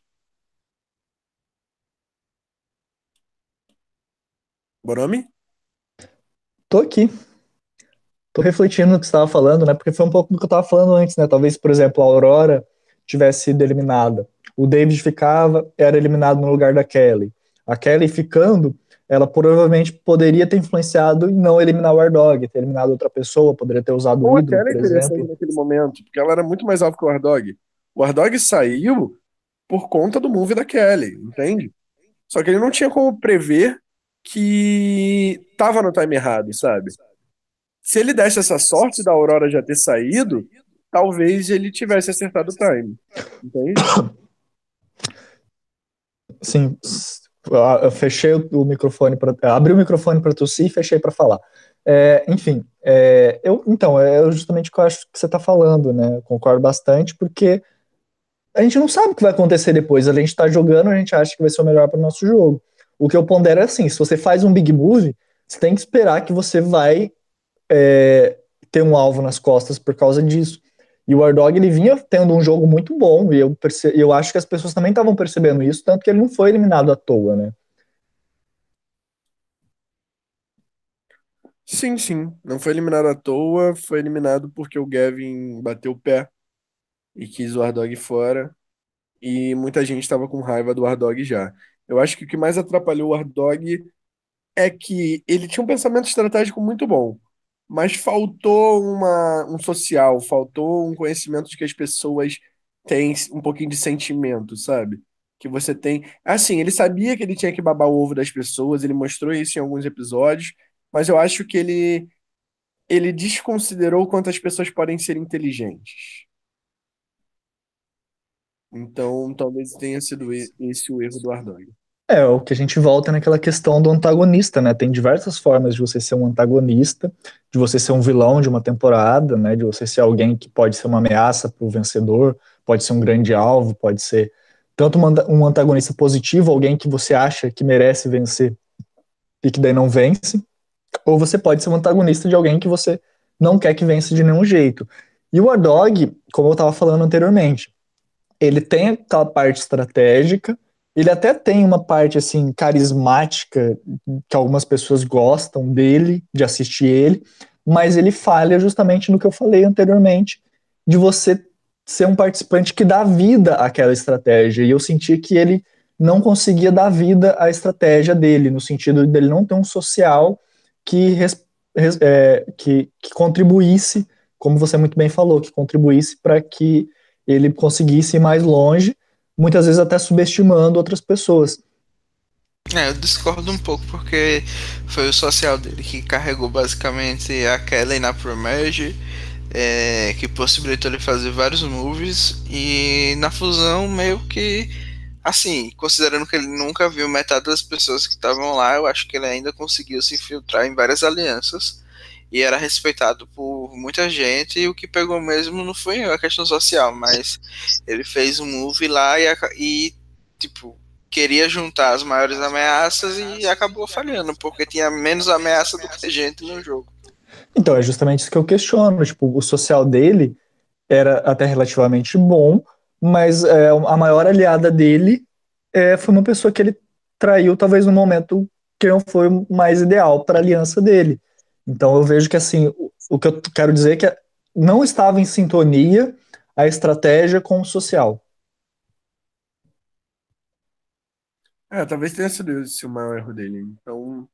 Bonomi? Tô aqui. Tô refletindo no que você estava falando, né? Porque foi um pouco do que eu estava falando antes, né? Talvez, por exemplo, a Aurora tivesse sido eliminada. O David ficava, era eliminado no lugar da Kelly. A Kelly ficando, ela provavelmente poderia ter influenciado em não eliminar o War Dog, ter eliminado outra pessoa, poderia ter usado Ou o a ídolo, Kelly por teria saído exemplo. naquele momento, porque ela era muito mais alta que o War Dog. O War Dog saiu por conta do move da Kelly, entende? Só que ele não tinha como prever que tava no time errado, sabe? Se ele desse essa sorte da Aurora já ter saído, talvez ele tivesse acertado o time. Entende? Sim, eu fechei o microfone para abri o microfone para tossir e fechei para falar. É, enfim, é, eu então é justamente o que eu acho que você está falando, né? Eu concordo bastante porque a gente não sabe o que vai acontecer depois. A gente está jogando, a gente acha que vai ser o melhor para o nosso jogo. O que eu pondero é assim: se você faz um big move, você tem que esperar que você vai é, ter um alvo nas costas por causa disso. E o War Dog, ele vinha tendo um jogo muito bom, e eu, perce... eu acho que as pessoas também estavam percebendo isso, tanto que ele não foi eliminado à toa, né? Sim, sim. Não foi eliminado à toa, foi eliminado porque o Gavin bateu o pé e quis o Ardog fora. E muita gente estava com raiva do Ardog já. Eu acho que o que mais atrapalhou o Ardog é que ele tinha um pensamento estratégico muito bom, mas faltou uma, um social, faltou um conhecimento de que as pessoas têm um pouquinho de sentimento, sabe? Que você tem. Assim, ele sabia que ele tinha que babar o ovo das pessoas, ele mostrou isso em alguns episódios, mas eu acho que ele, ele desconsiderou quantas pessoas podem ser inteligentes. Então, talvez tenha sido e- esse o erro do Ardog. É, o que a gente volta naquela questão do antagonista, né? Tem diversas formas de você ser um antagonista, de você ser um vilão de uma temporada, né? De você ser alguém que pode ser uma ameaça para o vencedor, pode ser um grande alvo, pode ser tanto um antagonista positivo, alguém que você acha que merece vencer e que daí não vence, ou você pode ser um antagonista de alguém que você não quer que vença de nenhum jeito. E o War Dog, como eu estava falando anteriormente, ele tem aquela parte estratégica, ele até tem uma parte assim carismática que algumas pessoas gostam dele, de assistir ele, mas ele falha justamente no que eu falei anteriormente, de você ser um participante que dá vida àquela estratégia. E eu senti que ele não conseguia dar vida à estratégia dele, no sentido dele não ter um social que, res, res, é, que, que contribuísse, como você muito bem falou, que contribuísse para que ele conseguisse ir mais longe, muitas vezes até subestimando outras pessoas. É, eu discordo um pouco porque foi o social dele que carregou basicamente a Kelly na Promerge, é, que possibilitou ele fazer vários moves e na fusão meio que assim, considerando que ele nunca viu metade das pessoas que estavam lá, eu acho que ele ainda conseguiu se infiltrar em várias alianças e era respeitado por muita gente. E o que pegou mesmo não foi a questão social, mas ele fez um move lá e, e tipo, queria juntar as maiores ameaças e acabou falhando, porque tinha menos ameaça do que gente no jogo. Então, é justamente isso que eu questiono. Tipo, o social dele era até relativamente bom, mas é, a maior aliada dele é, foi uma pessoa que ele traiu, talvez no momento que não foi o mais ideal para a aliança dele. Então, eu vejo que, assim, o, o que eu quero dizer é que não estava em sintonia a estratégia com o social. É, talvez tenha sido esse o maior erro dele. Então,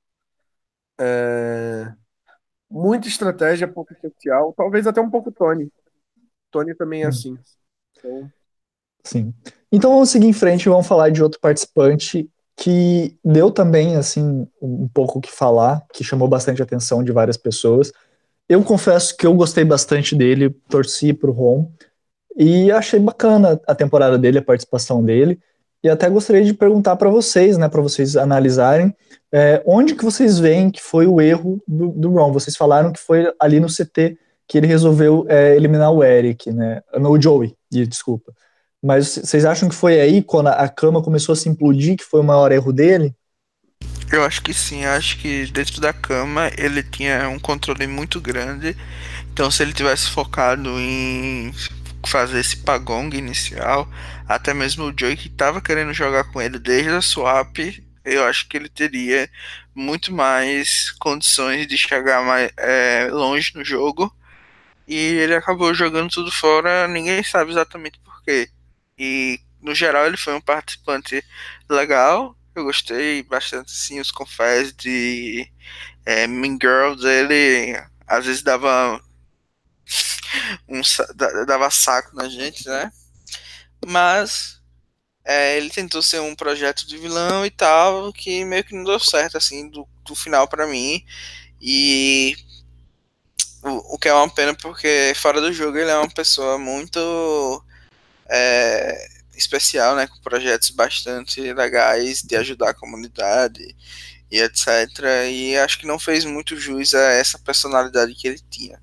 é, muita estratégia, pouco social, talvez até um pouco Tony. Tony também é Hum. assim. Então, Sim. Então vamos seguir em frente e vamos falar de outro participante que deu também assim um pouco o que falar, que chamou bastante a atenção de várias pessoas. Eu confesso que eu gostei bastante dele, torci pro Ron e achei bacana a temporada dele, a participação dele. E até gostaria de perguntar para vocês, né, para vocês analisarem, é, onde que vocês veem que foi o erro do, do Ron? Vocês falaram que foi ali no C T que ele resolveu é, eliminar o Eric, né? Não, o Joey, desculpa. Mas vocês acham que foi aí, quando a cama começou a se implodir, que foi o maior erro dele? Eu acho que sim, eu acho que dentro da cama ele tinha um controle muito grande. Então, se ele tivesse focado em fazer esse pagong inicial, até mesmo o Joey que estava querendo jogar com ele desde a swap, eu acho que ele teria muito mais condições de chegar mais é, longe no jogo. E ele acabou jogando tudo fora, ninguém sabe exatamente por quê. E no geral ele foi um participante legal. Eu gostei bastante, sim, os confés de é, Mean Girl dele. Às vezes dava um dava saco na gente, né? Mas é, ele tentou ser um projeto de vilão e tal, que meio que não deu certo, assim, do, do final pra mim. E o, o que é uma pena, porque fora do jogo ele é uma pessoa muito é, especial, né? Com projetos bastante legais de ajudar a comunidade e etcétera. E acho que não fez muito jus a essa personalidade que ele tinha.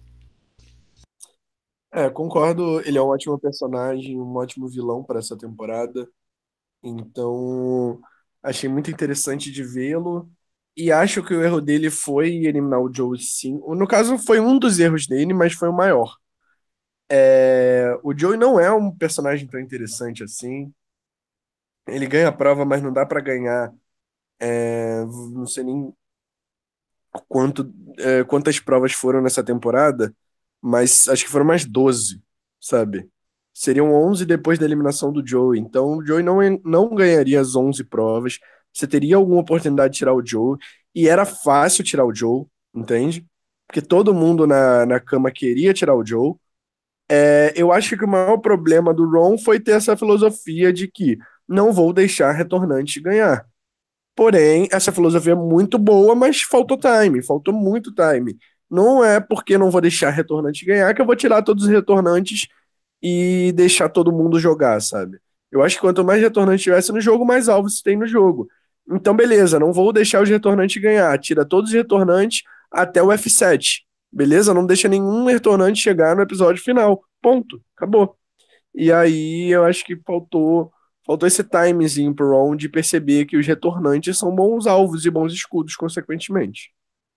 é, concordo, ele é um ótimo personagem, um ótimo vilão para essa temporada. Então, achei muito interessante de vê-lo. E acho que o erro dele foi eliminar o Joe, sim. No caso, foi um dos erros dele, mas foi o maior. É, O Joey não é um personagem tão interessante assim. Ele ganha a prova, mas não dá pra ganhar. é, Não sei nem quanto, é, quantas provas foram nessa temporada, mas acho que foram mais doze, sabe? Seriam onze depois da eliminação do Joey. Então o Joey não, não ganharia as onze provas. Você teria alguma oportunidade de tirar o Joey. E era fácil tirar o Joe, entende? Porque todo mundo na, na cama queria tirar o Joe. É, eu acho que o maior problema do Ron foi ter essa filosofia de que não vou deixar retornante ganhar. Porém, essa filosofia é muito boa, mas faltou time, faltou muito time. Não é porque não vou deixar retornante ganhar que eu vou tirar todos os retornantes e deixar todo mundo jogar, sabe? Eu acho que quanto mais retornante tivesse no jogo, mais alvos tem no jogo. Então, beleza, não vou deixar os retornantes ganhar. Tira todos os retornantes até o F sete. Beleza? Não deixa nenhum retornante chegar no episódio final. Ponto. Acabou. E aí eu acho que faltou, faltou esse timezinho pro Ron de perceber que os retornantes são bons alvos e bons escudos, consequentemente.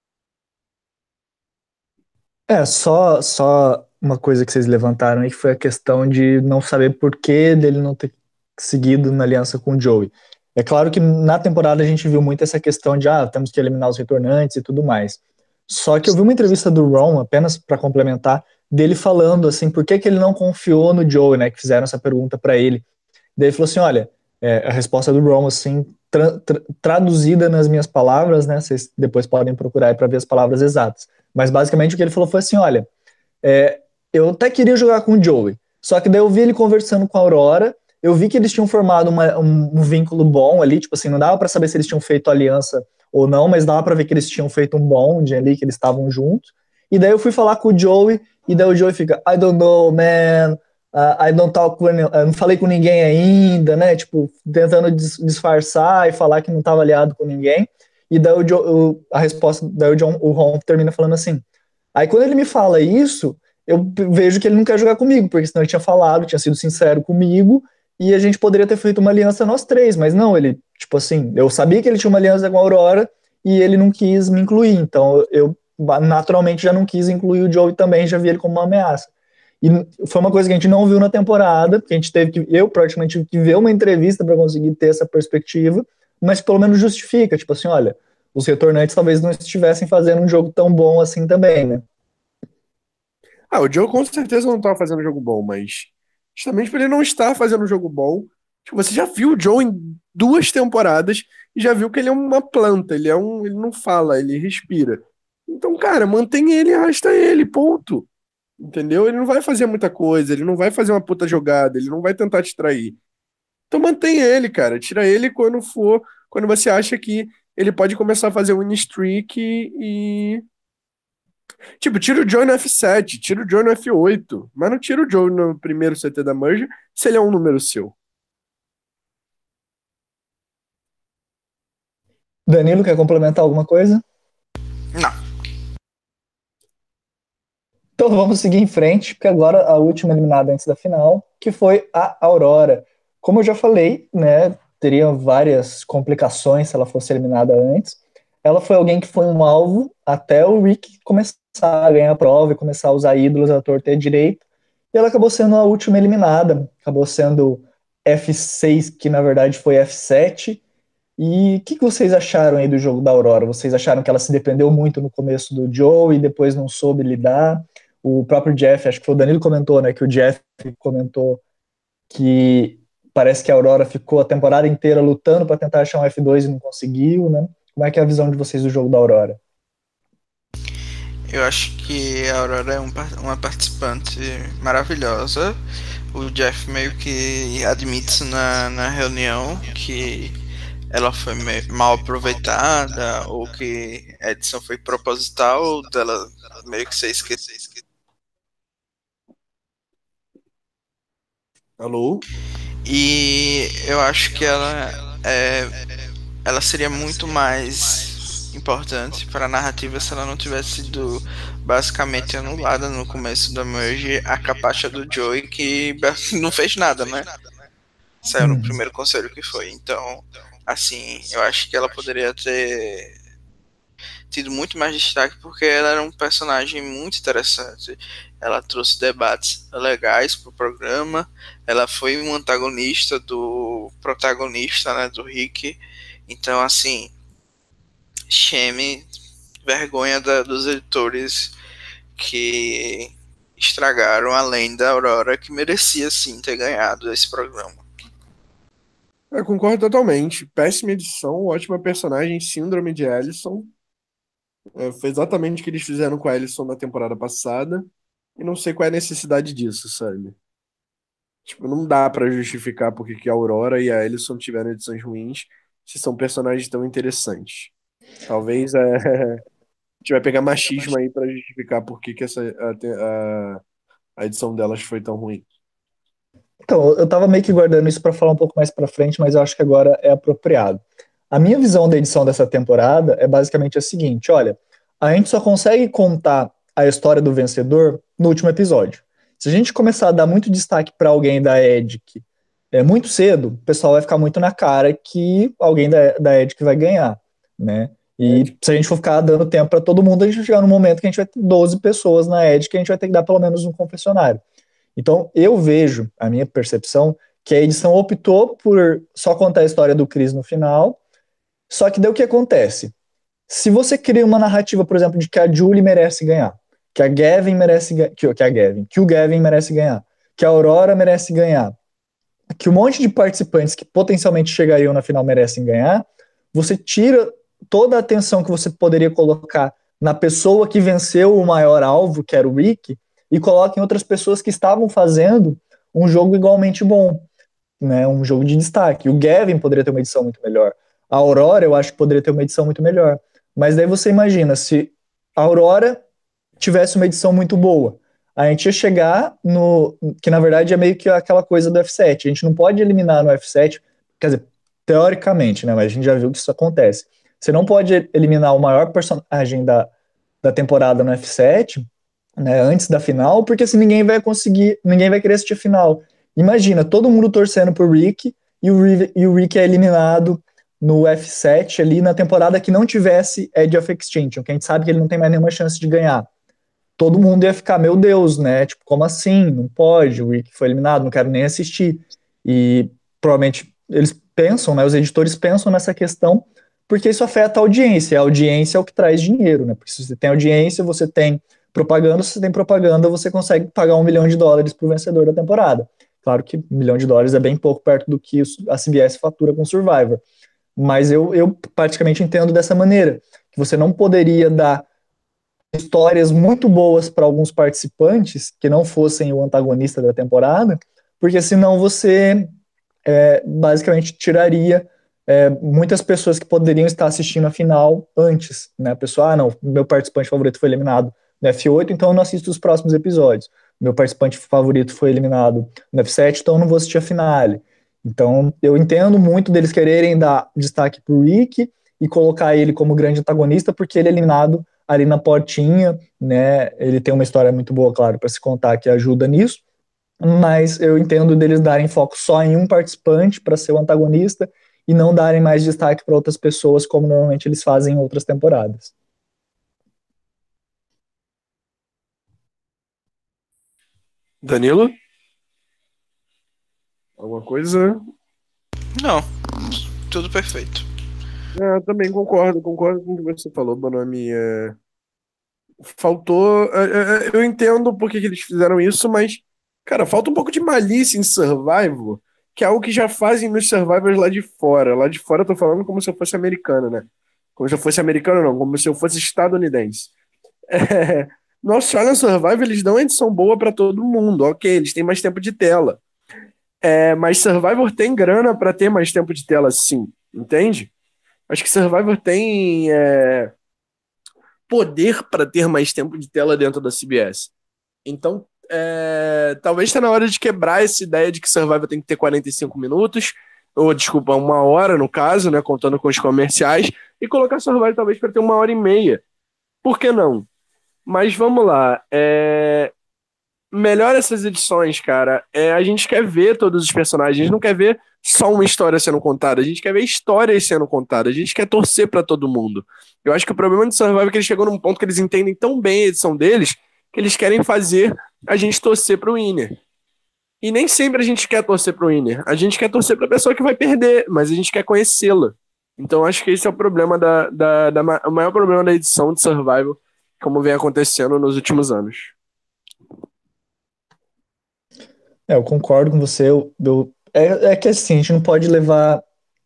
É, só, só uma coisa que vocês levantaram aí, que foi a questão de não saber por que dele não ter seguido na aliança com o Joey. É claro que na temporada a gente viu muito essa questão de, ah, temos que eliminar os retornantes e tudo mais. Só que eu vi uma entrevista do Ron, apenas para complementar, dele falando assim, por que que ele não confiou no Joey, né, que fizeram essa pergunta para ele. Daí ele falou assim, olha, é, a resposta do Ron, assim, tra tra traduzida nas minhas palavras, né, vocês depois podem procurar para ver as palavras exatas. Mas basicamente o que ele falou foi assim, olha, é, eu até queria jogar com o Joey, só que daí eu vi ele conversando com a Aurora, eu vi que eles tinham formado uma, um, um vínculo bom ali, tipo assim, não dava para saber se eles tinham feito aliança ou não, mas dava para ver que eles tinham feito um bond ali, que eles estavam juntos. E daí eu fui falar com o Joey, e daí o Joey fica, I don't know, man, uh, I don't talk with, uh, não falei com ninguém ainda, né, tipo, tentando dis disfarçar e falar que não estava aliado com ninguém. E daí o, jo, o a resposta, daí o, John, o Ron termina falando assim, aí quando ele me fala isso, eu vejo que ele não quer jogar comigo, porque senão ele tinha falado, tinha sido sincero comigo, e a gente poderia ter feito uma aliança nós três, mas não, ele, tipo assim, eu sabia que ele tinha uma aliança com a Aurora, e ele não quis me incluir, então eu naturalmente já não quis incluir o Joey também, já vi ele como uma ameaça. E foi uma coisa que a gente não viu na temporada, porque a gente teve que, eu praticamente tive que ver uma entrevista para conseguir ter essa perspectiva, mas pelo menos justifica, tipo assim, olha, os retornantes talvez não estivessem fazendo um jogo tão bom assim também, né? Ah, o Joe com certeza não estava fazendo um jogo bom, mas justamente por ele não estar fazendo um jogo bom, tipo, você já viu o Joe em duas temporadas e já viu que ele é uma planta, ele é um, ele não fala, ele respira. Então, cara, mantém ele e arrasta ele, ponto. Entendeu? Ele não vai fazer muita coisa, ele não vai fazer uma puta jogada, ele não vai tentar te trair. Então mantém ele, cara. Tira ele quando for, quando você acha que ele pode começar a fazer win streak e, tipo, tira o Joe no F sete, tira o Joe no F oito, mas não tira o Joe no primeiro C T da Merge se ele é um número seu. Danilo, quer complementar alguma coisa? Não. Então vamos seguir em frente, porque agora a última eliminada antes da final, que foi a Aurora. Como eu já falei, né, teria várias complicações se ela fosse eliminada antes. Ela foi alguém que foi um alvo até o Rick começar a ganhar a prova e começar a usar ídolos à torta e à direita. E ela acabou sendo a última eliminada, acabou sendo F seis, que na verdade foi F sete. E o que, que vocês acharam aí do jogo da Aurora? Vocês acharam que ela se dependeu muito no começo do Joe e depois não soube lidar? O próprio Jeff, acho que foi o Danilo comentou, né? Que o Jeff comentou que parece que a Aurora ficou a temporada inteira lutando para tentar achar um F dois e não conseguiu, né? Como é que é a visão de vocês do jogo da Aurora? Eu acho que a Aurora é um, uma participante maravilhosa. O Jeff meio que admite isso na, na reunião, que ela foi mal aproveitada, ou que a edição foi proposital, dela meio que ser esquecida. Alô? E eu acho que ela é, ela seria muito mais importante para a narrativa se ela não tivesse sido basicamente anulada no começo da merge a capacha do Joey, que não fez nada, né? Saiu no primeiro conselho que foi. Então, assim, eu acho que ela poderia ter tido muito mais destaque porque ela era um personagem muito interessante. Ela trouxe debates legais pro programa. Ela foi um antagonista do protagonista, né, do Rick. Então, assim, shame, vergonha da, dos editores que estragaram além da Aurora, que merecia sim ter ganhado esse programa. Eu concordo totalmente. Péssima edição, ótima personagem, síndrome de Ellison. É, foi exatamente o que eles fizeram com a Ellison na temporada passada. E não sei qual é a necessidade disso, sabe? Tipo, não dá pra justificar porque que a Aurora e a Ellison tiveram edições ruins se são personagens tão interessantes. Talvez é, a gente vai pegar machismo aí pra justificar por que que essa, a, a, a edição delas foi tão ruim. Então, eu tava meio que guardando isso pra falar um pouco mais pra frente, mas eu acho que agora é apropriado. A minha visão da edição dessa temporada é basicamente a seguinte: olha, a gente só consegue contar a história do vencedor no último episódio. Se a gente começar a dar muito destaque pra alguém da Edic é, muito cedo, o pessoal vai ficar muito na cara que alguém da, da Edic vai ganhar, né? E se a gente for ficar dando tempo pra todo mundo, a gente vai chegar num momento que a gente vai ter doze pessoas na Edic e a gente vai ter que dar pelo menos um confessionário. Então, eu vejo, a minha percepção, que a edição optou por só contar a história do Chris no final, só que daí o que acontece? Se você cria uma narrativa, por exemplo, de que a Julie merece ganhar, que a Gavin merece ganhar, que, que a Gavin, que o Gavin merece ganhar, que a Aurora merece ganhar, que um monte de participantes que potencialmente chegariam na final merecem ganhar, você tira toda a atenção que você poderia colocar na pessoa que venceu o maior alvo, que era o Rick, e coloca em outras pessoas que estavam fazendo um jogo igualmente bom, né, um jogo de destaque. O Gavin poderia ter uma edição muito melhor. A Aurora, eu acho que poderia ter uma edição muito melhor. Mas daí você imagina, se a Aurora tivesse uma edição muito boa, a gente ia chegar no... que na verdade é meio que aquela coisa do F sete. A gente não pode eliminar no F sete, quer dizer, teoricamente, né, mas a gente já viu que isso acontece. Você não pode eliminar o maior personagem da, da temporada no F sete, né, antes da final, porque assim ninguém vai conseguir, ninguém vai querer assistir a final. Imagina, todo mundo torcendo pro Rick e o, Rick, e o Rick é eliminado no F sete ali na temporada que não tivesse Edge of Extinction, que a gente sabe que ele não tem mais nenhuma chance de ganhar. Todo mundo ia ficar, meu Deus, né? Tipo, como assim? Não pode, o Rick foi eliminado, não quero nem assistir. E provavelmente eles pensam, né? Os editores pensam nessa questão porque isso afeta a audiência. A audiência é o que traz dinheiro, né? Porque se você tem audiência, você tem propaganda, se você tem propaganda, você consegue pagar um milhão de dólares pro vencedor da temporada. Claro que um milhão de dólares é bem pouco perto do que a C B S fatura com Survivor. Mas eu, eu praticamente entendo dessa maneira, que você não poderia dar histórias muito boas para alguns participantes que não fossem o antagonista da temporada, porque senão você é, basicamente tiraria é, muitas pessoas que poderiam estar assistindo a final antes, né? A pessoa, ah, não, meu participante favorito foi eliminado no F oito, então eu não assisto os próximos episódios. Meu participante favorito foi eliminado no F sete, então eu não vou assistir a finale. Então, eu entendo muito deles quererem dar destaque pro Rick e colocar ele como grande antagonista, porque ele é eliminado ali na portinha, né? Ele tem uma história muito boa, claro, para se contar que ajuda nisso, mas eu entendo deles darem foco só em um participante para ser o antagonista e não darem mais destaque para outras pessoas, como normalmente eles fazem em outras temporadas. Danilo? Alguma coisa? Não, tudo perfeito. É, eu também concordo, concordo com o que você falou, Bonomi. É... Faltou. É, é, eu entendo por que que eles fizeram isso, mas, cara, falta um pouco de malícia em Survival, que é algo que já fazem nos Survivors lá de fora. Lá de fora eu tô falando como se eu fosse americano, né? Como se eu fosse americano, não, como se eu fosse estadunidense. É... No Australian Survival, eles dão edição boa pra todo mundo, ok, eles têm mais tempo de tela. É, mas Survivor tem grana pra ter mais tempo de tela, sim, entende? Acho que Survivor tem é, poder para ter mais tempo de tela dentro da C B S. Então, é, talvez está na hora de quebrar essa ideia de que Survivor tem que ter quarenta e cinco minutos, ou desculpa, uma hora no caso, né, contando com os comerciais, e colocar Survivor talvez para ter uma hora e meia. Por que não? Mas vamos lá. É, melhor essas edições, cara. É, a gente quer ver todos os personagens, a gente não quer ver só uma história sendo contada, a gente quer ver histórias sendo contadas, a gente quer torcer pra todo mundo. Eu acho que o problema de Survivor é que eles chegam num ponto que eles entendem tão bem a edição deles que eles querem fazer a gente torcer pro winner. E nem sempre a gente quer torcer pro winner. A gente quer torcer pra pessoa que vai perder, mas a gente quer conhecê-la. Então acho que esse é o problema da, da, da, o maior problema da edição de Survivor, como vem acontecendo nos últimos anos. É, eu concordo com você. Eu, eu- é, é que assim, a gente não pode levar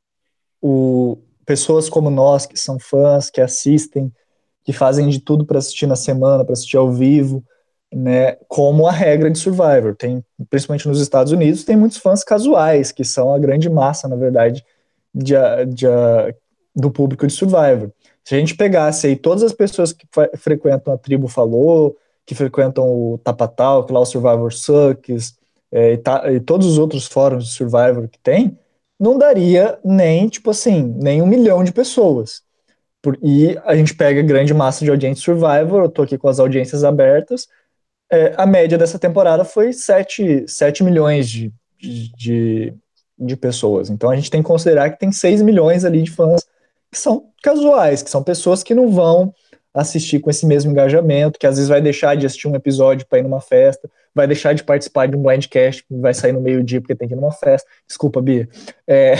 o, pessoas como nós, que são fãs, que assistem, que fazem de tudo para assistir na semana, para assistir ao vivo, né, como a regra de Survivor. Tem, principalmente nos Estados Unidos, tem muitos fãs casuais, que são a grande massa, na verdade, de, de, do público de Survivor. Se a gente pegasse aí todas as pessoas que frequentam a Tribo Falou, que frequentam o Tapatal, que lá o Survivor Sucks, é, e, ta, e todos os outros fóruns de Survivor que tem, não daria nem, tipo assim, nem um milhão de pessoas. Por, e a gente pega grande massa de audiência Survivor, eu tô aqui com as audiências abertas, é, a média dessa temporada foi sete milhões de, de, de pessoas. Então a gente tem que considerar que tem seis milhões ali de fãs que são casuais, que são pessoas que não vão assistir com esse mesmo engajamento, que às vezes vai deixar de assistir um episódio para ir numa festa, vai deixar de participar de um blindcast, que vai sair no meio-dia porque tem que ir numa festa. Desculpa, Bia. É,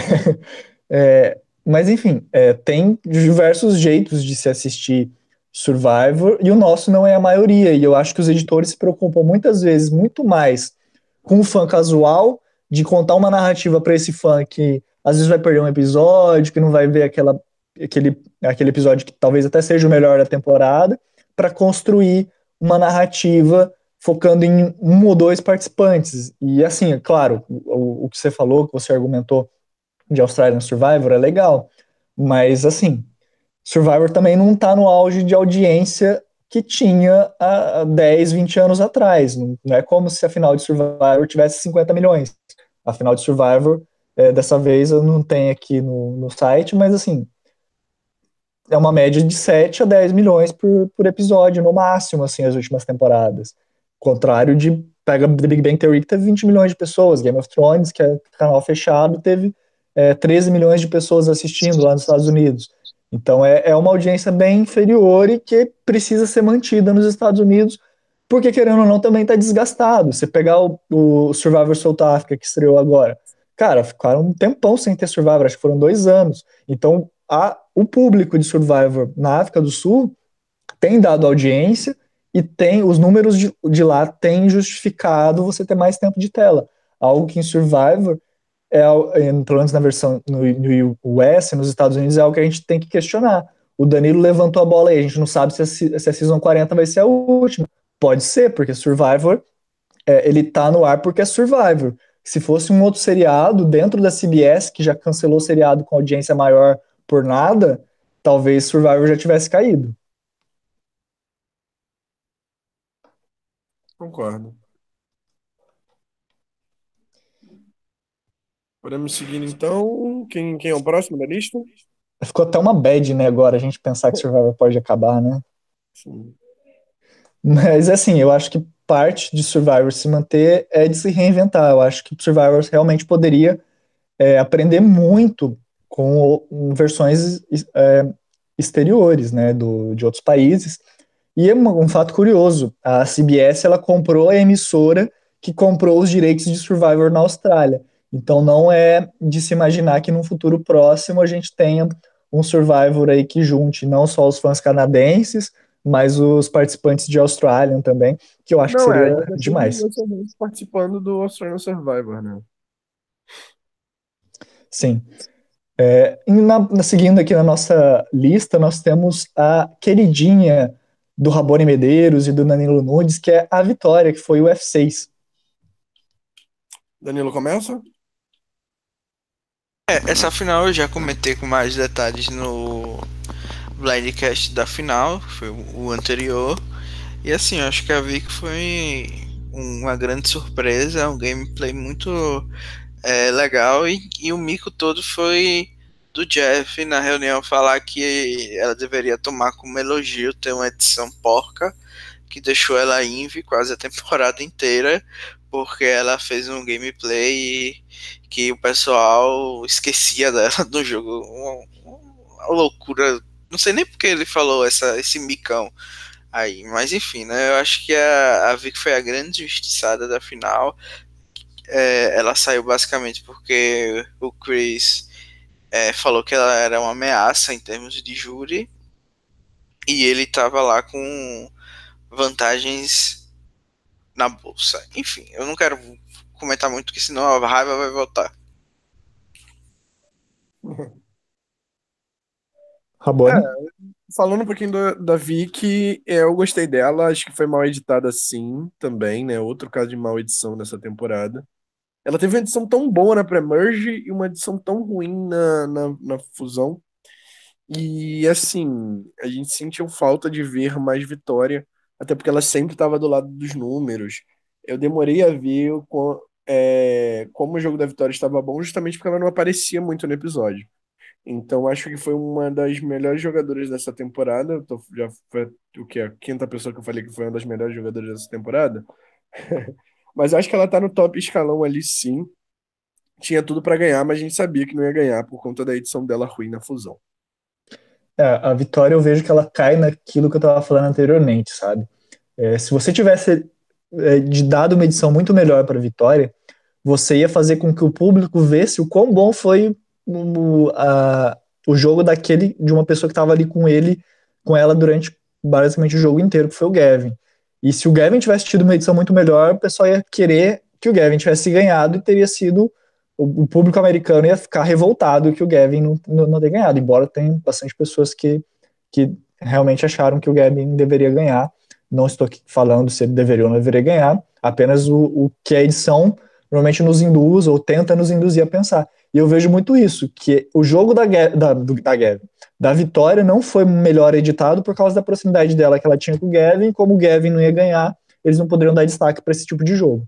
é, mas enfim, é, tem diversos jeitos de se assistir Survivor, e o nosso não é a maioria, e eu acho que os editores se preocupam muitas vezes muito mais com o fã casual, de contar uma narrativa para esse fã que às vezes vai perder um episódio, que não vai ver aquela, aquele, aquele episódio que talvez até seja o melhor da temporada, para construir uma narrativa focando em um ou dois participantes. E assim, é claro, o, o que você falou, que você argumentou de Australian Survivor é legal, mas assim, Survivor também não está no auge de audiência que tinha há dez, vinte anos atrás. Não, não é como se a final de Survivor tivesse cinquenta milhões. A final de Survivor, é, dessa vez, eu não tenho aqui no, no site, mas assim, é uma média de sete a dez milhões por, por episódio, no máximo, assim, as últimas temporadas. Contrário de, pega The Big Bang Theory, que teve vinte milhões de pessoas, Game of Thrones, que é canal fechado, teve é, treze milhões de pessoas assistindo lá nos Estados Unidos. Então é, é uma audiência bem inferior e que precisa ser mantida nos Estados Unidos, porque querendo ou não também está desgastado. Você pegar o, o Survivor South Africa, que estreou agora, cara, ficaram um tempão sem ter Survivor, acho que foram dois anos. Então a, o público de Survivor na África do Sul tem dado audiência e tem os números de, de lá têm justificado você ter mais tempo de tela. Algo que em Survivor é, pelo menos na versão no, no U S, nos Estados Unidos, é algo que a gente tem que questionar. O Danilo levantou a bola aí, a gente não sabe se a, se a Season quarenta vai ser a última. Pode ser, porque Survivor, é, ele tá no ar porque é Survivor. Se fosse um outro seriado dentro da C B S, que já cancelou o seriado com audiência maior por nada, talvez Survivor já tivesse caído. Concordo. Podemos seguir então. Quem, quem é o próximo da lista? Ficou até uma bad, né, agora, a gente pensar que Survivor pode acabar, né? Sim. Mas assim, eu acho que parte de Survivor se manter é de se reinventar. Eu acho que Survivor realmente poderia é, aprender muito com o, versões é, exteriores, né, do, de outros países. E é um, um fato curioso, a C B S ela comprou a emissora que comprou os direitos de Survivor na Austrália. Então não é de se imaginar que num futuro próximo a gente tenha um Survivor aí que junte não só os fãs canadenses, mas os participantes de Australian também, que eu acho que Não, é, seria ainda tem demais. você participando do Australian Survivor, né? Sim. É, e na, na- seguindo aqui na nossa lista, nós temos a queridinha do Rabone Medeiros e do Danilo Nunes, que é a Vitória, que foi o F seis. Danilo começa? É, essa final eu já comentei com mais detalhes no Blindcast da final, que foi o anterior. E assim, eu acho que a Vic foi uma grande surpresa, um gameplay muito é, legal. E, e o mico todo foi do Jeff na reunião falar que ela deveria tomar como elogio ter uma edição porca, que deixou ela inve quase a temporada inteira, porque ela fez um gameplay que o pessoal esquecia dela do jogo. Uma, uma loucura. Não sei nem porque ele falou essa, esse micão aí, mas enfim, né? Eu acho que a, a Vic foi a grande justiçada da final. É, ela saiu basicamente porque o Chris é, falou que ela era uma ameaça em termos de júri e ele tava lá com vantagens na bolsa. Enfim, eu não quero comentar muito, porque senão a raiva vai voltar. Rabone? Falando um pouquinho do- da Vicky, é, eu gostei dela, acho que foi mal editada sim, também, né? Outro caso de mal edição nessa temporada. Ela teve uma edição tão boa na Pre-Merge e uma edição tão ruim na, na, na fusão. E assim, a gente sentiu falta de ver mais Vitória, até porque ela sempre estava do lado dos números. Eu demorei a ver o co- é, como o jogo da Vitória estava bom, justamente porque ela não aparecia muito no episódio. Então, acho que foi uma das melhores jogadoras dessa temporada. Eu tô- já foi o que? A quinta pessoa que eu falei que foi uma das melhores jogadoras dessa temporada. Mas acho que ela tá no top escalão ali, sim. Tinha tudo pra ganhar, mas a gente sabia que não ia ganhar por conta da edição dela ruim na fusão. É, a Vitória eu vejo que ela cai naquilo que eu estava falando anteriormente, sabe? É, se você tivesse é, de dado uma edição muito melhor para a Vitória, você ia fazer com que o público visse o quão bom foi o, a, o jogo daquele de uma pessoa que estava ali com ele, com ela durante basicamente o jogo inteiro, que foi o Gavin. E se o Gavin tivesse tido uma edição muito melhor, o pessoal ia querer que o Gavin tivesse ganhado e teria sido o, o público americano ia ficar revoltado que o Gavin não, não, não tenha ganhado, embora tenha bastante pessoas que, que realmente acharam que o Gavin deveria ganhar. Não estou aqui falando se ele deveria ou não deveria ganhar, apenas o, o que a edição normalmente nos induz ou tenta nos induzir a pensar. E eu vejo muito isso, que o jogo da, da, da Gavin, da Vitória, não foi melhor editado por causa da proximidade dela que ela tinha com o Gavin, como o Gavin não ia ganhar, eles não poderiam dar destaque para esse tipo de jogo.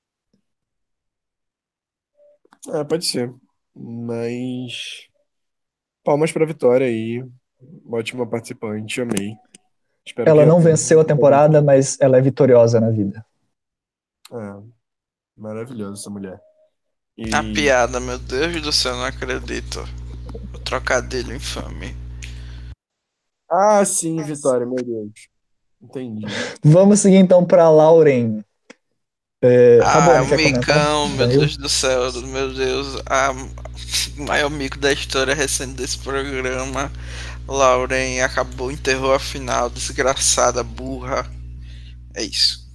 É, pode ser. Mas. Palmas pra Vitória aí. Ótima participante, amei. Espero que. Ela não venceu a temporada, mas ela é vitoriosa na vida. É, maravilhosa essa mulher. E... A piada, meu Deus do céu, não acredito. O trocadilho infame. Ah, sim, Vitória, meu Deus. Entendi. Vamos seguir então para Lauren. É, Ah, Rabone, o quer comentar? micão, meu Daí eu- Deus do céu, meu Deus. A o maior mico da história recente desse programa. Lauren acabou, enterrou a final, desgraçada, burra. É isso.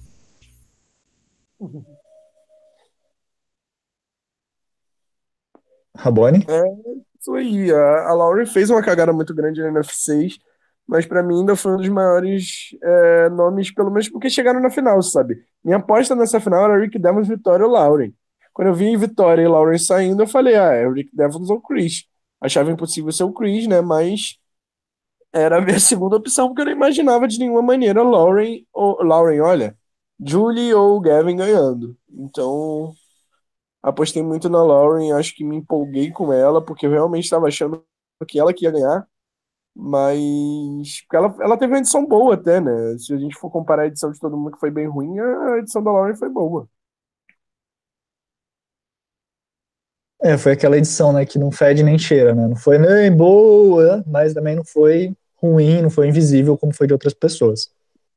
Rabone? É isso aí. A, a Lauren fez uma cagada muito grande na N F seis, mas pra mim ainda foi um dos maiores é, nomes, pelo menos porque chegaram na final, sabe? Minha aposta nessa final era Rick Devons, Vitória ou Lauren. Quando eu vi Vitória e Lauren saindo, eu falei, ah, é o Rick Devons ou o Chris. Achava impossível ser o Chris, né? Mas era a minha segunda opção, porque eu não imaginava de nenhuma maneira Lauren, ou, Lauren, olha, Julie ou Gavin ganhando. Então, apostei muito na Lauren, acho que me empolguei com ela, porque eu realmente estava achando que ela que ia ganhar, mas porque ela, ela teve uma edição boa até, né? Se a gente for comparar a edição de todo mundo que foi bem ruim, a edição da Lauren foi boa. É, foi aquela edição, né, que não fede nem cheira, né? Não foi nem boa, mas também não foi ruim, não foi invisível como foi de outras pessoas.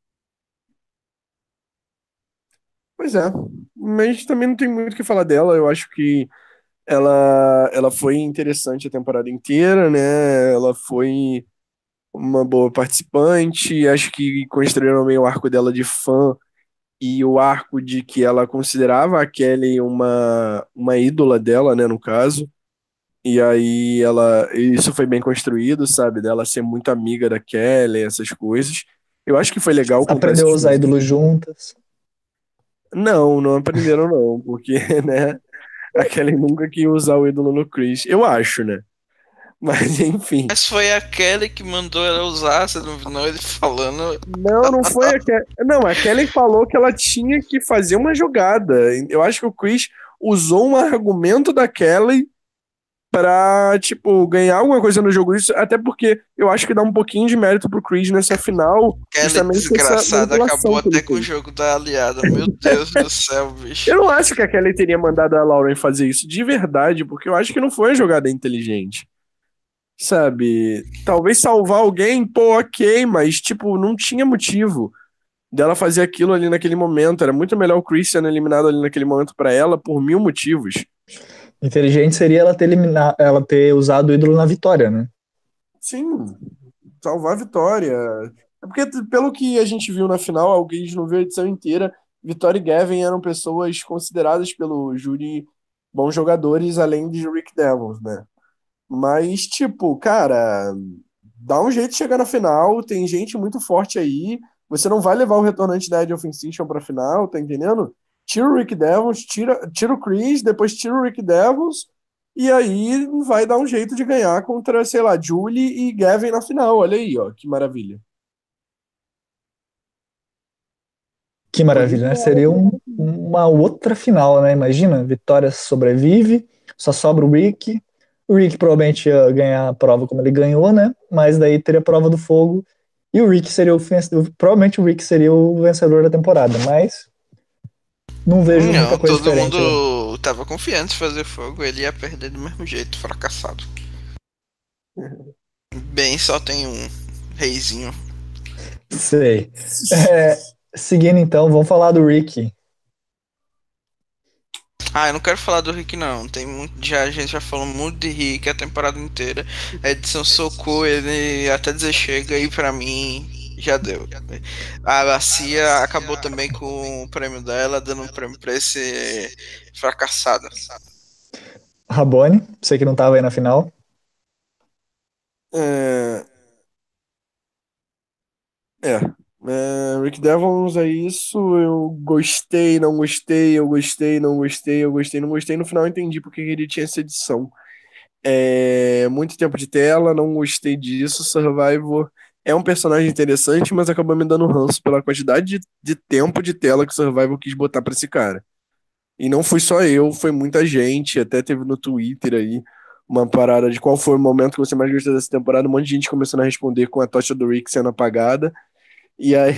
Pois é, mas também não tem muito o que falar dela, eu acho que ela, ela foi interessante a temporada inteira, né? Ela foi uma boa participante, acho que construíram bem o arco dela de fã e o arco de que ela considerava a Kelly uma, uma ídola dela, né, no caso. E aí ela, isso foi bem construído, sabe, dela ser muito amiga da Kelly, essas coisas. Eu acho que foi legal contar Aprendeu essa a usar história. ídolos juntas. Não, não aprenderam não, porque, né, a Kelly nunca quis usar o ídolo no Chris, eu acho, né? Mas enfim. Mas foi a Kelly que mandou ela usar, você não viu ele falando. Não, não foi a Kelly. Não, a Kelly falou que ela tinha que fazer uma jogada. Eu acho que o Chris usou um argumento da Kelly pra, tipo, ganhar alguma coisa no jogo. Isso, até porque eu acho que dá um pouquinho de mérito pro Chris nessa final, Aquela justamente essa desgraçada acabou manipulação que ele até com o fez. jogo da aliada. Meu Deus do céu, Eu bicho. não acho que a Kelly teria mandado a Lauren fazer isso de verdade, porque eu acho que não foi uma jogada inteligente. Sabe? Talvez salvar alguém, pô, ok, mas, tipo, não tinha motivo dela fazer aquilo ali naquele momento. Era muito melhor o Chris sendo eliminado ali naquele momento pra ela por mil motivos. Inteligente seria ela ter, eliminado, ela ter usado o ídolo na vitória, né? Sim, salvar a vitória. É porque, pelo que a gente viu na final, alguém não viu a edição inteira, Vitória e Gavin eram pessoas consideradas pelo júri bons jogadores, além de Rick Devils, né? Mas, tipo, cara, dá um jeito de chegar na final, tem gente muito forte aí. Você não vai levar o retornante da Edge of Extinction pra final, tá entendendo? Tira o Rick Devils, tira, tira o Chris, depois tira o Rick Devils, e aí vai dar um jeito de ganhar contra, sei lá, Julie e Gavin na final. Olha aí, ó, que maravilha. Que maravilha, né? Seria um- uma outra final, né? Imagina, Vitória sobrevive, só sobra o Rick. O Rick provavelmente ia ganhar a prova como ele ganhou, né? Mas daí teria a prova do fogo. E o Rick seria o vencedor. Provavelmente o Rick seria o vencedor da temporada, mas não vejo muita Não, coisa todo diferente, não. mundo tava confiante em fazer fogo, ele ia perder do mesmo jeito, fracassado. Bem, só tem um reizinho. Sei. É, seguindo então, vamos falar do Rick. Ah, eu não quero falar do Rick, não. Tem muito, já, a gente já falou muito de Rick a temporada inteira. A edição socou ele até dizer chega e pra mim já deu. A Cia acabou também com o prêmio dela, dando um prêmio pra esse fracassado. Rabone, você que não tava aí na final. É, é, é, Rick Devils é isso. Eu gostei, não gostei, eu gostei, não gostei, eu gostei, não gostei. No final eu entendi porque ele tinha essa edição. É, muito tempo de tela, não gostei disso. Survivor é um personagem interessante, mas acabou me dando ranço pela quantidade de, de tempo de tela que o Survivor quis botar pra esse cara. E não fui só eu, foi muita gente. Até teve no Twitter aí uma parada de qual foi o momento que você mais gostou dessa temporada. Um monte de gente começando a responder com a tocha do Rick sendo apagada. E aí,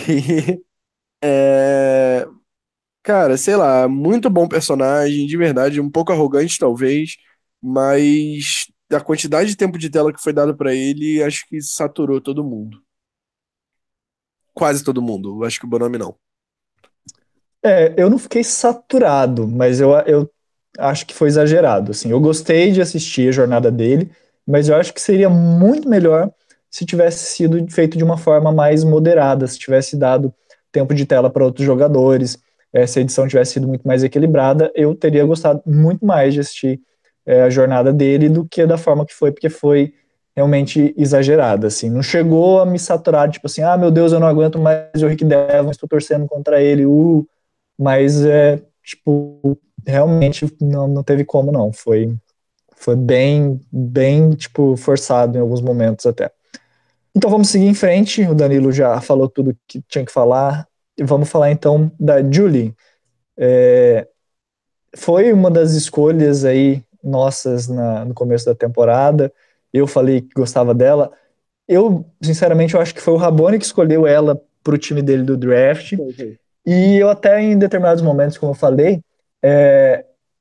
é, cara, sei lá, muito bom personagem, de verdade, um pouco arrogante talvez, mas a quantidade de tempo de tela que foi dado pra ele, acho que saturou todo mundo. Quase todo mundo, acho que o Bonami não. É, eu não fiquei saturado, mas eu, eu acho que foi exagerado, assim. Eu gostei de assistir a jornada dele, mas eu acho que seria muito melhor se tivesse sido feito de uma forma mais moderada, se tivesse dado tempo de tela para outros jogadores, é, se a edição tivesse sido muito mais equilibrada, eu teria gostado muito mais de assistir é, a jornada dele do que da forma que foi, porque foi realmente exagerada, assim. Não chegou a me saturar, tipo assim, ah, meu Deus, eu não aguento mais o Rick Devon, estou torcendo contra ele, uh, mas é, tipo, realmente não, não teve como não. Foi, foi bem, bem, tipo, forçado em alguns momentos até. Então vamos seguir em frente. O Danilo já falou tudo que tinha que falar. E vamos falar então da Julie. É, foi uma das escolhas aí nossas na, no começo da temporada. Eu falei que gostava dela. Eu, sinceramente, eu acho que foi o Rabone que escolheu ela para o time dele do draft. Foi, foi. E eu até em determinados momentos, como eu falei, é,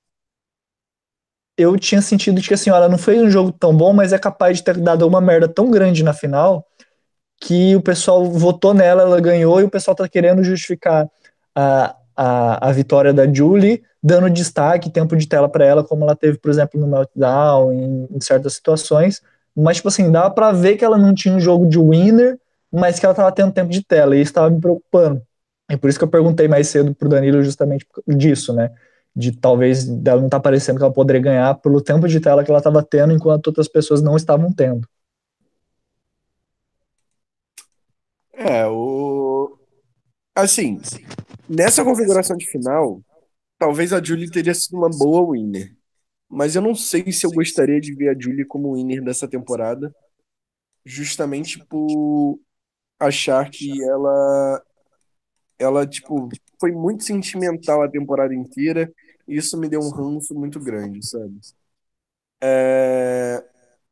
eu tinha sentido que assim, ela não fez um jogo tão bom, mas é capaz de ter dado uma merda tão grande na final que o pessoal votou nela, ela ganhou e o pessoal tá querendo justificar a, a, a vitória da Julie, dando destaque, tempo de tela para ela, como ela teve, por exemplo, no Meltdown, em, em certas situações. Mas, tipo assim, dava pra ver que ela não tinha um jogo de winner, mas que ela tava tendo tempo de tela, e isso tava me preocupando. E por isso que eu perguntei mais cedo pro Danilo justamente disso, né? De talvez dela não estar tá parecendo que ela poderia ganhar pelo tempo de tela que ela estava tendo, enquanto outras pessoas não estavam tendo. É, o. Assim, nessa configuração de final, talvez a Julie teria sido uma boa winner. Mas eu não sei se eu gostaria de ver a Julie como winner dessa temporada, justamente por achar que ela, ela, tipo, foi muito sentimental a temporada inteira, e isso me deu um ranço muito grande, sabe? É,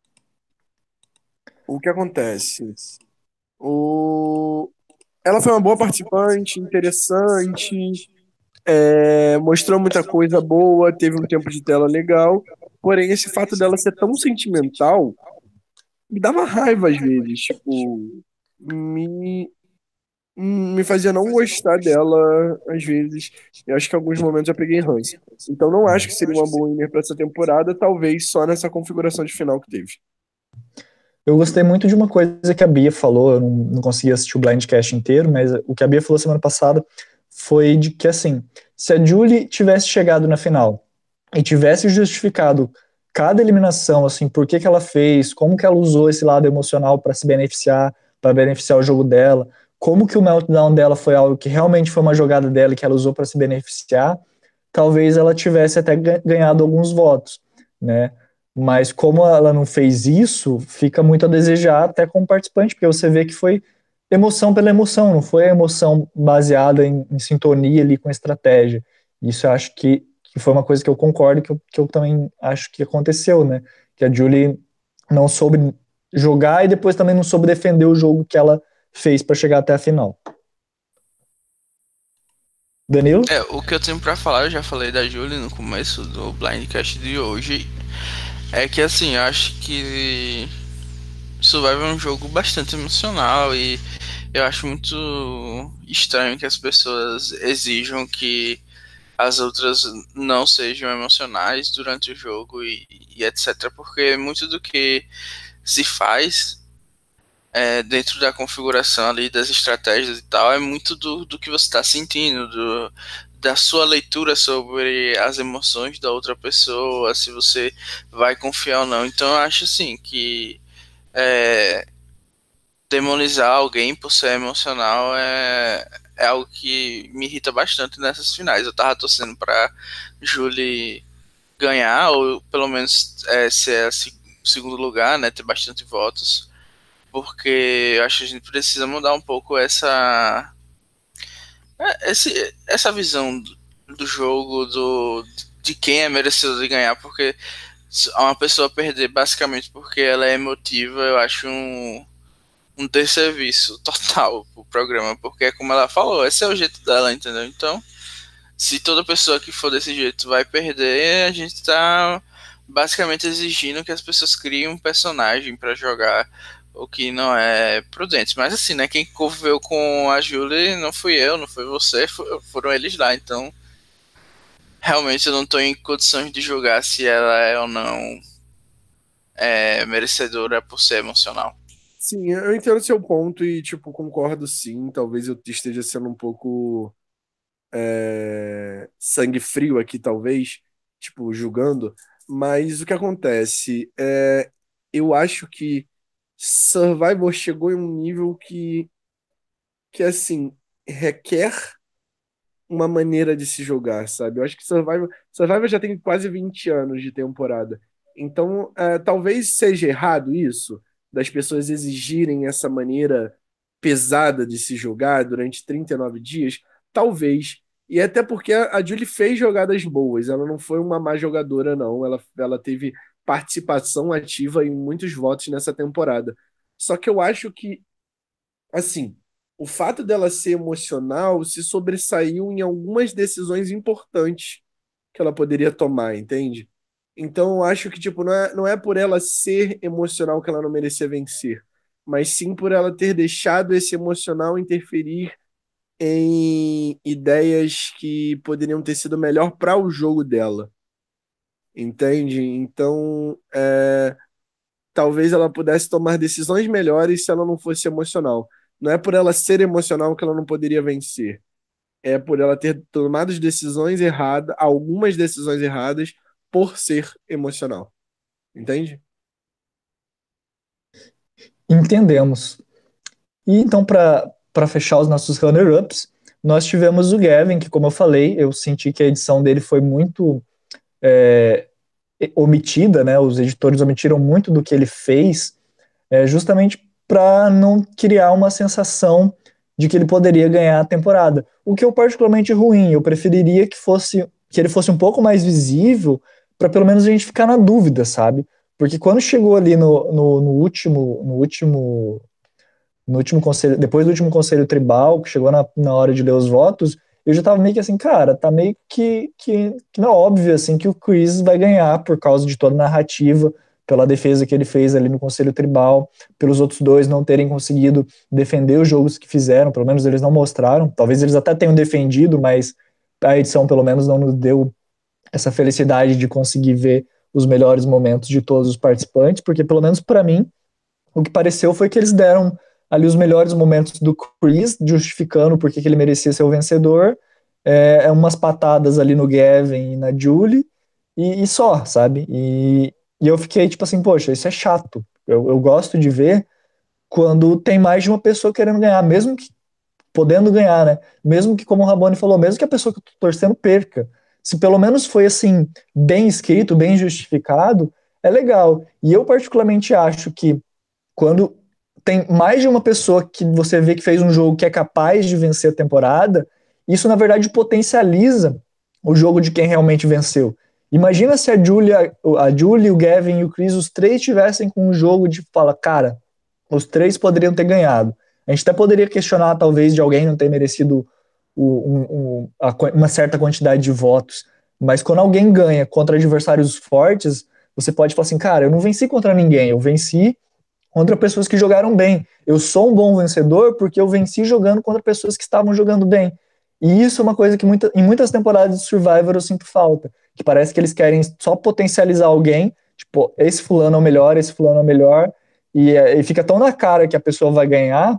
O que acontece? O... Ela foi uma boa participante, interessante, é, mostrou muita coisa boa, teve um tempo de tela legal. Porém, esse fato dela ser tão sentimental me dava raiva às vezes. Tipo, me, me fazia não gostar dela às vezes. Eu acho que em alguns momentos eu peguei ranço. Então, não acho que seria uma boa winner para essa temporada, talvez só nessa configuração de final que teve. Eu gostei muito de uma coisa que a Bia falou, eu não, não consegui assistir o Blindcast inteiro, mas o que a Bia falou semana passada foi de que, assim, se a Julie tivesse chegado na final e tivesse justificado cada eliminação, assim, por que que ela fez, como que ela usou esse lado emocional para se beneficiar, para beneficiar o jogo dela, como que o meltdown dela foi algo que realmente foi uma jogada dela e que ela usou para se beneficiar, talvez ela tivesse até ganhado alguns votos, né? Mas como ela não fez isso, fica muito a desejar até como participante, porque você vê que foi emoção pela emoção, não foi a emoção baseada em, em sintonia ali com a estratégia. Isso eu acho que, que foi uma coisa que eu concordo, que eu, que eu também acho que aconteceu, né? Que a Julie não soube jogar e depois também não soube defender o jogo que ela fez para chegar até a final. Danilo? É, o que eu tenho pra falar, eu já falei da Julie no começo do Blindcast de hoje, é que assim, eu acho que Survivor é um jogo bastante emocional e eu acho muito estranho que as pessoas exijam que as outras não sejam emocionais durante o jogo e, e etc, porque muito do que se faz é, dentro da configuração ali das estratégias e tal, é muito do, do que você está sentindo, do, da sua leitura sobre as emoções da outra pessoa, se você vai confiar ou não. Então eu acho assim que é, demonizar alguém por ser emocional é, é algo que me irrita bastante nessas finais. Eu tava torcendo pra Julie ganhar, ou pelo menos é, ser o segundo lugar, né, ter bastante votos, porque eu acho que a gente precisa mudar um pouco essa é, esse, essa visão do, do jogo, do, de quem é merecedor de ganhar, porque uma pessoa perder basicamente porque ela é emotiva, eu acho um, um desserviço total pro programa, porque é como ela falou, esse é o jeito dela, entendeu? Então, se toda pessoa que for desse jeito vai perder, a gente tá basicamente exigindo que as pessoas criem um personagem pra jogar, o que não é prudente. Mas assim, né, quem conviveu com a Julie não fui eu, não foi você, foram eles lá, então realmente eu não tô em condições de julgar se ela é ou não é, merecedora por ser emocional. Sim, eu entendo seu ponto e, tipo, concordo sim. Talvez eu esteja sendo um pouco é, sangue frio aqui, talvez, tipo, julgando. Mas o que acontece é, eu acho que Survivor chegou em um nível que, que assim, requer uma maneira de se jogar, sabe? Eu acho que Survivor, Survivor já tem quase vinte anos de temporada. Então, é, talvez seja errado isso, das pessoas exigirem essa maneira pesada de se jogar durante trinta e nove dias. Talvez. E até porque a, a Julie fez jogadas boas, ela não foi uma má jogadora, não. Ela, ela teve participação ativa em muitos votos nessa temporada. Só que eu acho que assim, o fato dela ser emocional se sobressaiu em algumas decisões importantes que ela poderia tomar, entende? Então, eu acho que, tipo, não é, não é por ela ser emocional que ela não merecia vencer, mas sim por ela ter deixado esse emocional interferir em ideias que poderiam ter sido melhor para o jogo dela, entende? Então, é, talvez ela pudesse tomar decisões melhores se ela não fosse emocional. Não é por ela ser emocional que ela não poderia vencer. É por ela ter tomado decisões erradas, algumas decisões erradas, por ser emocional. Entende? Entendemos. E então, para para fechar os nossos runner-ups, nós tivemos o Gavin, que, como eu falei, eu senti que a edição dele foi muito é, omitida, né? Os editores omitiram muito do que ele fez, é, justamente para não criar uma sensação de que ele poderia ganhar a temporada. O que eu particularmente ruim, eu preferiria que fosse que ele fosse um pouco mais visível para pelo menos a gente ficar na dúvida, sabe? Porque quando chegou ali no, no, no último, no último, no último conselho, depois do último conselho tribal, que chegou na, na hora de ler os votos, eu já tava meio que assim, cara, tá meio que, que, que não é óbvio, assim, que o Chris vai ganhar por causa de toda a narrativa, pela defesa que ele fez ali no conselho tribal, pelos outros dois não terem conseguido defender os jogos que fizeram, pelo menos eles não mostraram, talvez eles até tenham defendido, mas a edição pelo menos não nos deu essa felicidade de conseguir ver os melhores momentos de todos os participantes, porque pelo menos para mim, o que pareceu foi que eles deram ali os melhores momentos do Chris, justificando porque que ele merecia ser o vencedor, é, umas patadas ali no Gavin e na Julie, e, e só, sabe? E, e eu fiquei tipo assim, poxa, isso é chato. Eu, eu gosto de ver quando tem mais de uma pessoa querendo ganhar, mesmo que podendo ganhar, né? Mesmo que, como o Rabone falou, mesmo que a pessoa que eu tô torcendo perca. Se pelo menos foi assim, bem escrito, bem justificado, é legal. E eu particularmente acho que quando tem mais de uma pessoa que você vê que fez um jogo que é capaz de vencer a temporada, isso na verdade potencializa o jogo de quem realmente venceu. Imagina se a Julia, a Julie, o Gavin e o Chris, os três tivessem com um jogo de fala, cara, os três poderiam ter ganhado. A gente até poderia questionar, talvez, de alguém não ter merecido o, um, um, a, uma certa quantidade de votos. Mas quando alguém ganha contra adversários fortes, você pode falar assim, cara, eu não venci contra ninguém, eu venci contra pessoas que jogaram bem. Eu sou um bom vencedor porque eu venci jogando contra pessoas que estavam jogando bem. E isso é uma coisa que muita, em muitas temporadas de Survivor eu sinto falta. Que parece que eles querem só potencializar alguém, tipo, esse fulano é o melhor, esse fulano é o melhor, e, e fica tão na cara que a pessoa vai ganhar,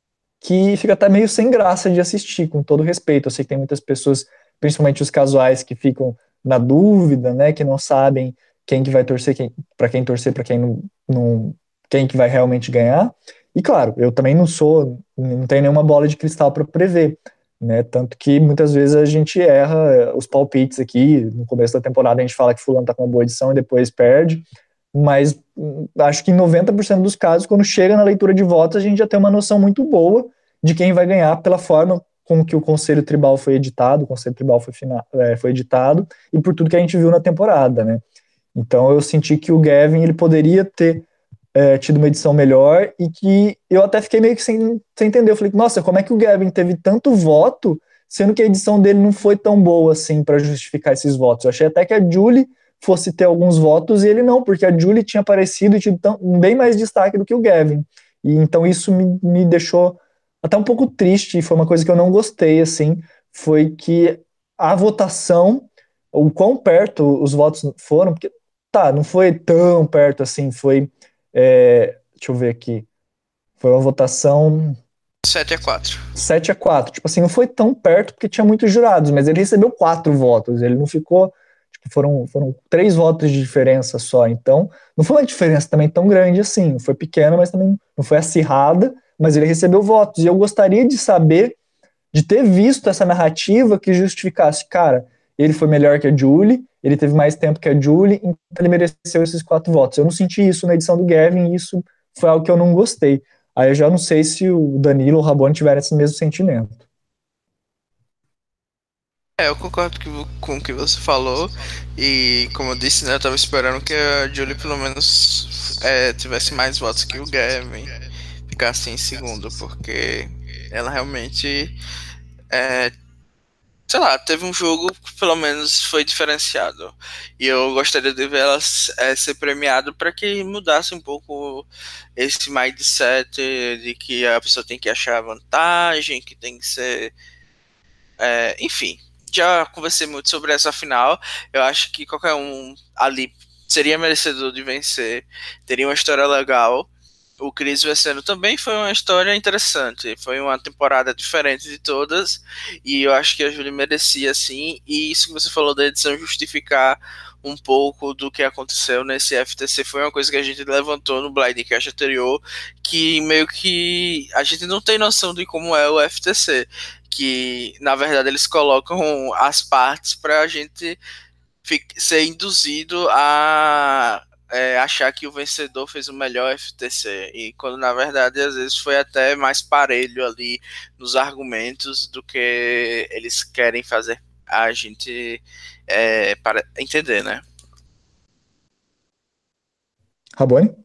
que fica até meio sem graça de assistir, com todo respeito. Eu sei que tem muitas pessoas, principalmente os casuais, que ficam na dúvida, né, que não sabem quem que vai torcer, quem, para quem torcer, para quem não, não, quem que vai realmente ganhar. E claro, eu também não sou, não tenho nenhuma bola de cristal para prever, né, tanto que muitas vezes a gente erra os palpites aqui, no começo da temporada a gente fala que fulano tá com uma boa edição e depois perde, mas acho que em noventa por cento dos casos, quando chega na leitura de votos, a gente já tem uma noção muito boa de quem vai ganhar pela forma como que o Conselho Tribal foi editado, o Conselho Tribal foi, final, é, foi editado, e por tudo que a gente viu na temporada, né? Então eu senti que o Gavin, ele poderia ter é, tido uma edição melhor, e que eu até fiquei meio que sem, sem entender, eu falei, nossa, como é que o Gavin teve tanto voto, sendo que a edição dele não foi tão boa assim para justificar esses votos. Eu achei até que a Julie fosse ter alguns votos, e ele não, porque a Julie tinha aparecido e tido tão, bem mais destaque do que o Gavin. E então isso me, me deixou até um pouco triste, e foi uma coisa que eu não gostei, assim, foi que a votação, o quão perto os votos foram, porque, tá, não foi tão perto assim, foi, é, deixa eu ver aqui, foi uma votação sete a quatro. sete a quatro, tipo assim, não foi tão perto porque tinha muitos jurados, mas ele recebeu quatro votos, ele não ficou, tipo, foram, foram três votos de diferença só, então não foi uma diferença também tão grande assim, foi pequena, mas também não foi acirrada, mas ele recebeu votos, e eu gostaria de saber, de ter visto essa narrativa que justificasse, cara, ele foi melhor que a Julie, ele teve mais tempo que a Julie, então ele mereceu esses quatro votos. Eu não senti isso na edição do Gavin, e isso foi algo que eu não gostei. Aí eu já não sei se o Danilo ou o Rabone tiveram esse mesmo sentimento. É, eu concordo que, com o que você falou, e como eu disse, né, eu tava esperando que a Julie pelo menos é, tivesse mais votos que o Gavin, ficasse em segundo, porque ela realmente, é, sei lá, teve um jogo que pelo menos foi diferenciado, e eu gostaria de ver ela é, ser premiado para que mudasse um pouco esse mindset de que a pessoa tem que achar vantagem, que tem que ser, é, enfim. Já conversei muito sobre essa final. Eu acho que qualquer um ali seria merecedor de vencer. Teria uma história legal. O Chris vencendo também foi uma história interessante. Foi uma temporada diferente de todas. E eu acho que a Julie merecia, sim. E isso que você falou da edição justificar um pouco do que aconteceu nesse F T C foi uma coisa que a gente levantou no Blindcast anterior, que meio que a gente não tem noção de como é o F T C, que na verdade eles colocam as partes para a gente ser induzido a é, achar que o vencedor fez o melhor F T C, e quando na verdade às vezes foi até mais parelho ali nos argumentos do que eles querem fazer a gente é, para entender, né? Rabone?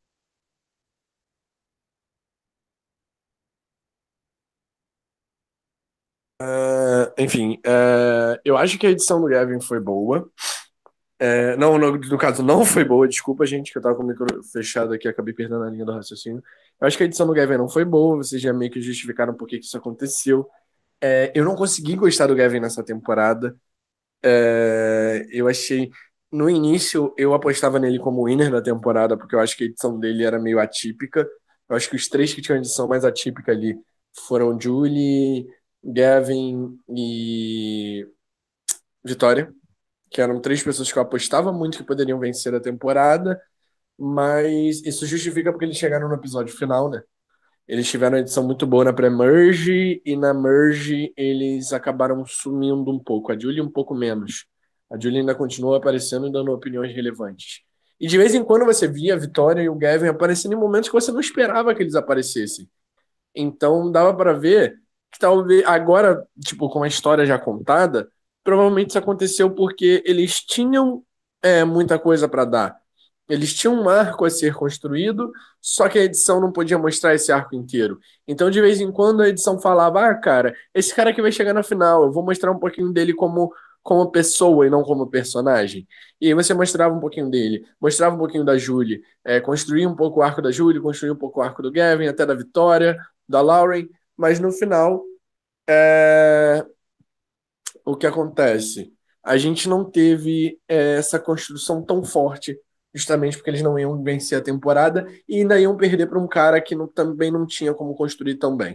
Uh, enfim, uh, eu acho que a edição do Gavin foi boa. Uh, não, no, no caso, não foi boa, desculpa, gente, que eu tava com o micro fechado aqui, acabei perdendo a linha do raciocínio. Eu acho que a edição do Gavin não foi boa, vocês já meio que justificaram por que que isso aconteceu. Uh, eu não consegui gostar do Gavin nessa temporada. Uh, eu achei. No início, eu apostava nele como winner da temporada, porque eu acho que a edição dele era meio atípica. Eu acho que os três que tinham a edição mais atípica ali foram Julie, Gavin e Vitória, que eram três pessoas que eu apostava muito que poderiam vencer a temporada, mas isso justifica porque eles chegaram no episódio final, né? Eles tiveram uma edição muito boa na pré-merge e na merge eles acabaram sumindo um pouco. A Julie um pouco menos. A Julie ainda continua aparecendo e dando opiniões relevantes. E de vez em quando você via a Vitória e o Gavin aparecendo em momentos que você não esperava que eles aparecessem. Então dava para ver que talvez agora, tipo, com a história já contada, provavelmente isso aconteceu porque eles tinham é, muita coisa para dar. Eles tinham um arco a ser construído, só que a edição não podia mostrar esse arco inteiro. Então, de vez em quando, a edição falava: ah, cara, esse cara que vai chegar na final, eu vou mostrar um pouquinho dele como, como pessoa e não como personagem. E aí você mostrava um pouquinho dele, mostrava um pouquinho da Julie, é, construía um pouco o arco da Julie, construía um pouco o arco do Gavin, até da Vitória, da Lauren, mas no final, é, o que acontece? A gente não teve é, essa construção tão forte, justamente porque eles não iam vencer a temporada e ainda iam perder para um cara que não- também não tinha como construir tão bem,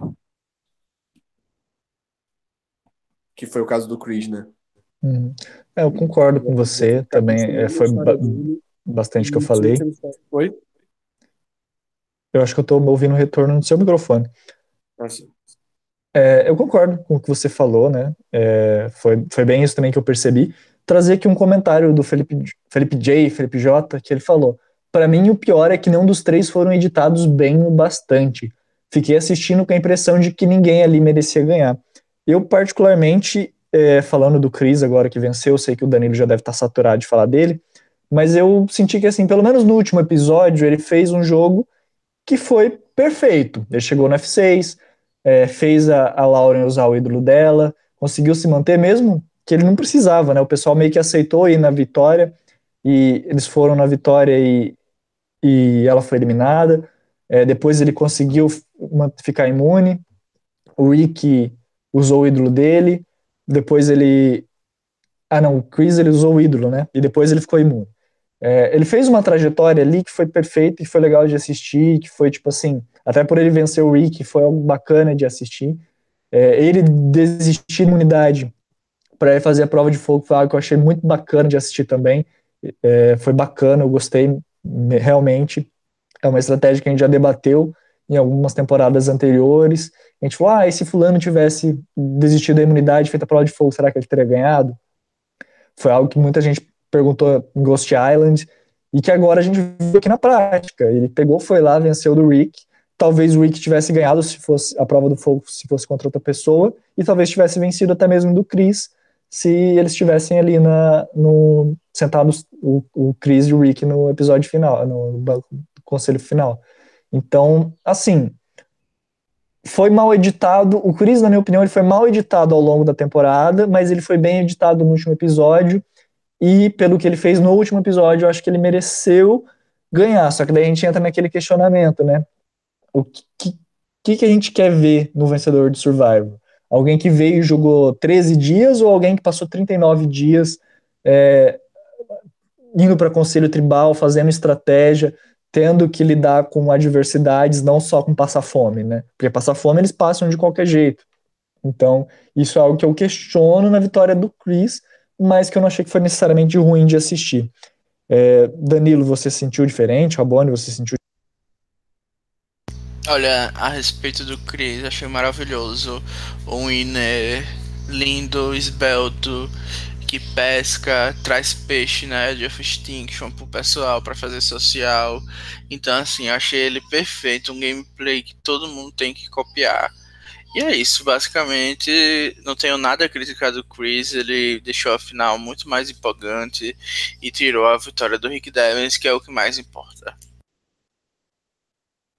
que foi o caso do Chris, né? Uhum. É, eu concordo com Você você ficar também. É, construindo a foi história ba- dele bastante que eu e tinha que falei. ser. Oi? Eu acho que eu estou ouvindo o retorno do seu microfone. Assim. É, eu concordo com o que você falou, né? É, foi, foi bem isso também que eu percebi. Trazer aqui um comentário do Felipe, Felipe J, Felipe J, que ele falou: para mim, o pior é que nenhum dos três foram editados bem o bastante. Fiquei assistindo com a impressão de que ninguém ali merecia ganhar. Eu, particularmente, é, falando do Chris agora que venceu, eu sei que o Danilo já deve estar saturado de falar dele, mas eu senti que, assim, pelo menos no último episódio, ele fez um jogo que foi perfeito. Ele chegou no F seis, é, fez a, a Lauren usar o ídolo dela, conseguiu se manter mesmo que ele não precisava, né? O pessoal meio que aceitou ir na vitória e eles foram na vitória e, e ela foi eliminada. É, depois ele conseguiu ficar imune. O Rick usou o ídolo dele. Depois ele. Ah, não, o Chris ele usou o ídolo, né? E depois ele ficou imune. É, ele fez uma trajetória ali que foi perfeita e foi legal de assistir, que foi tipo assim, até por ele vencer o Rick, foi algo bacana de assistir. É, ele desistir da imunidade para ir fazer a prova de fogo foi algo que eu achei muito bacana de assistir também. É, foi bacana, eu gostei realmente. É uma estratégia que a gente já debateu em algumas temporadas anteriores. A gente falou: ah, e se fulano tivesse desistido da imunidade, feito a prova de fogo, será que ele teria ganhado? Foi algo que muita gente perguntou em Ghost Island e que agora a gente viu aqui na prática. Ele pegou, foi lá, venceu do Rick. Talvez o Rick tivesse ganhado se fosse a prova do fogo, se fosse contra outra pessoa, e talvez tivesse vencido até mesmo do Chris, se eles estivessem ali na, no, sentados, o, o Chris e o Rick no episódio final, no banco do conselho final. Então, assim, foi mal editado. O Chris, na minha opinião, ele foi mal editado ao longo da temporada, mas ele foi bem editado no último episódio. E pelo que ele fez no último episódio, eu acho que ele mereceu ganhar. Só que daí a gente entra naquele questionamento, né? O que, que, que a gente quer ver no vencedor de Survivor? Alguém que veio e jogou treze dias ou alguém que passou trinta e nove dias é, indo para conselho tribal, fazendo estratégia, tendo que lidar com adversidades, não só com passar fome, né? Porque passar fome eles passam de qualquer jeito. Então, isso é algo que eu questiono na vitória do Chris, mas que eu não achei que foi necessariamente ruim de assistir. É, Danilo, você se sentiu diferente? Rabone, você se sentiu? Olha, a respeito do Chris, achei maravilhoso. Um winner lindo, esbelto, que pesca, traz peixe, né, de Off Extinction pro pessoal pra fazer social. Então, assim, eu achei ele perfeito, um gameplay que todo mundo tem que copiar. E é isso, basicamente, não tenho nada a criticar do Chris, ele deixou a final muito mais empolgante e tirou a vitória do Rick Devens, que é o que mais importa.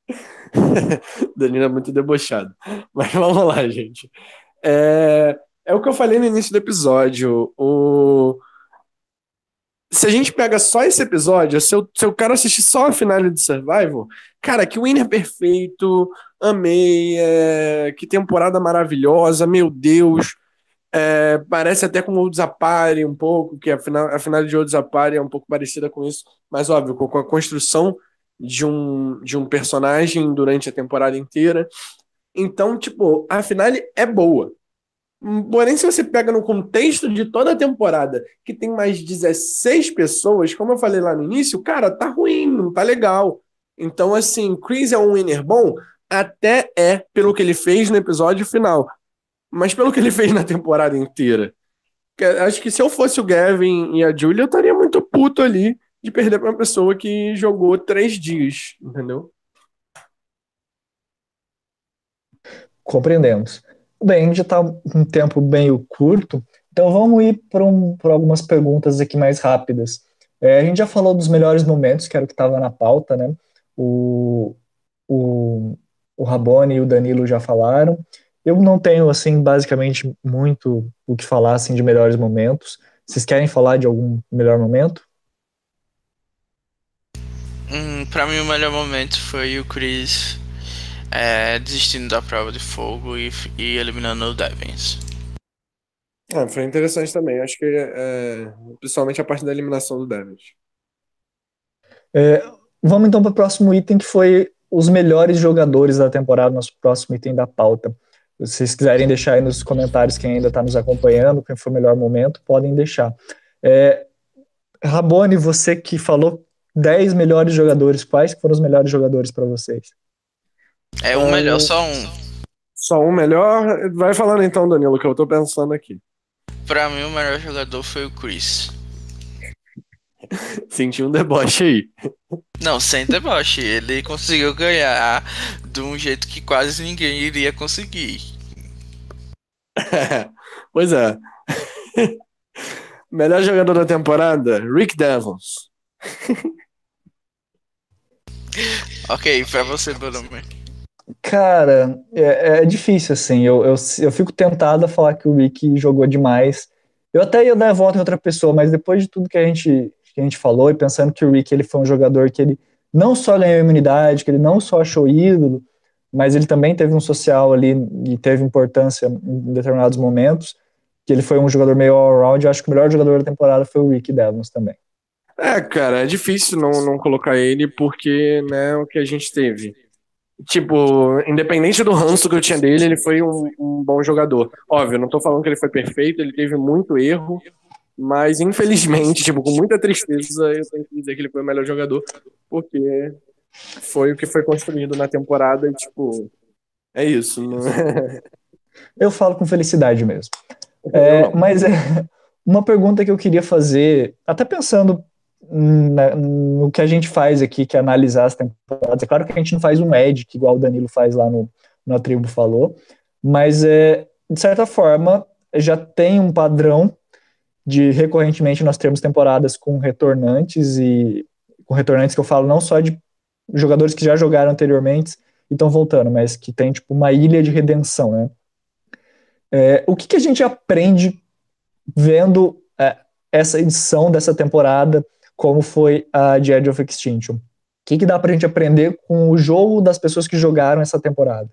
Danilo é muito debochado. Mas vamos lá, gente. É, é o que eu falei no início do episódio. O... Se a gente pega só esse episódio, se eu, se eu quero assistir só a finale de Survival, cara, que winner perfeito, amei, é, que temporada maravilhosa, meu Deus. É, parece até com o Zapari um pouco, que a final, a finale de O Zapari é um pouco parecida com isso, mas óbvio, com a construção de um, de um personagem durante a temporada inteira. Então, tipo, a finale é boa. Porém, se você pega no contexto de toda a temporada, que tem mais dezesseis pessoas, como eu falei lá no início, cara, tá ruim, não tá legal. Então, assim, Chris é um winner bom? Até é pelo que ele fez no episódio final. Mas pelo que ele fez na temporada inteira. Que- Acho que se eu fosse o Gavin e a Julia, eu estaria muito puto ali de perder pra uma pessoa que jogou três dias, entendeu? Compreendemos. Bem, a gente já está um tempo bem curto, então vamos ir para um, para algumas perguntas aqui mais rápidas. É, a gente já falou dos melhores momentos, que era o que estava na pauta, né? O, o, o Rabone e o Danilo já falaram. Eu não tenho, assim, basicamente muito o que falar, assim, de melhores momentos. Vocês querem falar de algum melhor momento? Hum, pra mim o melhor momento foi o Chris é, desistindo da prova de fogo e, e eliminando o Devins. Ah, foi interessante também. Acho que, é, principalmente a parte da eliminação do Devils. É, vamos então para o próximo item, que foi os melhores jogadores da temporada, nosso próximo item da pauta. Se vocês quiserem deixar aí nos comentários quem ainda está nos acompanhando, quem foi o melhor momento, podem deixar. É, Rabone, você que falou dez melhores jogadores, quais foram os melhores jogadores para vocês? É o melhor, só um. Só um melhor? Vai falando então, Danilo, que eu tô pensando aqui. Pra mim o melhor jogador foi o Chris. Senti um deboche aí. Não, sem deboche. Ele conseguiu ganhar de um jeito que quase ninguém iria conseguir. Pois é. Melhor jogador da temporada, Rick Devils. Ok, pra você, Bruno. Cara, é, é difícil, assim. Eu, eu, eu fico tentado a falar que o Rick jogou demais. Eu até ia dar a volta em outra pessoa, mas depois de tudo que a gente, que a gente falou, e pensando que o Rick ele foi um jogador que ele não só ganhou imunidade, que ele não só achou ídolo, mas ele também teve um social ali e teve importância em determinados momentos, que ele foi um jogador meio all-around. Eu acho que o melhor jogador da temporada foi o Rick Devons também. É, cara, é difícil não, não colocar ele porque, né, o que a gente teve. Tipo, independente do ranço que eu tinha dele, ele foi um, um bom jogador. Óbvio, não tô falando que ele foi perfeito, ele teve muito erro, mas infelizmente, tipo, com muita tristeza, eu tenho que dizer que ele foi o melhor jogador, porque foi o que foi construído na temporada e, tipo, é isso. Não... Eu falo com felicidade mesmo. Eu É, não. mas é uma pergunta que eu queria fazer, até pensando na- no que a gente faz aqui, que é analisar as temporadas. É claro que a gente não faz um edit, igual o Danilo faz lá no, na tribo falou, mas é, de certa forma já tem um padrão de recorrentemente nós temos temporadas com retornantes, e com retornantes que eu falo não só de jogadores que já jogaram anteriormente e estão voltando, mas que tem tipo uma ilha de redenção, né? É, o que, que a gente aprende vendo é, essa edição dessa temporada, como foi a de Edge of Extinction? O que, que dá pra gente aprender com o jogo das pessoas que jogaram essa temporada?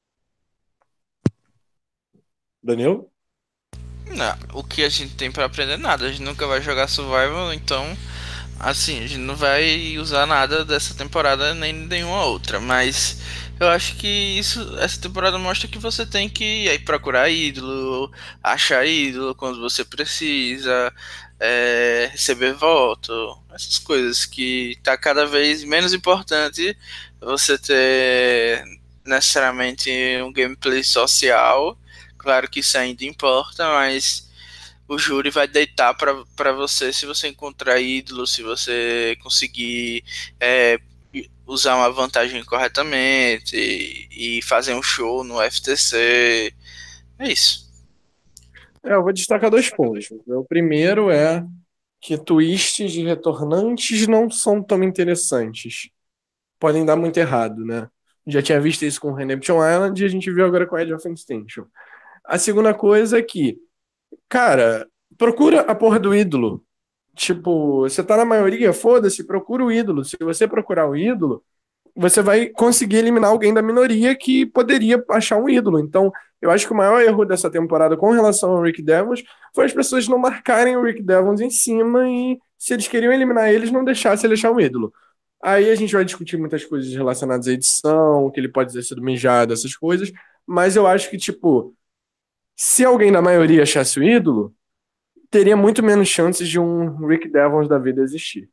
Daniel? Não, o que a gente tem pra aprender nada. A gente nunca vai jogar Survival, então, assim, a gente não vai usar nada dessa temporada nem nenhuma outra. Mas eu acho que isso, essa temporada mostra que você tem que aí procurar ídolo, achar ídolo quando você precisa, é, receber voto, essas coisas que tá cada vez menos importante você ter necessariamente um gameplay social. Claro que isso ainda importa, mas o júri vai deitar pra pra você se você encontrar ídolo, se você conseguir é, usar uma vantagem corretamente e, e fazer um show no F T C. É isso. É, eu vou destacar dois pontos. O primeiro é que twists de retornantes não são tão interessantes. Podem dar muito errado, né? Já tinha visto isso com o Redemption Island e a gente viu agora com Edge of Extinction. A segunda coisa é que, cara, procura a porra do ídolo. Tipo, você tá na maioria, foda-se, procura o ídolo. Se você procurar o ídolo, você vai conseguir eliminar alguém da minoria que poderia achar um ídolo. Então, eu acho que o maior erro dessa temporada com relação ao Rick Devons foi as pessoas não marcarem o Rick Devons em cima e, se eles queriam eliminar eles, não deixassem ele achar um ídolo. Aí a gente vai discutir muitas coisas relacionadas à edição, que ele pode ter sido mijado, essas coisas, mas eu acho que, tipo, se alguém da maioria achasse o ídolo, teria muito menos chances de um Rick Devons da vida existir.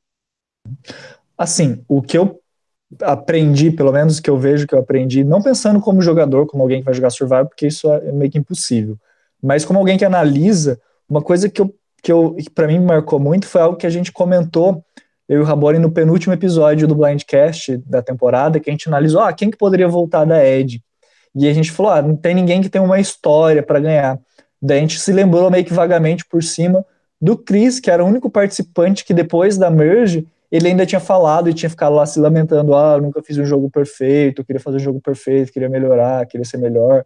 Assim, o que eu aprendi, pelo menos o que eu vejo que eu aprendi, não pensando como jogador, como alguém que vai jogar Survivor, porque isso é meio que impossível, mas como alguém que analisa, uma coisa que, eu, que, eu, que para mim me marcou muito foi algo que a gente comentou, eu e o Rabone, no penúltimo episódio do Blindcast da temporada, que a gente analisou, ah, quem que poderia voltar da Ed? E a gente falou, ah, não tem ninguém que tenha uma história para ganhar. Daí a gente se lembrou meio que vagamente por cima do Chris, que era o único participante que depois da merge, ele ainda tinha falado e tinha ficado lá se lamentando, ah, eu nunca fiz um jogo perfeito, eu queria fazer um jogo perfeito, queria melhorar, queria ser melhor.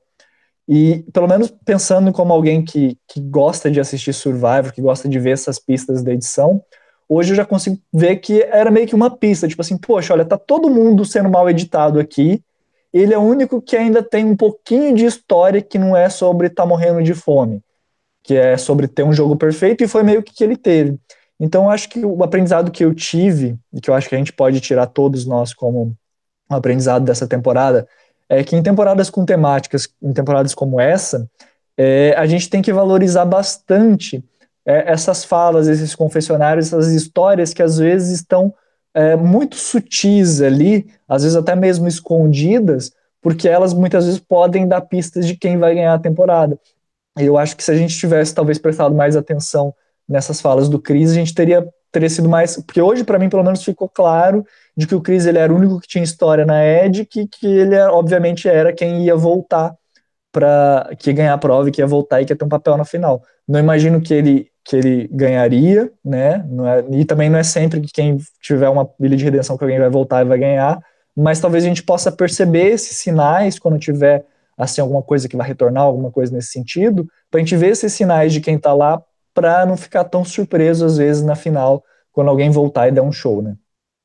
E pelo menos pensando como alguém que, que gosta de assistir Survivor, que gosta de ver essas pistas da edição, hoje eu já consigo ver que era meio que uma pista, tipo assim, poxa, olha, tá todo mundo sendo mal editado aqui, ele é o único que ainda tem um pouquinho de história que não é sobre tá morrendo de fome, que é sobre ter um jogo perfeito, e foi meio que que ele teve. Então, eu acho que o aprendizado que eu tive, e que eu acho que a gente pode tirar todos nós como um aprendizado dessa temporada, é que em temporadas com temáticas, em temporadas como essa, é, a gente tem que valorizar bastante é, essas falas, esses confessionários, essas histórias que às vezes estão é, muito sutis ali, às vezes até mesmo escondidas, porque elas muitas vezes podem dar pistas de quem vai ganhar a temporada. E eu acho que se a gente tivesse talvez prestado mais atenção nessas falas do Chris, a gente teria, teria sido mais... Porque hoje, para mim, pelo menos, ficou claro de que o Chris ele era o único que tinha história na Ed, que, que ele, obviamente, era quem ia voltar para que ia ganhar a prova e que ia voltar e que ia ter um papel na final. Não imagino que ele, que ele ganharia, né? Não é, e também não é sempre que quem tiver uma ilha de redenção que alguém vai voltar e vai ganhar, mas talvez a gente possa perceber esses sinais quando tiver assim, alguma coisa que vai retornar, alguma coisa nesse sentido, para a gente ver esses sinais de quem está lá, para não ficar tão surpreso, às vezes, na final, quando alguém voltar e der um show, né?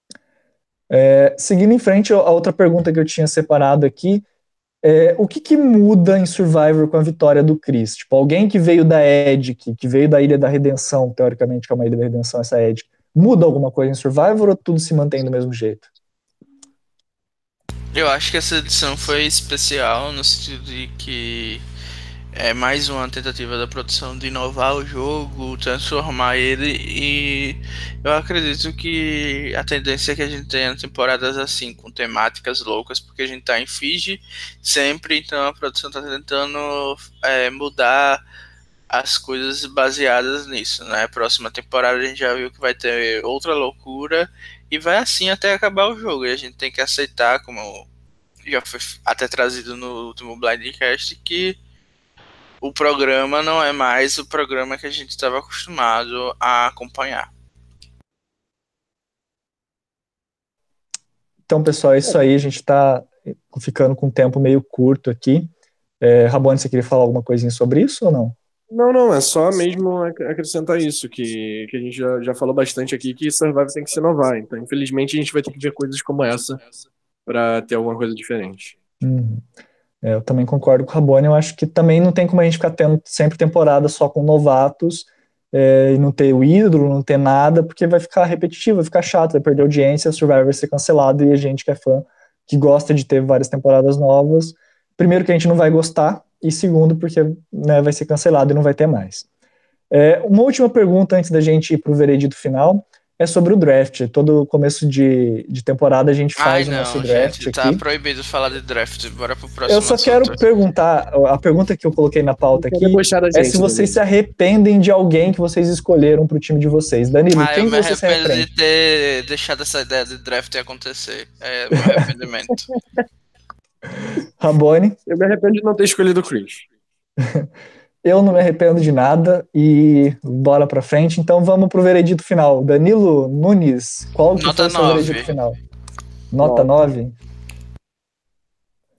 É, seguindo em frente, a outra pergunta que eu tinha separado aqui, é, o que, que muda em Survivor com a vitória do Chris? Tipo, alguém que veio da Ed, que, que veio da Ilha da Redenção, teoricamente, que é uma Ilha da Redenção, essa Ed, muda alguma coisa em Survivor ou tudo se mantém do mesmo jeito? Eu acho que essa edição foi especial no sentido de que é mais uma tentativa da produção de inovar o jogo, transformar ele, e eu acredito que a tendência é que a gente tenha temporadas assim, com temáticas loucas, porque a gente tá em Fiji sempre, então a produção tá tentando é, mudar as coisas baseadas nisso, né? A próxima temporada a gente já viu que vai ter outra loucura, e vai assim até acabar o jogo, e a gente tem que aceitar, como já foi até trazido no último Blindcast, que o programa não é mais o programa que a gente estava acostumado a acompanhar. Então, pessoal, é isso aí. A gente está ficando com um tempo meio curto aqui. É, Rabone, você queria falar alguma coisinha sobre isso ou não? Não, não, é só mesmo acrescentar isso, que, que a gente já, já falou bastante aqui, que Survivor tem que se inovar. Então, infelizmente, a gente vai ter que ver coisas como essa para ter alguma coisa diferente. Uhum. É, eu também concordo com o Rabone. Eu acho que também não tem como a gente ficar tendo sempre temporada só com novatos é, e não ter o ídolo, não ter nada, porque vai ficar repetitivo, vai ficar chato, vai perder audiência, a Survivor vai ser cancelado e a gente que é fã, que gosta de ter várias temporadas novas, primeiro que a gente não vai gostar e segundo porque né, vai ser cancelado e não vai ter mais. É, uma última pergunta antes da gente ir para o veredito final é sobre o draft. Todo começo de, de temporada a gente faz Ai, o nosso não, draft gente, tá aqui. proibido falar de draft. Bora pro próximo Eu só assunto. quero perguntar, a pergunta que eu coloquei na pauta aqui da é gente, se vocês Danilo. se arrependem de alguém que vocês escolheram pro time de vocês. Danilo, Ah, quem eu me você se arrependo arrepende? de ter deixado essa ideia de draft acontecer. É meu arrependimento. Rabone, Eu me arrependo de não ter escolhido o Chris. eu não me arrependo de nada e bora pra frente. Então vamos pro veredito final. Danilo Nunes, qual que Nota foi o seu nove. veredito final? Nota nove?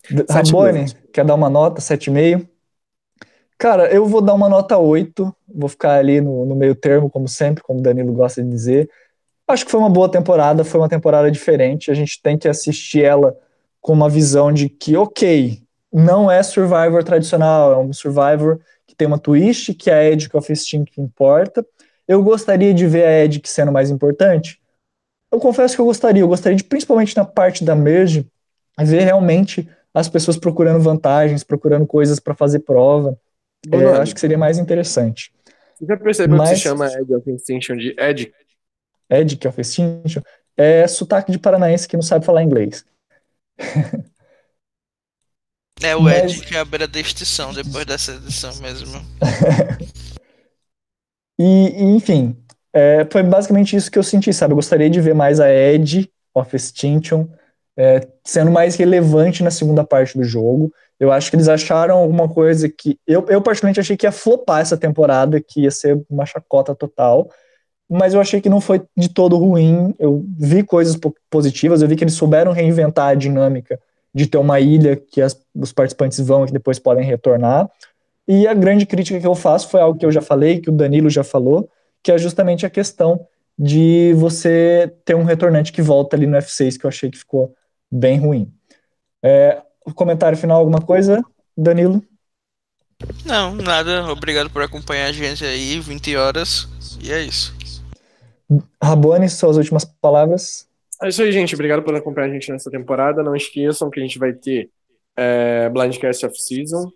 Sete Rabone, meses. quer dar uma nota? sete vírgula cinco? Cara, eu vou dar uma nota oito. Vou ficar ali no, no meio termo, como sempre, como o Danilo gosta de dizer. Acho que foi uma boa temporada, foi uma temporada diferente. A gente tem que assistir ela com uma visão de que, ok, não é Survivor tradicional, é um Survivor que tem uma twist, que é a Edge of Steam que importa. Eu gostaria de ver a Edge sendo mais importante. Eu confesso que eu gostaria, eu gostaria de, principalmente na parte da merge, ver realmente as pessoas procurando vantagens, procurando coisas para fazer prova. É, acho que seria mais interessante. Você já percebeu que se Mas chama Edge of Extinction de Ed? Edge of Extinction é sotaque de paranaense que não sabe falar inglês. É o Mas- Ed que é a beira da extinção depois dessa edição mesmo. E, e, enfim, é, foi basicamente isso que eu senti, sabe? Eu gostaria de ver mais a Edge of Extinction é, sendo mais relevante na segunda parte do jogo. Eu acho que eles acharam alguma coisa que. Eu, eu particularmente achei que ia flopar essa temporada, que ia ser uma chacota total. Mas eu achei que não foi de todo ruim. Eu vi coisas po- positivas, eu vi que eles souberam reinventar a dinâmica de ter uma ilha que as- os participantes vão e que depois podem retornar. E a grande crítica que eu faço foi algo que eu já falei, que o Danilo já falou, que é justamente a questão de você ter um retornante que volta ali no F seis, que eu achei que ficou bem ruim. É, comentário final, alguma coisa, Danilo? Não, nada. Obrigado por acompanhar a gente aí, vinte horas. E é isso. Rabone, suas últimas palavras. É isso aí, gente. Obrigado por acompanhar a gente nessa temporada. Não esqueçam que a gente vai ter é, Blindcast Off-Season.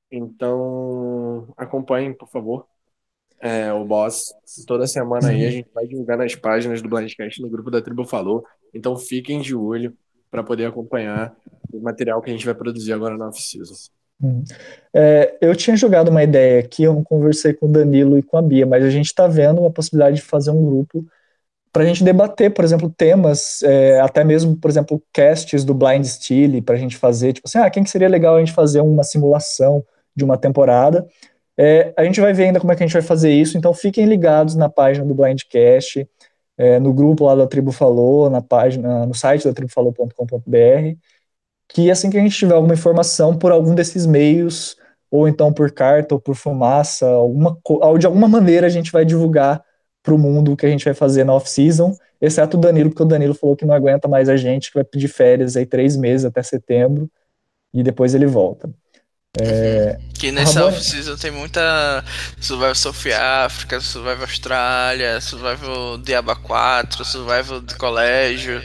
Então, acompanhem, por favor, é, o Boss. Toda semana aí a gente vai divulgar nas páginas do Blindcast no grupo da Tribo Falou. Então, fiquem de olho para poder acompanhar o material que a gente vai produzir agora na Off-Season. Hum. É, eu tinha jogado uma ideia aqui, eu não conversei com o Danilo e com a Bia, mas a gente está vendo uma possibilidade de fazer um grupo para a gente debater, por exemplo, temas, é, até mesmo, por exemplo, casts do Blind Steel, para a gente fazer, tipo assim, ah, quem que seria legal a gente fazer uma simulação de uma temporada. É, a gente vai ver ainda como é que a gente vai fazer isso, então fiquem ligados na página do Blindcast, é, no grupo lá da Tribo Falou, na página, no site da tribo falou ponto com ponto b r, que assim que a gente tiver alguma informação por algum desses meios, ou então por carta, ou por fumaça, alguma, de alguma maneira a gente vai divulgar para o mundo o que a gente vai fazer na off-season, exceto o Danilo, porque o Danilo falou que não aguenta mais a gente, que vai pedir férias aí três meses até setembro, e depois ele volta. É, Que nessa Rabone- off-season tem muita Survival South Africa, Survival Austrália, Survival Diaba quatro, Survival de colégio.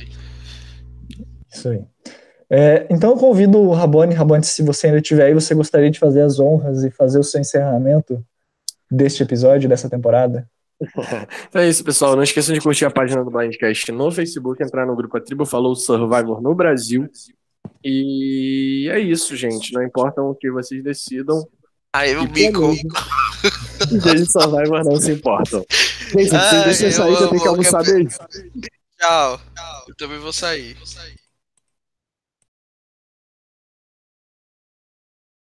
Isso aí. É, então eu convido o Rabone, Rabone, se você ainda estiver aí, você gostaria de fazer as honras e fazer o seu encerramento deste episódio, dessa temporada? Então é isso, pessoal. Não esqueçam de curtir a página do Blindcast no Facebook, entrar no grupo A Tribo Falou Survivor no Brasil. E é isso, gente. Não importa o que vocês decidam, Aí o E bico. os dias de Survivor não se importam. Gente, vocês Ai, deixam eu sair que eu tenho que amo que é- almoçar. Beijo. Tchau. Eu também vou sair.